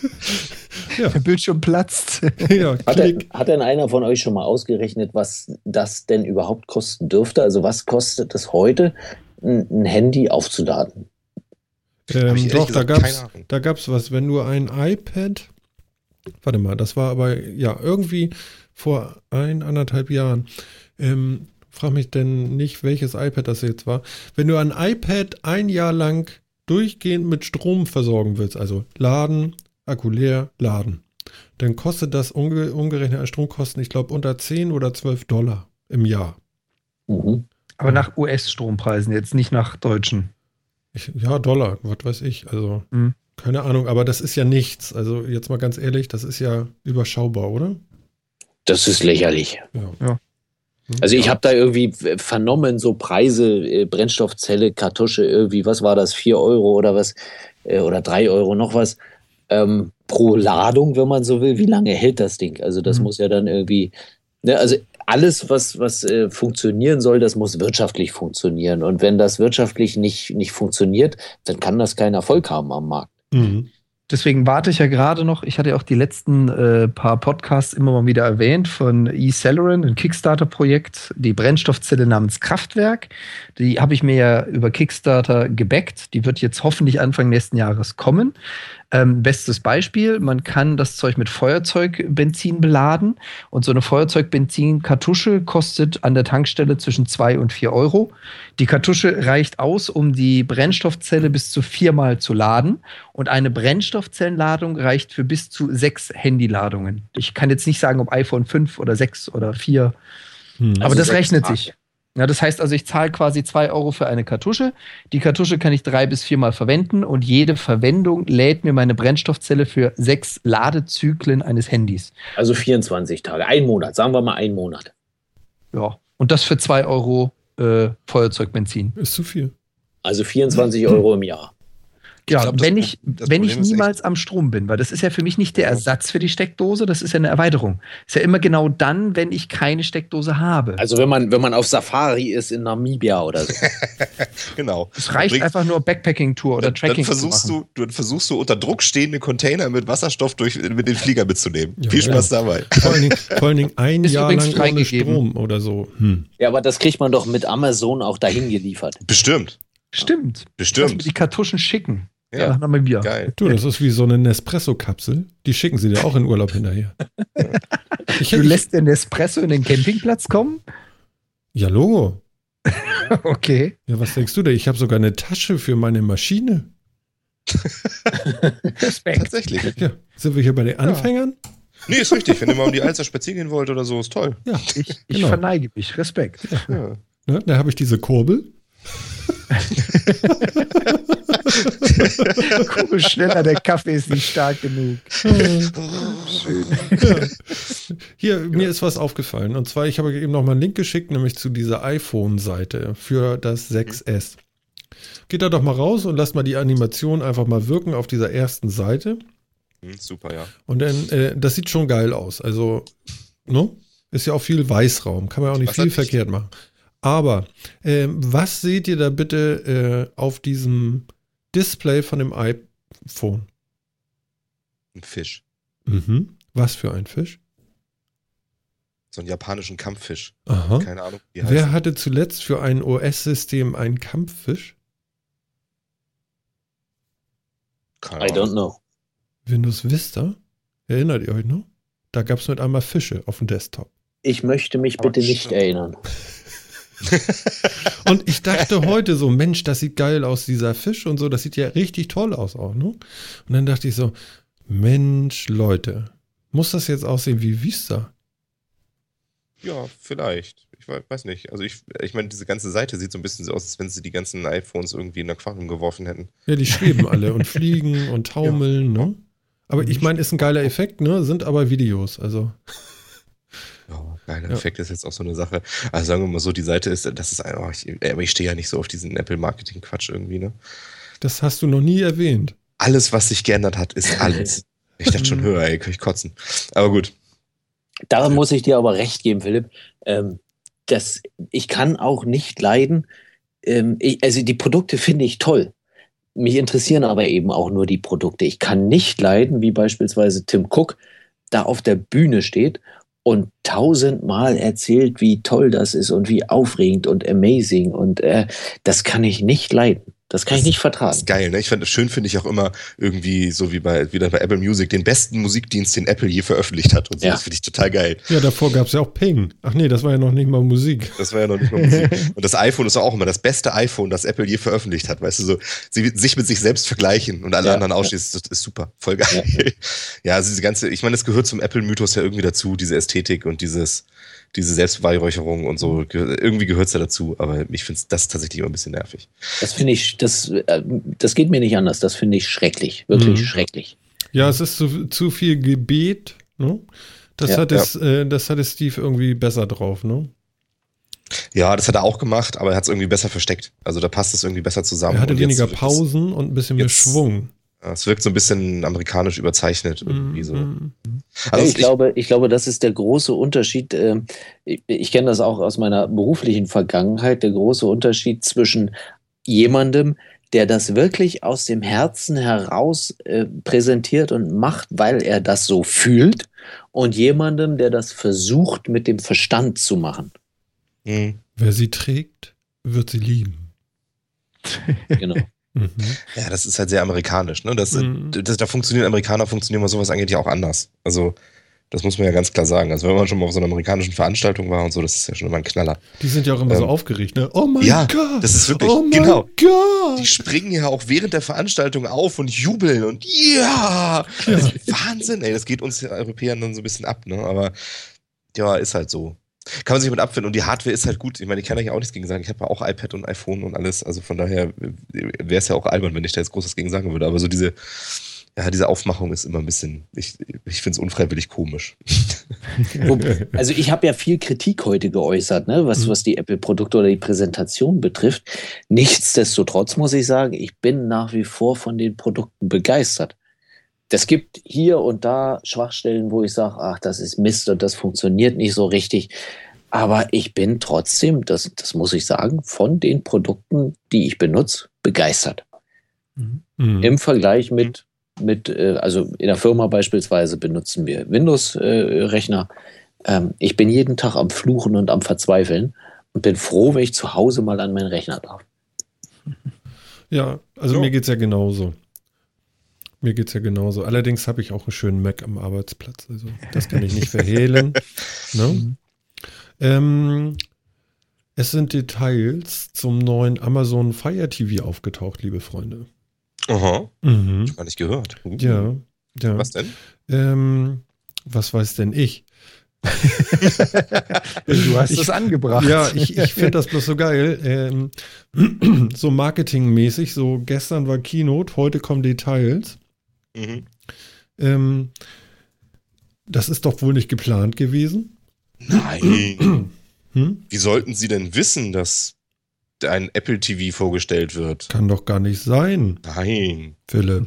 der Bildschirm platzt. Ja, hat denn einer von euch schon mal ausgerechnet, was das denn überhaupt kosten dürfte? Also was kostet es heute, ein Handy aufzuladen? Doch, da gab's was, wenn du ein iPad, warte mal, das war aber ja irgendwie vor 1,5 Jahren, frag mich denn nicht, welches iPad das jetzt war, wenn du ein iPad 1 Jahr lang durchgehend mit Strom versorgen willst, also laden, Akku leer, laden, dann kostet das umgerechnet an Stromkosten, ich glaube, unter $10 oder $12 im Jahr. Aber nach US-Strompreisen, jetzt nicht nach deutschen. Dollar, was weiß ich, also keine Ahnung, aber das ist ja nichts, also jetzt mal ganz ehrlich, das ist ja überschaubar, oder? Das ist lächerlich. Ja. Also ich habe da irgendwie vernommen, so Preise, Brennstoffzelle, Kartusche, irgendwie, was war das, 4 Euro oder was, oder 3 Euro noch was, pro Ladung, wenn man so will. Wie lange hält das Ding? Also das muss ja dann irgendwie, ne, also alles, was funktionieren soll, das muss wirtschaftlich funktionieren. Und wenn das wirtschaftlich nicht funktioniert, dann kann das keinen Erfolg haben am Markt. Deswegen warte ich ja gerade noch. Ich hatte ja auch die letzten paar Podcasts immer mal wieder erwähnt von eCeleron, ein Kickstarter-Projekt, die Brennstoffzelle namens Kraftwerk. Die habe ich mir ja über Kickstarter gebackt. Die wird jetzt hoffentlich Anfang nächsten Jahres kommen. Bestes Beispiel, man kann das Zeug mit Feuerzeugbenzin beladen und so eine Feuerzeugbenzin-Kartusche kostet an der Tankstelle zwischen 2 und 4 Euro. Die Kartusche reicht aus, um die Brennstoffzelle bis zu 4-mal zu laden und eine Brennstoffzellenladung reicht für bis zu 6 Handyladungen. Ich kann jetzt nicht sagen, ob iPhone 5 oder 6 oder 4, aber also das rechnet sich. Ja, das heißt also, ich zahle quasi 2 Euro für eine Kartusche. Die Kartusche kann ich 3 bis 4 Mal verwenden und jede Verwendung lädt mir meine Brennstoffzelle für 6 Ladezyklen eines Handys. Also 24 Tage, 1 Monat, sagen wir mal 1 Monat. Ja, und das für 2 Euro Feuerzeugbenzin. Ist zu viel. Also 24 Euro im Jahr. Ja, glaub, wenn ich niemals echt am Strom bin, weil das ist ja für mich nicht der Ersatz für die Steckdose, das ist ja eine Erweiterung. Ist ja immer genau dann, wenn ich keine Steckdose habe. Also wenn man auf Safari ist in Namibia oder so. Genau. Es reicht einfach nur Backpacking-Tour oder Tracking dann versuchst du unter Druck stehende Container mit Wasserstoff mit den Flieger mitzunehmen. Ja, Viel Spaß dabei. Vor allen Dingen ein Ist Jahr übrigens lang ohne freigegeben. Strom oder so. Ja, aber das kriegt man doch mit Amazon auch dahin geliefert. Bestimmt. Stimmt. Bestimmt. Lass mir die Kartuschen schicken. Ja. Nach Namibia. Geil. Du, das ist wie so eine Nespresso-Kapsel. Die schicken sie dir auch in Urlaub hinterher. Du lässt den Nespresso in den Campingplatz kommen? Ja, Logo. Okay. Ja, was denkst du denn? Ich habe sogar eine Tasche für meine Maschine. Respekt. Tatsächlich. Ja, sind wir hier bei den Anfängern? Nee, ist richtig. Wenn ihr mal um die Alster spazieren gehen wollt oder so, ist toll. Ja, Ich genau. verneige mich. Respekt. Ja. Ne, da habe ich diese Kurbel. Kurbel schneller, der Kaffee ist nicht stark genug. Ja. Hier, mir ist was aufgefallen. Und zwar, ich habe eben noch mal einen Link geschickt, nämlich zu dieser iPhone-Seite für das 6S. Geht da doch mal raus und lasst mal die Animation einfach mal wirken auf dieser ersten Seite. Super, ja. Und dann, das sieht schon geil aus. Also, ne? Ist ja auch viel Weißraum. Kann man auch nicht viel verkehrt machen. Aber, was seht ihr da bitte auf diesem Display von dem iPhone? Ein Fisch. Mhm. Was für ein Fisch? So einen japanischen Kampffisch. Aha. Keine Ahnung, wie heißt Wer hatte zuletzt für ein OS-System einen Kampffisch? Keine I Ahnung. don't know. Windows Vista? Erinnert ihr euch noch? Da gab es mit einmal Fische auf dem Desktop. Ich möchte mich bitte nicht erinnern. Und ich dachte heute so, Mensch, das sieht geil aus, dieser Fisch und so, das sieht ja richtig toll aus auch, ne? Und dann dachte ich so, Mensch, Leute, muss das jetzt aussehen wie Vista? Ja, vielleicht. Ich weiß nicht. Also ich meine, diese ganze Seite sieht so ein bisschen so aus, als wenn sie die ganzen iPhones irgendwie in ein Aquarium geworfen hätten. Ja, die schweben alle und fliegen und taumeln, ne? Aber ich meine, ist ein geiler Effekt, ne? Sind aber Videos, also. Ja, geiler Effekt ist jetzt auch so eine Sache. Also sagen wir mal so, die Seite ist, das ist aber ich stehe ja nicht so auf diesen Apple-Marketing-Quatsch irgendwie, ne? Das hast du noch nie erwähnt. Alles, was sich geändert hat, ist alles. Ich dachte schon höher, ey, kann ich kotzen. Aber gut. Daran muss ich dir aber recht geben, Philipp. Ich kann auch nicht leiden. Also die Produkte finde ich toll. Mich interessieren aber eben auch nur die Produkte. Ich kann nicht leiden, wie beispielsweise Tim Cook da auf der Bühne steht und 1000-mal erzählt, wie toll das ist und wie aufregend und amazing. Und das kann ich nicht leiden. Das kann ich nicht vertragen. Das ist geil, ne? Schön finde ich auch immer irgendwie so wieder bei Apple Music den besten Musikdienst, den Apple je veröffentlicht hat. Und so. Ja. Das finde ich total geil. Ja, davor gab es ja auch Ping. Ach nee, das war ja noch nicht mal Musik. Das war ja noch nicht mal Musik. Und das iPhone ist auch immer das beste iPhone, das Apple je veröffentlicht hat. Weißt du, so sich mit sich selbst vergleichen und alle anderen ausschließen, das ist super, voll geil. Ja, also diese ganze, ich meine, das gehört zum Apple-Mythos ja irgendwie dazu, diese Ästhetik und diese Selbstbeweihräucherung und so. Irgendwie gehört es ja dazu, aber ich finde das tatsächlich immer ein bisschen nervig. Das finde ich, das geht mir nicht anders. Das finde ich schrecklich. Wirklich schrecklich. Ja, es ist zu viel Gebet, ne? Das hat Steve irgendwie besser drauf, ne? Ja, das hat er auch gemacht, aber er hat es irgendwie besser versteckt. Also da passt es irgendwie besser zusammen. Er hatte und weniger Pausen und ein bisschen mehr Schwung. Es wirkt so ein bisschen amerikanisch überzeichnet. Irgendwie so. Also ich glaube, das ist der große Unterschied. Ich kenne das auch aus meiner beruflichen Vergangenheit. Der große Unterschied zwischen jemandem, der das wirklich aus dem Herzen heraus präsentiert und macht, weil er das so fühlt, und jemandem, der das versucht, mit dem Verstand zu machen. Wer sie trägt, wird sie lieben. Genau. Ja, das ist halt sehr amerikanisch. Ne? Da funktionieren Amerikaner, was sowas angeht, ja auch anders. Also das muss man ja ganz klar sagen. Also wenn man schon mal auf so einer amerikanischen Veranstaltung war und so, das ist ja schon immer ein Knaller. Die sind ja auch immer so aufgeregt, ne? Oh mein Gott! Das ist wirklich, oh mein Gott! Die springen ja auch während der Veranstaltung auf und jubeln und das ist Wahnsinn, ey. Das geht uns Europäern dann so ein bisschen ab, ne? Aber ja, ist halt so. Kann man sich mit abfinden und die Hardware ist halt gut. Ich meine, ich kann da ja auch nichts gegen sagen. Ich habe ja auch iPad und iPhone und alles. Also von daher wäre es ja auch albern, wenn ich da jetzt Großes gegen sagen würde. Aber so diese Aufmachung ist immer ein bisschen, ich finde es unfreiwillig komisch. Also ich habe ja viel Kritik heute geäußert, ne, was die Apple-Produkte oder die Präsentation betrifft. Nichtsdestotrotz muss ich sagen, ich bin nach wie vor von den Produkten begeistert. Es gibt hier und da Schwachstellen, wo ich sage, ach, das ist Mist und das funktioniert nicht so richtig. Aber ich bin trotzdem, das muss ich sagen, von den Produkten, die ich benutze, begeistert. Im Vergleich mit, also in der Firma beispielsweise benutzen wir Windows-Rechner. Ich bin jeden Tag am Fluchen und am Verzweifeln und bin froh, wenn ich zu Hause mal an meinen Rechner darf. Ja, also mir geht's ja genauso. Allerdings habe ich auch einen schönen Mac am Arbeitsplatz. Also das kann ich nicht verhehlen. Ne? Es sind Details zum neuen Amazon Fire TV aufgetaucht, liebe Freunde. Aha. Mhm. Ich habe gar nicht gehört. Ja. Was denn? Was weiß denn ich? Du hast es angebracht. Ja, ich finde das bloß so geil. So marketingmäßig, so gestern war Keynote, heute kommen Details. Das ist doch wohl nicht geplant gewesen? Nein. Wie sollten Sie denn wissen, dass ein Apple TV vorgestellt wird? Kann doch gar nicht sein. Nein. Philipp.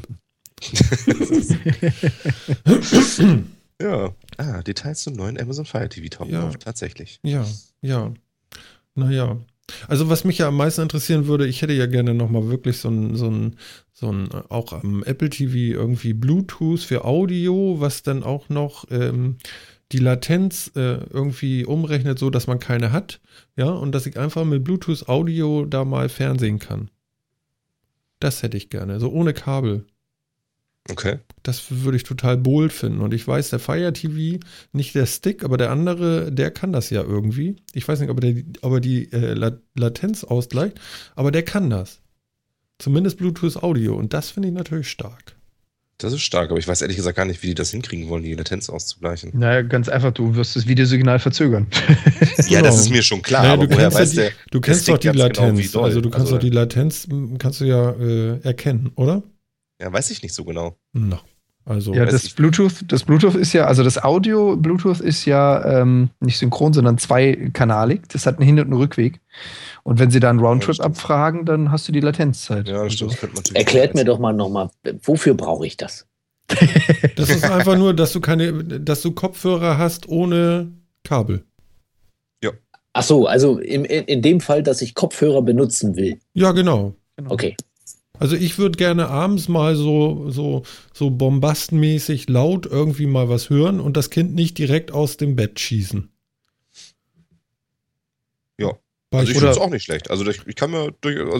Ja. Details zum neuen Amazon Fire TV tauchen auf, tatsächlich. Ja. Naja. Also was mich ja am meisten interessieren würde, ich hätte ja gerne nochmal wirklich so ein auch am Apple TV irgendwie Bluetooth für Audio, was dann auch noch die Latenz irgendwie umrechnet, so dass man keine hat. Ja, und dass ich einfach mit Bluetooth Audio da mal fernsehen kann. Das hätte ich gerne, so ohne Kabel. Okay. Das würde ich total bold finden. Und ich weiß, der Fire TV, nicht der Stick, aber der andere, der kann das ja irgendwie. Ich weiß nicht, ob er die Latenz ausgleicht, aber der kann das. Zumindest Bluetooth Audio. Und das finde ich natürlich stark. Das ist stark, aber ich weiß ehrlich gesagt gar nicht, wie die das hinkriegen wollen, die Latenz auszugleichen. Naja, ganz einfach, du wirst das Videosignal verzögern. Ja, das ist mir schon klar, aber woher weiß der? Du kennst doch die Latenz. Genau, also du kannst doch die Latenz, kannst du ja erkennen, oder? Ja, weiß ich nicht so genau. No. Also ja, das Bluetooth ist ja, also das Audio Bluetooth ist ja nicht synchron, sondern zweikanalig. Das hat einen Hin- und einen Rückweg. Und wenn sie da einen Roundtrip abfragen, dann hast du die Latenzzeit. Ja, das stimmt. Erklärt mir doch mal nochmal, wofür brauche ich das? Das ist einfach nur, dass du Kopfhörer hast ohne Kabel. Ja. Ach so, also in dem Fall, dass ich Kopfhörer benutzen will. Ja, genau. Okay. Also ich würde gerne abends mal so bombastenmäßig laut irgendwie mal was hören und das Kind nicht direkt aus dem Bett schießen. Ja. Also ich finde es auch nicht schlecht. Also ich kann mir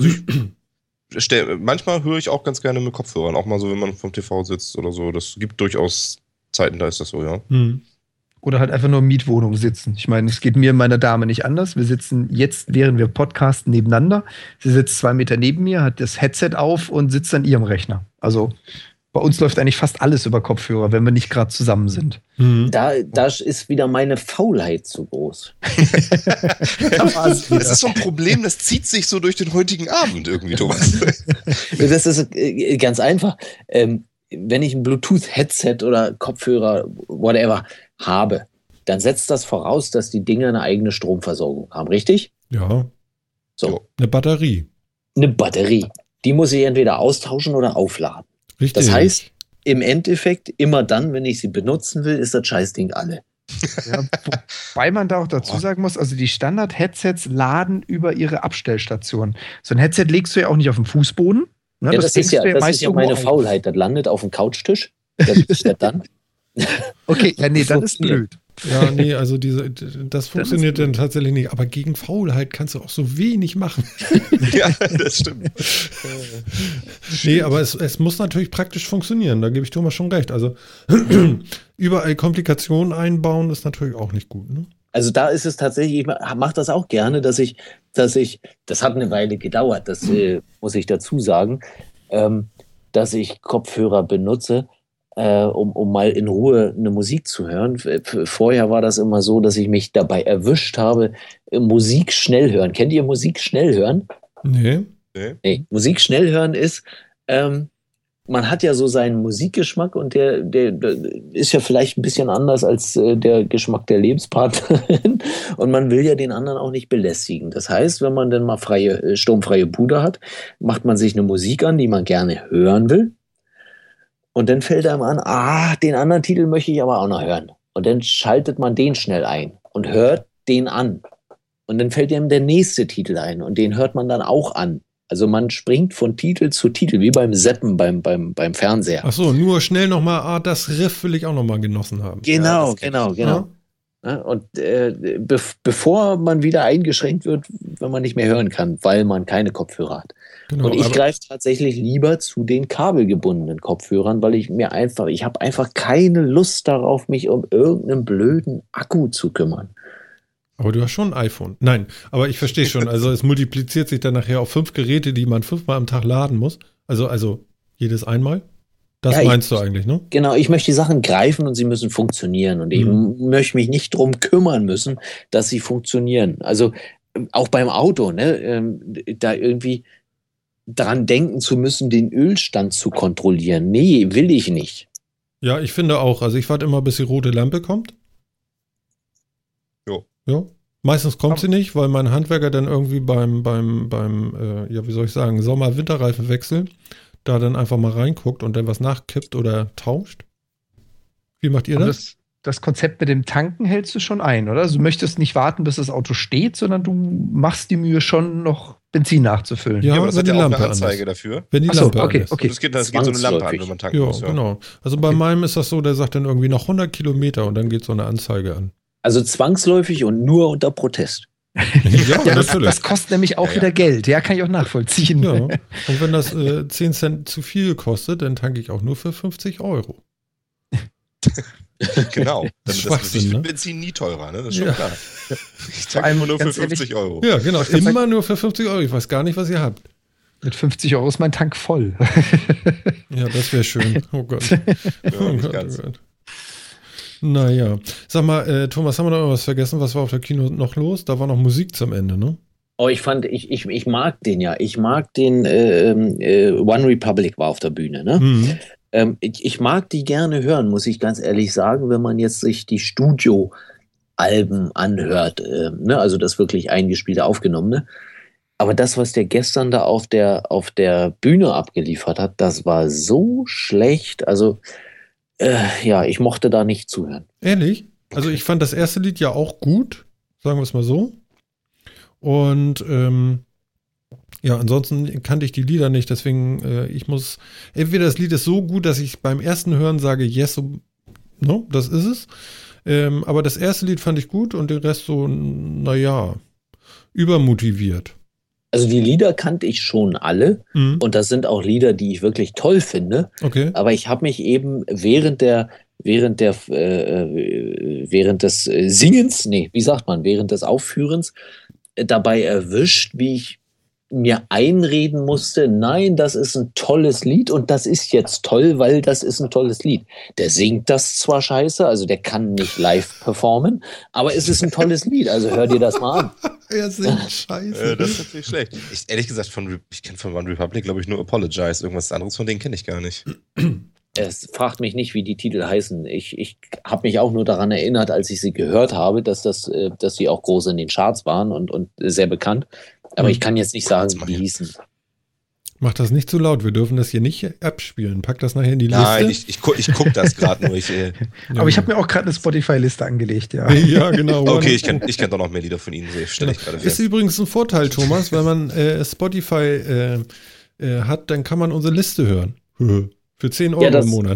manchmal höre ich auch ganz gerne mit Kopfhörern, auch mal so, wenn man vom TV sitzt oder so. Das gibt durchaus Zeiten, da ist das so, ja. Oder halt einfach nur in Mietwohnung sitzen. Ich meine, es geht mir und meiner Dame nicht anders. Wir sitzen jetzt, während wir podcasten, nebeneinander. Sie sitzt 2 Meter neben mir, hat das Headset auf und sitzt an ihrem Rechner. Also bei uns läuft eigentlich fast alles über Kopfhörer, wenn wir nicht gerade zusammen sind. Da ist wieder meine Faulheit zu groß. Das ist so ein Problem, das zieht sich so durch den heutigen Abend irgendwie, Thomas. Das ist ganz einfach. Wenn ich ein Bluetooth-Headset oder Kopfhörer, whatever, habe, dann setzt das voraus, dass die Dinger eine eigene Stromversorgung haben, richtig? Ja. So. Eine Batterie. Eine Batterie. Die muss ich entweder austauschen oder aufladen. Richtig. Das heißt, im Endeffekt, immer dann, wenn ich sie benutzen will, ist das Scheißding alle. Ja, wobei man da auch dazu sagen muss, also die Standard-Headsets laden über ihre Abstellstation. So ein Headset legst du ja auch nicht auf dem Fußboden. Ne? Ja, das ist ja meine Faulheit. Das landet auf dem Couchtisch. Das ist ja dann. Okay, ja, nee, dann ist blöd. Ja, nee, also das funktioniert dann tatsächlich nicht. Aber gegen Faulheit kannst du auch so wenig machen. Ja, das stimmt. Nee, aber es muss natürlich praktisch funktionieren. Da gebe ich Thomas schon recht. Also überall Komplikationen einbauen ist natürlich auch nicht gut. Ne? Also da ist es tatsächlich, ich mache das auch gerne, das hat eine Weile gedauert, das muss ich dazu sagen, dass ich Kopfhörer benutze. um mal in Ruhe eine Musik zu hören. Vorher war das immer so, dass ich mich dabei erwischt habe, Musik schnell hören. Kennt ihr Musik schnell hören? Nee. Nee. Musik schnell hören ist, man hat ja so seinen Musikgeschmack und der ist ja vielleicht ein bisschen anders als der Geschmack der Lebenspartnerin und man will ja den anderen auch nicht belästigen. Das heißt, wenn man dann mal sturmfreie Bude hat, macht man sich eine Musik an, die man gerne hören will. Und dann fällt einem an, den anderen Titel möchte ich aber auch noch hören. Und dann schaltet man den schnell ein und hört den an. Und dann fällt einem der nächste Titel ein und den hört man dann auch an. Also man springt von Titel zu Titel, wie beim Zappen beim Fernseher. Ach so, nur schnell nochmal, das Riff will ich auch nochmal genossen haben. Genau. Ja? Und bevor man wieder eingeschränkt wird, wenn man nicht mehr hören kann, weil man keine Kopfhörer hat. Genau, und ich greife tatsächlich lieber zu den kabelgebundenen Kopfhörern, weil ich habe einfach keine Lust darauf, mich um irgendeinen blöden Akku zu kümmern. Aber du hast schon ein iPhone. Nein, aber ich verstehe schon. Also es multipliziert sich dann nachher auf 5 Geräte, die man 5-mal am Tag laden muss. Also jedes einmal. Das meinst du eigentlich, ne? Genau, ich möchte die Sachen greifen und sie müssen funktionieren. Und ich möchte mich nicht drum kümmern müssen, dass sie funktionieren. Also auch beim Auto, ne? Da irgendwie dran denken zu müssen, den Ölstand zu kontrollieren. Nee, will ich nicht. Ja, ich finde auch. Also ich warte immer, bis die rote Lampe kommt. Jo. Ja. Meistens kommt sie nicht, weil mein Handwerker dann irgendwie beim Sommer-Winterreifenwechsel da dann einfach mal reinguckt und dann was nachkippt oder tauscht. Wie macht ihr das? Das Konzept mit dem Tanken hältst du schon ein, oder? Also du möchtest nicht warten, bis das Auto steht, sondern du machst die Mühe schon, noch Benzin nachzufüllen. Ja, aber das hat ja auch eine Anzeige dafür. Wenn die Lampe okay. Das geht so eine Lampe an, wenn man tanken muss. Ja, genau. Also bei meinem ist das so, der sagt dann irgendwie noch 100 Kilometer und dann geht so eine Anzeige an. Also zwangsläufig und nur unter Protest. Ja, das kostet nämlich auch wieder Geld. Ja, kann ich auch nachvollziehen. Ja. Und wenn das 10 Cent zu viel kostet, dann tanke ich auch nur für 50 Euro. Genau. Dann ist Benzin nie teurer, ne? Das ist schon klar. Ich tanke nur für 50 Euro. Ja, genau. Immer nur für 50 Euro. Ich weiß gar nicht, was ihr habt. Mit 50 Euro ist mein Tank voll. Ja, das wäre schön. Oh Gott. Oh Gott. Naja. Sag mal, Thomas, haben wir noch irgendwas vergessen? Was war auf der Kino noch los? Da war noch Musik zum Ende, ne? Oh, ich mag den ja. Ich mag den One Republic war auf der Bühne, ne? Mhm. Ich mag die gerne hören, muss ich ganz ehrlich sagen, wenn man jetzt sich die Studioalben anhört, ne? Also das wirklich eingespielte, aufgenommene. Aber das, was der gestern da auf der Bühne abgeliefert hat, das war so schlecht. Also ich mochte da nicht zuhören. Ehrlich? Also ich fand das erste Lied ja auch gut, sagen wir es mal so. Und ansonsten kannte ich die Lieder nicht, deswegen entweder das Lied ist so gut, dass ich beim ersten Hören sage, yes, no, das ist es. Aber das erste Lied fand ich gut und den Rest so, übermotiviert. Also die Lieder kannte ich schon alle und das sind auch Lieder, die ich wirklich toll finde. Okay. Aber ich habe mich eben während des Aufführens dabei erwischt, wie ich mir einreden musste, nein, das ist ein tolles Lied und das ist jetzt toll, weil das ist ein tolles Lied. Der singt das zwar scheiße, also der kann nicht live performen, aber es ist ein tolles Lied, also hör dir das mal an. Er singt scheiße. Das ist natürlich schlecht. Ehrlich gesagt, ich kenne von One Republic, glaube ich, nur Apologize. Irgendwas anderes von denen kenne ich gar nicht. Es fragt mich nicht, wie die Titel heißen. Ich habe mich auch nur daran erinnert, als ich sie gehört habe, dass sie auch groß in den Charts waren und sehr bekannt. Aber ich kann jetzt nicht sagen, wie die hießen. Mach das nicht zu laut, wir dürfen das hier nicht abspielen. Pack das nachher in die Liste. Nein, ich guck das gerade nur. Aber ich habe mir auch gerade eine Spotify-Liste angelegt, ja. Ja, genau. Okay, ich kenn doch noch mehr Lieder von Ihnen. Genau. Ist übrigens ein Vorteil, Thomas, wenn man Spotify hat, dann kann man unsere Liste hören. Für 10 Euro im Monat.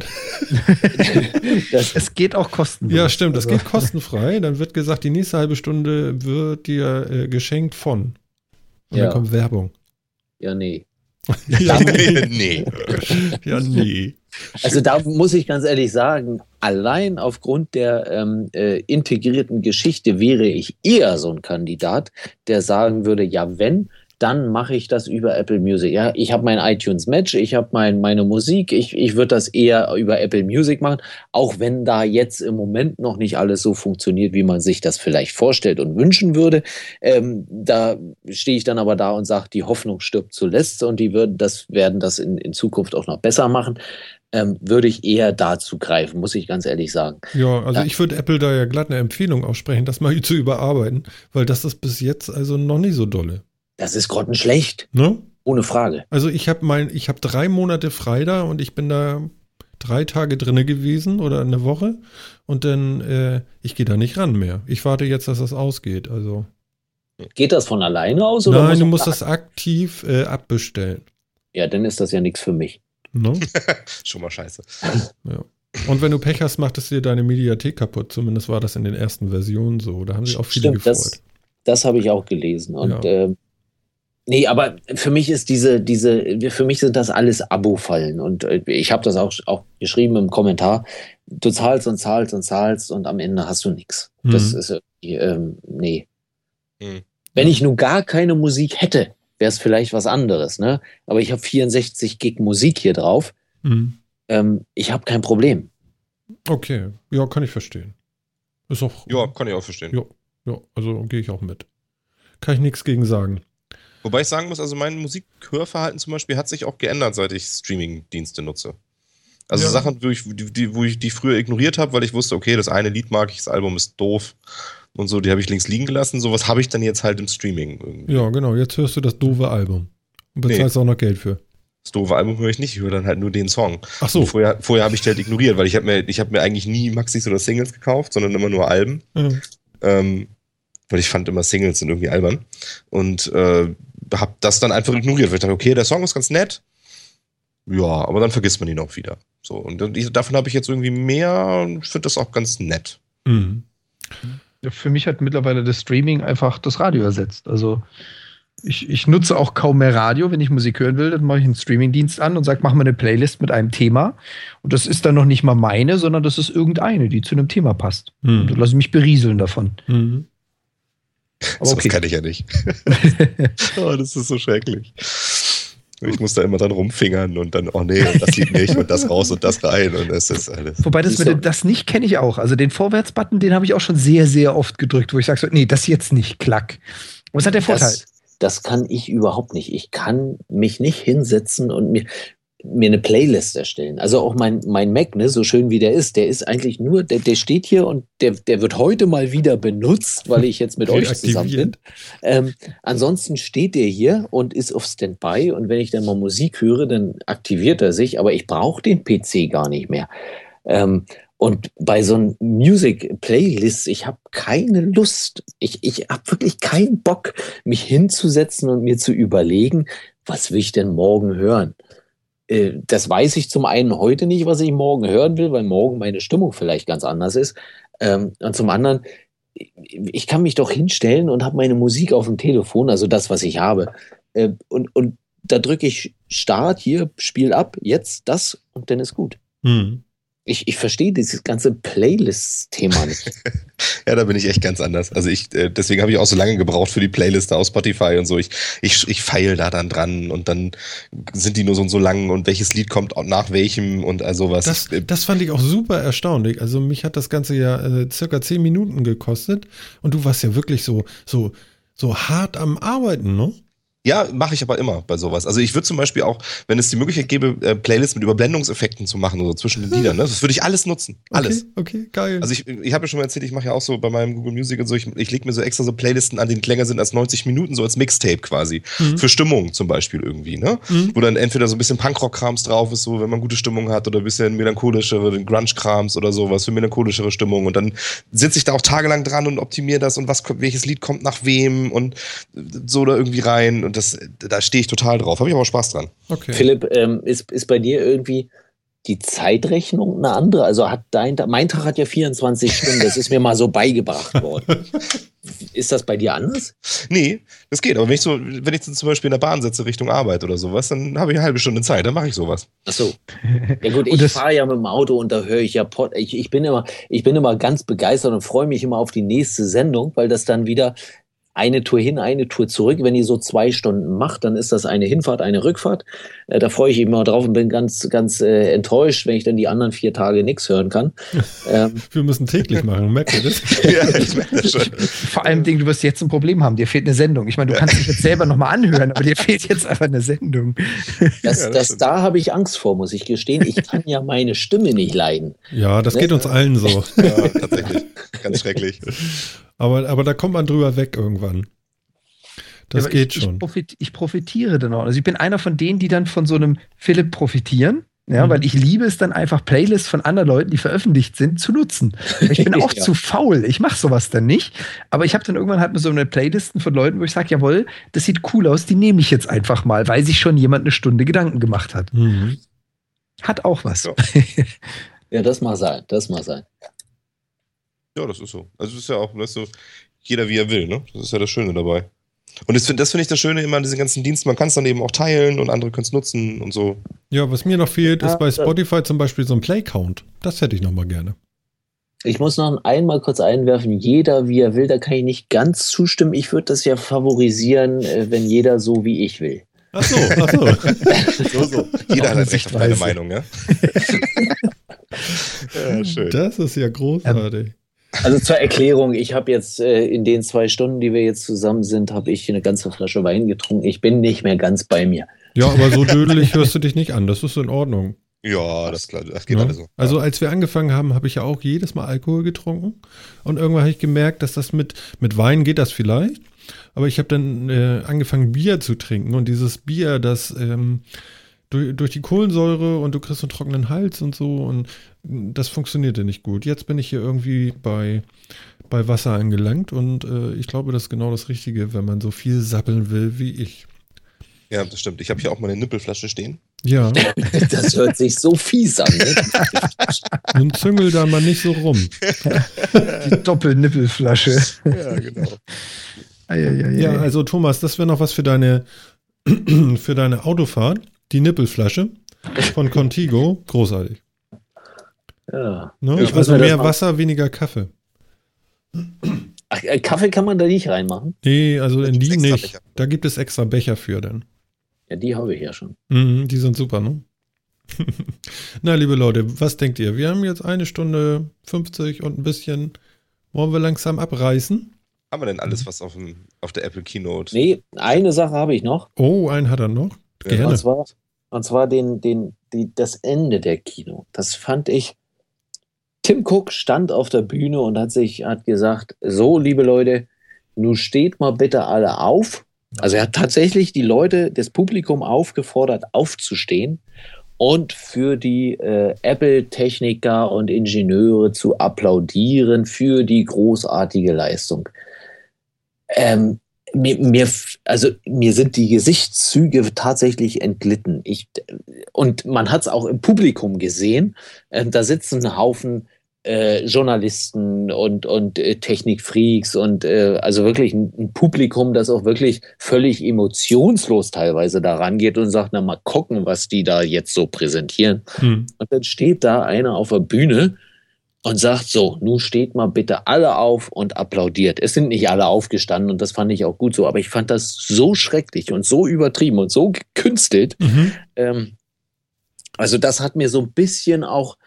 Es geht auch kostenlos. Ja, stimmt, das geht kostenfrei. Dann wird gesagt, die nächste halbe Stunde wird dir geschenkt von. Und dann kommt Werbung. Ja, nee. Nee. Ja, nee. Also da muss ich ganz ehrlich sagen, allein aufgrund der integrierten Geschichte wäre ich eher so ein Kandidat, der sagen würde, ja, wenn, dann mache ich das über Apple Music. Ja, ich habe mein iTunes Match, ich habe meine Musik, ich würde das eher über Apple Music machen, auch wenn da jetzt im Moment noch nicht alles so funktioniert, wie man sich das vielleicht vorstellt und wünschen würde. Da stehe ich dann aber da und sage, die Hoffnung stirbt zuletzt und die werden das in Zukunft auch noch besser machen. Würde ich eher dazu greifen, muss ich ganz ehrlich sagen. Ja, also ich würde Apple da ja glatt eine Empfehlung aussprechen, das mal zu überarbeiten, weil das ist bis jetzt also noch nie so dolle. Das ist grottenschlecht. Ne? Ohne Frage. Also ich habe 3 Monate frei da und ich bin da 3 Tage drinne gewesen oder eine Woche und dann, ich gehe da nicht ran mehr. Ich warte jetzt, dass das ausgeht. Also. Geht das von alleine aus? Oder nein, du musst das aktiv abbestellen. Ja, dann ist das ja nichts für mich. No? Schon mal scheiße. Ja. Und wenn du Pech hast, macht es dir deine Mediathek kaputt. Zumindest war das in den ersten Versionen so. Da haben sich auch viele gefreut. Das habe ich auch gelesen. Und nee, aber für mich ist für mich sind das alles Abo-Fallen. Und ich habe das auch geschrieben im Kommentar. Du zahlst und zahlst und zahlst und am Ende hast du nichts. Das ist irgendwie, nee. Wenn ich nun gar keine Musik hätte, wäre es vielleicht was anderes, ne? Aber ich habe 64 Gig Musik hier drauf. Ich habe kein Problem. Okay, ja, kann ich verstehen. Ist auch. Ja, kann ich auch verstehen. Ja, also gehe ich auch mit. Kann ich nichts gegen sagen. Wobei ich sagen muss, also mein Musikhörverhalten zum Beispiel hat sich auch geändert, seit ich Streaming-Dienste nutze. Also Sachen, die ich früher ignoriert habe, weil ich wusste, okay, das eine Lied mag ich, das Album ist doof und so, die habe ich links liegen gelassen. Sowas habe ich dann jetzt halt im Streaming irgendwie. Ja, genau, jetzt hörst du das doofe Album und bezahlst auch noch Geld für. Das doofe Album höre ich nicht, ich höre dann halt nur den Song. Ach so. Und vorher habe ich die halt ignoriert, weil ich hab mir eigentlich nie Maxis oder Singles gekauft, sondern immer nur Alben. Weil ich fand immer Singles sind irgendwie albern. Und habe das dann einfach ignoriert, weil ich dachte, okay, der Song ist ganz nett. Ja, aber dann vergisst man ihn auch wieder. So, und davon habe ich jetzt irgendwie mehr und finde das auch ganz nett. Mhm. Ja, für mich hat mittlerweile das Streaming einfach das Radio ersetzt. Also ich nutze auch kaum mehr Radio. Wenn ich Musik hören will, dann mache ich einen Streamingdienst an und sage, mach mal eine Playlist mit einem Thema. Und das ist dann noch nicht mal meine, sondern das ist irgendeine, die zu einem Thema passt. Und dann lasse ich mich berieseln davon. Aber okay. Das kann ich ja nicht. Oh, das ist so schrecklich. Ich muss da immer dann rumfingern und dann, oh nee, und das sieht nicht und das raus und das rein und das ist alles. Wobei das nicht kenne ich auch. Also den Vorwärts-Button, den habe ich auch schon sehr, sehr oft gedrückt, wo ich sage so, nee, das jetzt nicht, klack. Und was hat der Vorteil? Das kann ich überhaupt nicht. Ich kann mich nicht hinsetzen und mir eine Playlist erstellen. Also auch mein Mac, ne, so schön wie der ist eigentlich nur, der steht hier und der wird heute mal wieder benutzt, weil ich jetzt mit euch zusammen bin. Ansonsten steht der hier und ist auf Standby und wenn ich dann mal Musik höre, dann aktiviert er sich, aber ich brauche den PC gar nicht mehr. Und bei so einem Music-Playlist, ich habe keine Lust, ich habe wirklich keinen Bock, mich hinzusetzen und mir zu überlegen, was will ich denn morgen hören? Das weiß ich zum einen heute nicht, was ich morgen hören will, weil morgen meine Stimmung vielleicht ganz anders ist. Und zum anderen, ich kann mich doch hinstellen und habe meine Musik auf dem Telefon, also das, was ich habe. Und da drücke ich Start, hier, Spiel ab, jetzt das und dann ist gut. Ich verstehe dieses ganze Playlist-Thema nicht. Ja, da bin ich echt ganz anders. Also deswegen habe ich auch so lange gebraucht für die Playliste aus Spotify und so. Ich feile da dann dran und dann sind die nur so lang und welches Lied kommt nach welchem und also was. Das fand ich auch super erstaunlich. Also mich hat das Ganze ja circa 10 Minuten gekostet und du warst ja wirklich so hart am Arbeiten, ne? Ja, mache ich aber immer bei sowas. Also ich würde zum Beispiel auch, wenn es die Möglichkeit gäbe, Playlists mit Überblendungseffekten zu machen oder so zwischen den Liedern, ne? Das würde ich alles nutzen. Alles. Okay, geil. Also ich habe ja schon mal erzählt, ich mache ja auch so bei meinem Google Music und so, ich lege mir so extra so Playlisten an, die länger sind als 90 Minuten, so als Mixtape quasi. Für Stimmung zum Beispiel irgendwie, ne? Wo dann entweder so ein bisschen Punkrock-Krams drauf ist, so wenn man gute Stimmung hat oder ein bisschen melancholischere, den Grunge-Krams oder sowas für melancholischere Stimmung und dann sitze ich da auch tagelang dran und optimiere das und welches Lied kommt nach wem und so da irgendwie rein und da stehe ich total drauf. Habe ich aber Spaß dran. Okay. Philipp, ist bei dir irgendwie die Zeitrechnung eine andere? Also mein Tag hat ja 24 Stunden, das ist mir mal so beigebracht worden. Ist das bei dir anders? Nee, das geht. Aber wenn ich zum Beispiel in der Bahn sitze Richtung Arbeit oder sowas, dann habe ich eine halbe Stunde Zeit, dann mache ich sowas. Ach so. Ja gut, ich fahre ja mit dem Auto und da höre ich ja ich bin immer ganz begeistert und freue mich immer auf die nächste Sendung, weil das dann wieder eine Tour hin, eine Tour zurück. Wenn ihr so 2 Stunden macht, dann ist das eine Hinfahrt, eine Rückfahrt. Da freue ich mich immer drauf und bin ganz, ganz enttäuscht, wenn ich dann die anderen 4 Tage nichts hören kann. Wir müssen täglich machen, merkt ihr das? Ja, ich merke das schon. Vor allem, du wirst jetzt ein Problem haben. Dir fehlt eine Sendung. Ich meine, du kannst dich jetzt selber nochmal anhören, aber dir fehlt jetzt einfach eine Sendung. Da habe ich Angst vor, muss ich gestehen. Ich kann ja meine Stimme nicht leiden. Ja, das geht uns allen so. Ja, tatsächlich. Ganz schrecklich. Aber da kommt man drüber weg irgendwann. Das geht schon. Ich profitiere dann auch. Also ich bin einer von denen, die dann von so einem Philipp profitieren. Ja, weil ich liebe es dann einfach, Playlists von anderen Leuten, die veröffentlicht sind, zu nutzen. Ich bin auch zu faul. Ich mache sowas dann nicht. Aber ich habe dann irgendwann halt so eine Playlisten von Leuten, wo ich sage, jawohl, das sieht cool aus, die nehme ich jetzt einfach mal, weil sich schon jemand eine Stunde Gedanken gemacht hat. Mhm. Hat auch was. Ja. Ja, das mag sein. Ja, das ist so. Also es ist ja auch, weißt du, jeder wie er will, ne? Das ist ja das Schöne dabei. Und das finde ich das Schöne immer an diesen ganzen Diensten. Man kann es dann eben auch teilen und andere können es nutzen und so. Ja, was mir noch fehlt, ist bei Spotify zum Beispiel so ein Play-Count. Das hätte ich noch mal gerne. Ich muss noch einmal kurz einwerfen, jeder wie er will, da kann ich nicht ganz zustimmen. Ich würde das ja favorisieren, wenn jeder so wie ich will. Ach so. So. Jeder hat recht auf seine Meinung, ja? Ja, schön. Das ist ja großartig. Also zur Erklärung, ich habe jetzt in den 2 Stunden, die wir jetzt zusammen sind, habe ich eine ganze Flasche Wein getrunken. Ich bin nicht mehr ganz bei mir. Ja, aber so dödelig hörst du dich nicht an. Das ist in Ordnung. Ja, das geht alles so. Also als wir angefangen haben, habe ich ja auch jedes Mal Alkohol getrunken. Und irgendwann habe ich gemerkt, dass das mit Wein geht das vielleicht. Aber ich habe dann angefangen, Bier zu trinken. Und dieses Bier, das durch die Kohlensäure und du kriegst einen trockenen Hals und so. Und das funktionierte nicht gut. Jetzt bin ich hier irgendwie bei Wasser angelangt. Und ich glaube, das ist genau das Richtige, wenn man so viel sappeln will wie ich. Ja, das stimmt. Ich habe hier auch mal eine Nippelflasche stehen. Ja. Das hört sich so fies an. Ne? Nun züngel da mal nicht so rum. Die Doppelnippelflasche. Ja, genau. Ja, also Thomas, das wäre noch was für deine Autofahrt. Die Nippelflasche von Contigo. Großartig. Ja. Ne? Also mehr Wasser, weniger Kaffee. Ach, Kaffee kann man da nicht reinmachen? Nee, also in die nicht. Becher. Da gibt es extra Becher für dann. Ja, die habe ich ja schon. Die sind super, ne? Na, liebe Leute, was denkt ihr? Wir haben jetzt 1 Stunde 50 und ein bisschen. Wollen wir langsam abreißen? Haben wir denn alles, was auf der Apple Keynote? Nee, eine Sache habe ich noch. Oh, einen hat er noch? Gerne. Und zwar das Ende der Keynote. Das fand ich. Tim Cook stand auf der Bühne und hat gesagt, so, liebe Leute, nun steht mal bitte alle auf. Also er hat tatsächlich die Leute, das Publikum aufgefordert, aufzustehen und für die Apple-Techniker und Ingenieure zu applaudieren für die großartige Leistung. Mir sind die Gesichtszüge tatsächlich entglitten. Und man hat es auch im Publikum gesehen. Da sitzen ein Haufen Journalisten und Technikfreaks und also wirklich ein Publikum, das auch wirklich völlig emotionslos teilweise da rangeht und sagt, na mal gucken, was die da jetzt so präsentieren. Und dann steht da einer auf der Bühne und sagt so, nun steht mal bitte alle auf und applaudiert. Es sind nicht alle aufgestanden und das fand ich auch gut so, aber ich fand das so schrecklich und so übertrieben und so gekünstelt. Also das hat mir so ein bisschen auch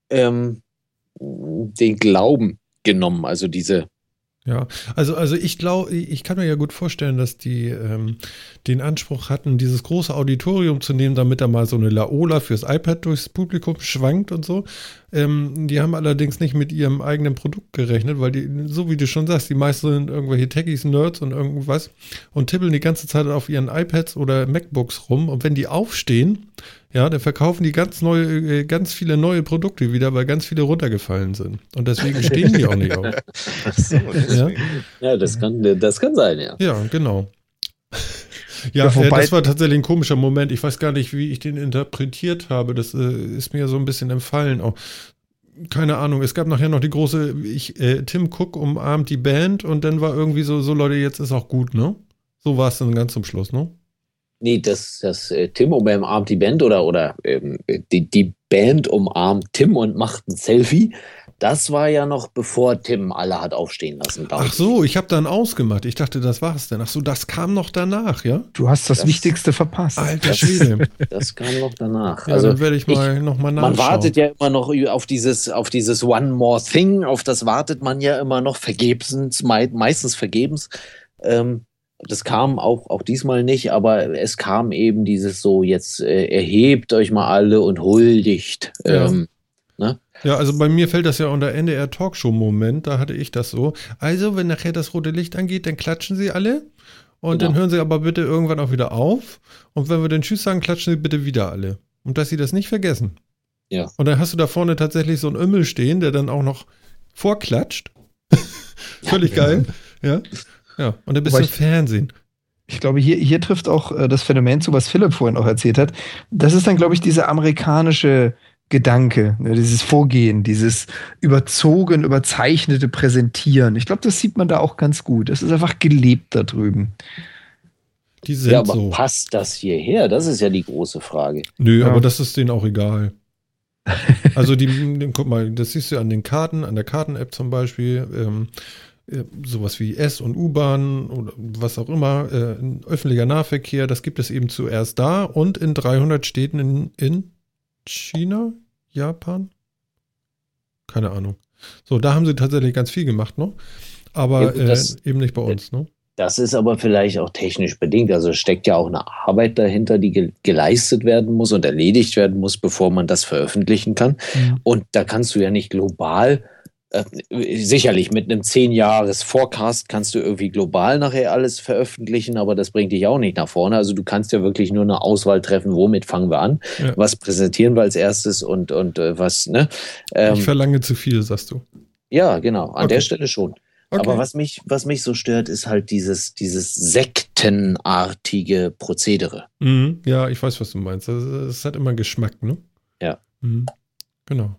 den Glauben genommen, also diese. Ja, also ich glaube, ich kann mir ja gut vorstellen, dass die den Anspruch hatten, dieses große Auditorium zu nehmen, damit da mal so eine Laola fürs iPad durchs Publikum schwankt und so. Die haben allerdings nicht mit ihrem eigenen Produkt gerechnet, weil die, so wie du schon sagst, die meisten sind irgendwelche Techies, Nerds und irgendwas und tippeln die ganze Zeit auf ihren iPads oder MacBooks rum und wenn die aufstehen, ja, dann verkaufen die ganz viele neue Produkte wieder, weil ganz viele runtergefallen sind. Und deswegen stehen die auch nicht auf. Ja, das kann sein, ja. Ja, genau. Ja, das war tatsächlich ein komischer Moment. Ich weiß gar nicht, wie ich den interpretiert habe. Das ist mir so ein bisschen entfallen. Auch keine Ahnung. Es gab nachher noch die große, Tim Cook umarmt die Band und dann war irgendwie so Leute, jetzt ist auch gut, ne? So war es dann ganz zum Schluss, ne? Nee, das Tim umarmt die Band oder die Band umarmt Tim und macht ein Selfie. Das war ja noch bevor Tim alle hat aufstehen lassen. Ach so, ich habe dann ausgemacht. Ich dachte, das war's denn. Ach so, das kam noch danach, ja? Du hast das Wichtigste verpasst. Alter Schwede. Das kam noch danach. Ja, also dann werde ich nochmal nachschauen. Man wartet ja immer noch auf dieses One More Thing, auf das wartet man ja immer noch vergebens, meistens vergebens. Das kam auch diesmal nicht, aber es kam eben dieses so, jetzt erhebt euch mal alle und huldigt. Ja. Ne? Ja, also bei mir fällt das ja unter NDR Talkshow-Moment, da hatte ich das so. Also, wenn nachher das rote Licht angeht, dann klatschen Sie alle und dann hören Sie aber bitte irgendwann auch wieder auf. Und wenn wir dann Tschüss sagen, klatschen Sie bitte wieder alle. Und dass Sie das nicht vergessen. Ja. Und dann hast du da vorne tatsächlich so einen Ömmel stehen, der dann auch noch vorklatscht. Völlig geil. Ja. Ja. Und dann bist du im Fernsehen. Ich glaube, hier trifft auch das Phänomen zu, was Philipp vorhin auch erzählt hat. Das ist dann, glaube ich, dieser amerikanische Gedanke, ne, dieses Vorgehen, dieses überzogen, überzeichnete Präsentieren. Ich glaube, das sieht man da auch ganz gut. Das ist einfach gelebt da drüben. Die sind aber so. Passt das hierher? Das ist ja die große Frage. Nö, aber das ist denen auch egal. Also guck mal, das siehst du an den Karten, an der Karten-App zum Beispiel, sowas wie S- und U-Bahn oder was auch immer, öffentlicher Nahverkehr, das gibt es eben zuerst da und in 300 Städten in China, Japan? Keine Ahnung. So, da haben sie tatsächlich ganz viel gemacht noch, aber ja, eben nicht bei uns. Ne? Das ist aber vielleicht auch technisch bedingt. Also steckt ja auch eine Arbeit dahinter, die geleistet werden muss und erledigt werden muss, bevor man das veröffentlichen kann. Mhm. Und da kannst du ja nicht global, sicherlich mit einem 10-Jahres-Forecast kannst du irgendwie global nachher alles veröffentlichen, aber das bringt dich auch nicht nach vorne. Also du kannst ja wirklich nur eine Auswahl treffen, womit fangen wir an, was präsentieren wir als erstes und was, ne? Ich verlange zu viel, sagst du. Ja, genau, an der Stelle schon. Okay. Aber was mich so stört, ist halt dieses sektenartige Prozedere. Mhm. Ja, ich weiß, was du meinst. Es hat immer Geschmack, ne? Ja. Mhm. Genau.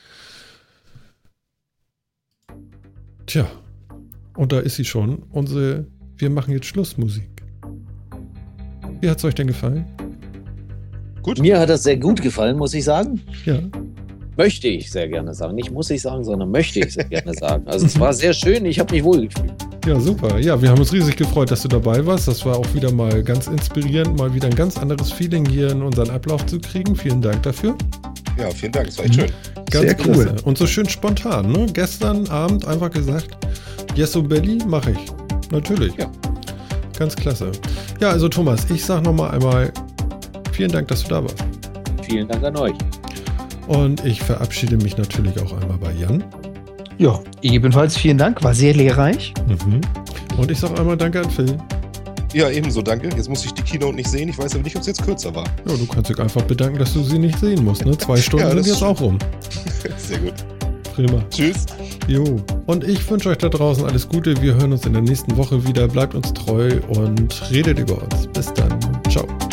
Tja, und da ist sie schon. Wir machen jetzt Schlussmusik. Wie hat es euch denn gefallen? Gut. Mir hat das sehr gut gefallen, muss ich sagen. Ja. Möchte ich sehr gerne sagen. Nicht muss ich sagen, sondern möchte ich sehr gerne sagen. Also es war sehr schön, ich habe mich wohlgefühlt. Ja, super. Ja, wir haben uns riesig gefreut, dass du dabei warst. Das war auch wieder mal ganz inspirierend, mal wieder ein ganz anderes Feeling hier in unseren Ablauf zu kriegen. Vielen Dank dafür. Ja, vielen Dank, das war echt schön. Ganz sehr cool. Und so schön spontan, ne? Gestern Abend einfach gesagt, Yes, so Belly, mache ich. Natürlich. Ja. Ganz klasse. Ja, also Thomas, ich sag nochmal einmal vielen Dank, dass du da warst. Vielen Dank an euch. Und ich verabschiede mich natürlich auch einmal bei Jan. Ja, ebenfalls vielen Dank, war sehr lehrreich. Mhm. Und ich sage einmal Danke an Phil. Ja, ebenso, danke. Jetzt muss ich die Keynote nicht sehen. Ich weiß aber nicht, ob es jetzt kürzer war. Ja, du kannst dich einfach bedanken, dass du sie nicht sehen musst. Ne? 2 Stunden sind jetzt auch rum. Sehr gut. Prima. Tschüss. Jo. Und ich wünsche euch da draußen alles Gute. Wir hören uns in der nächsten Woche wieder. Bleibt uns treu und redet über uns. Bis dann. Ciao.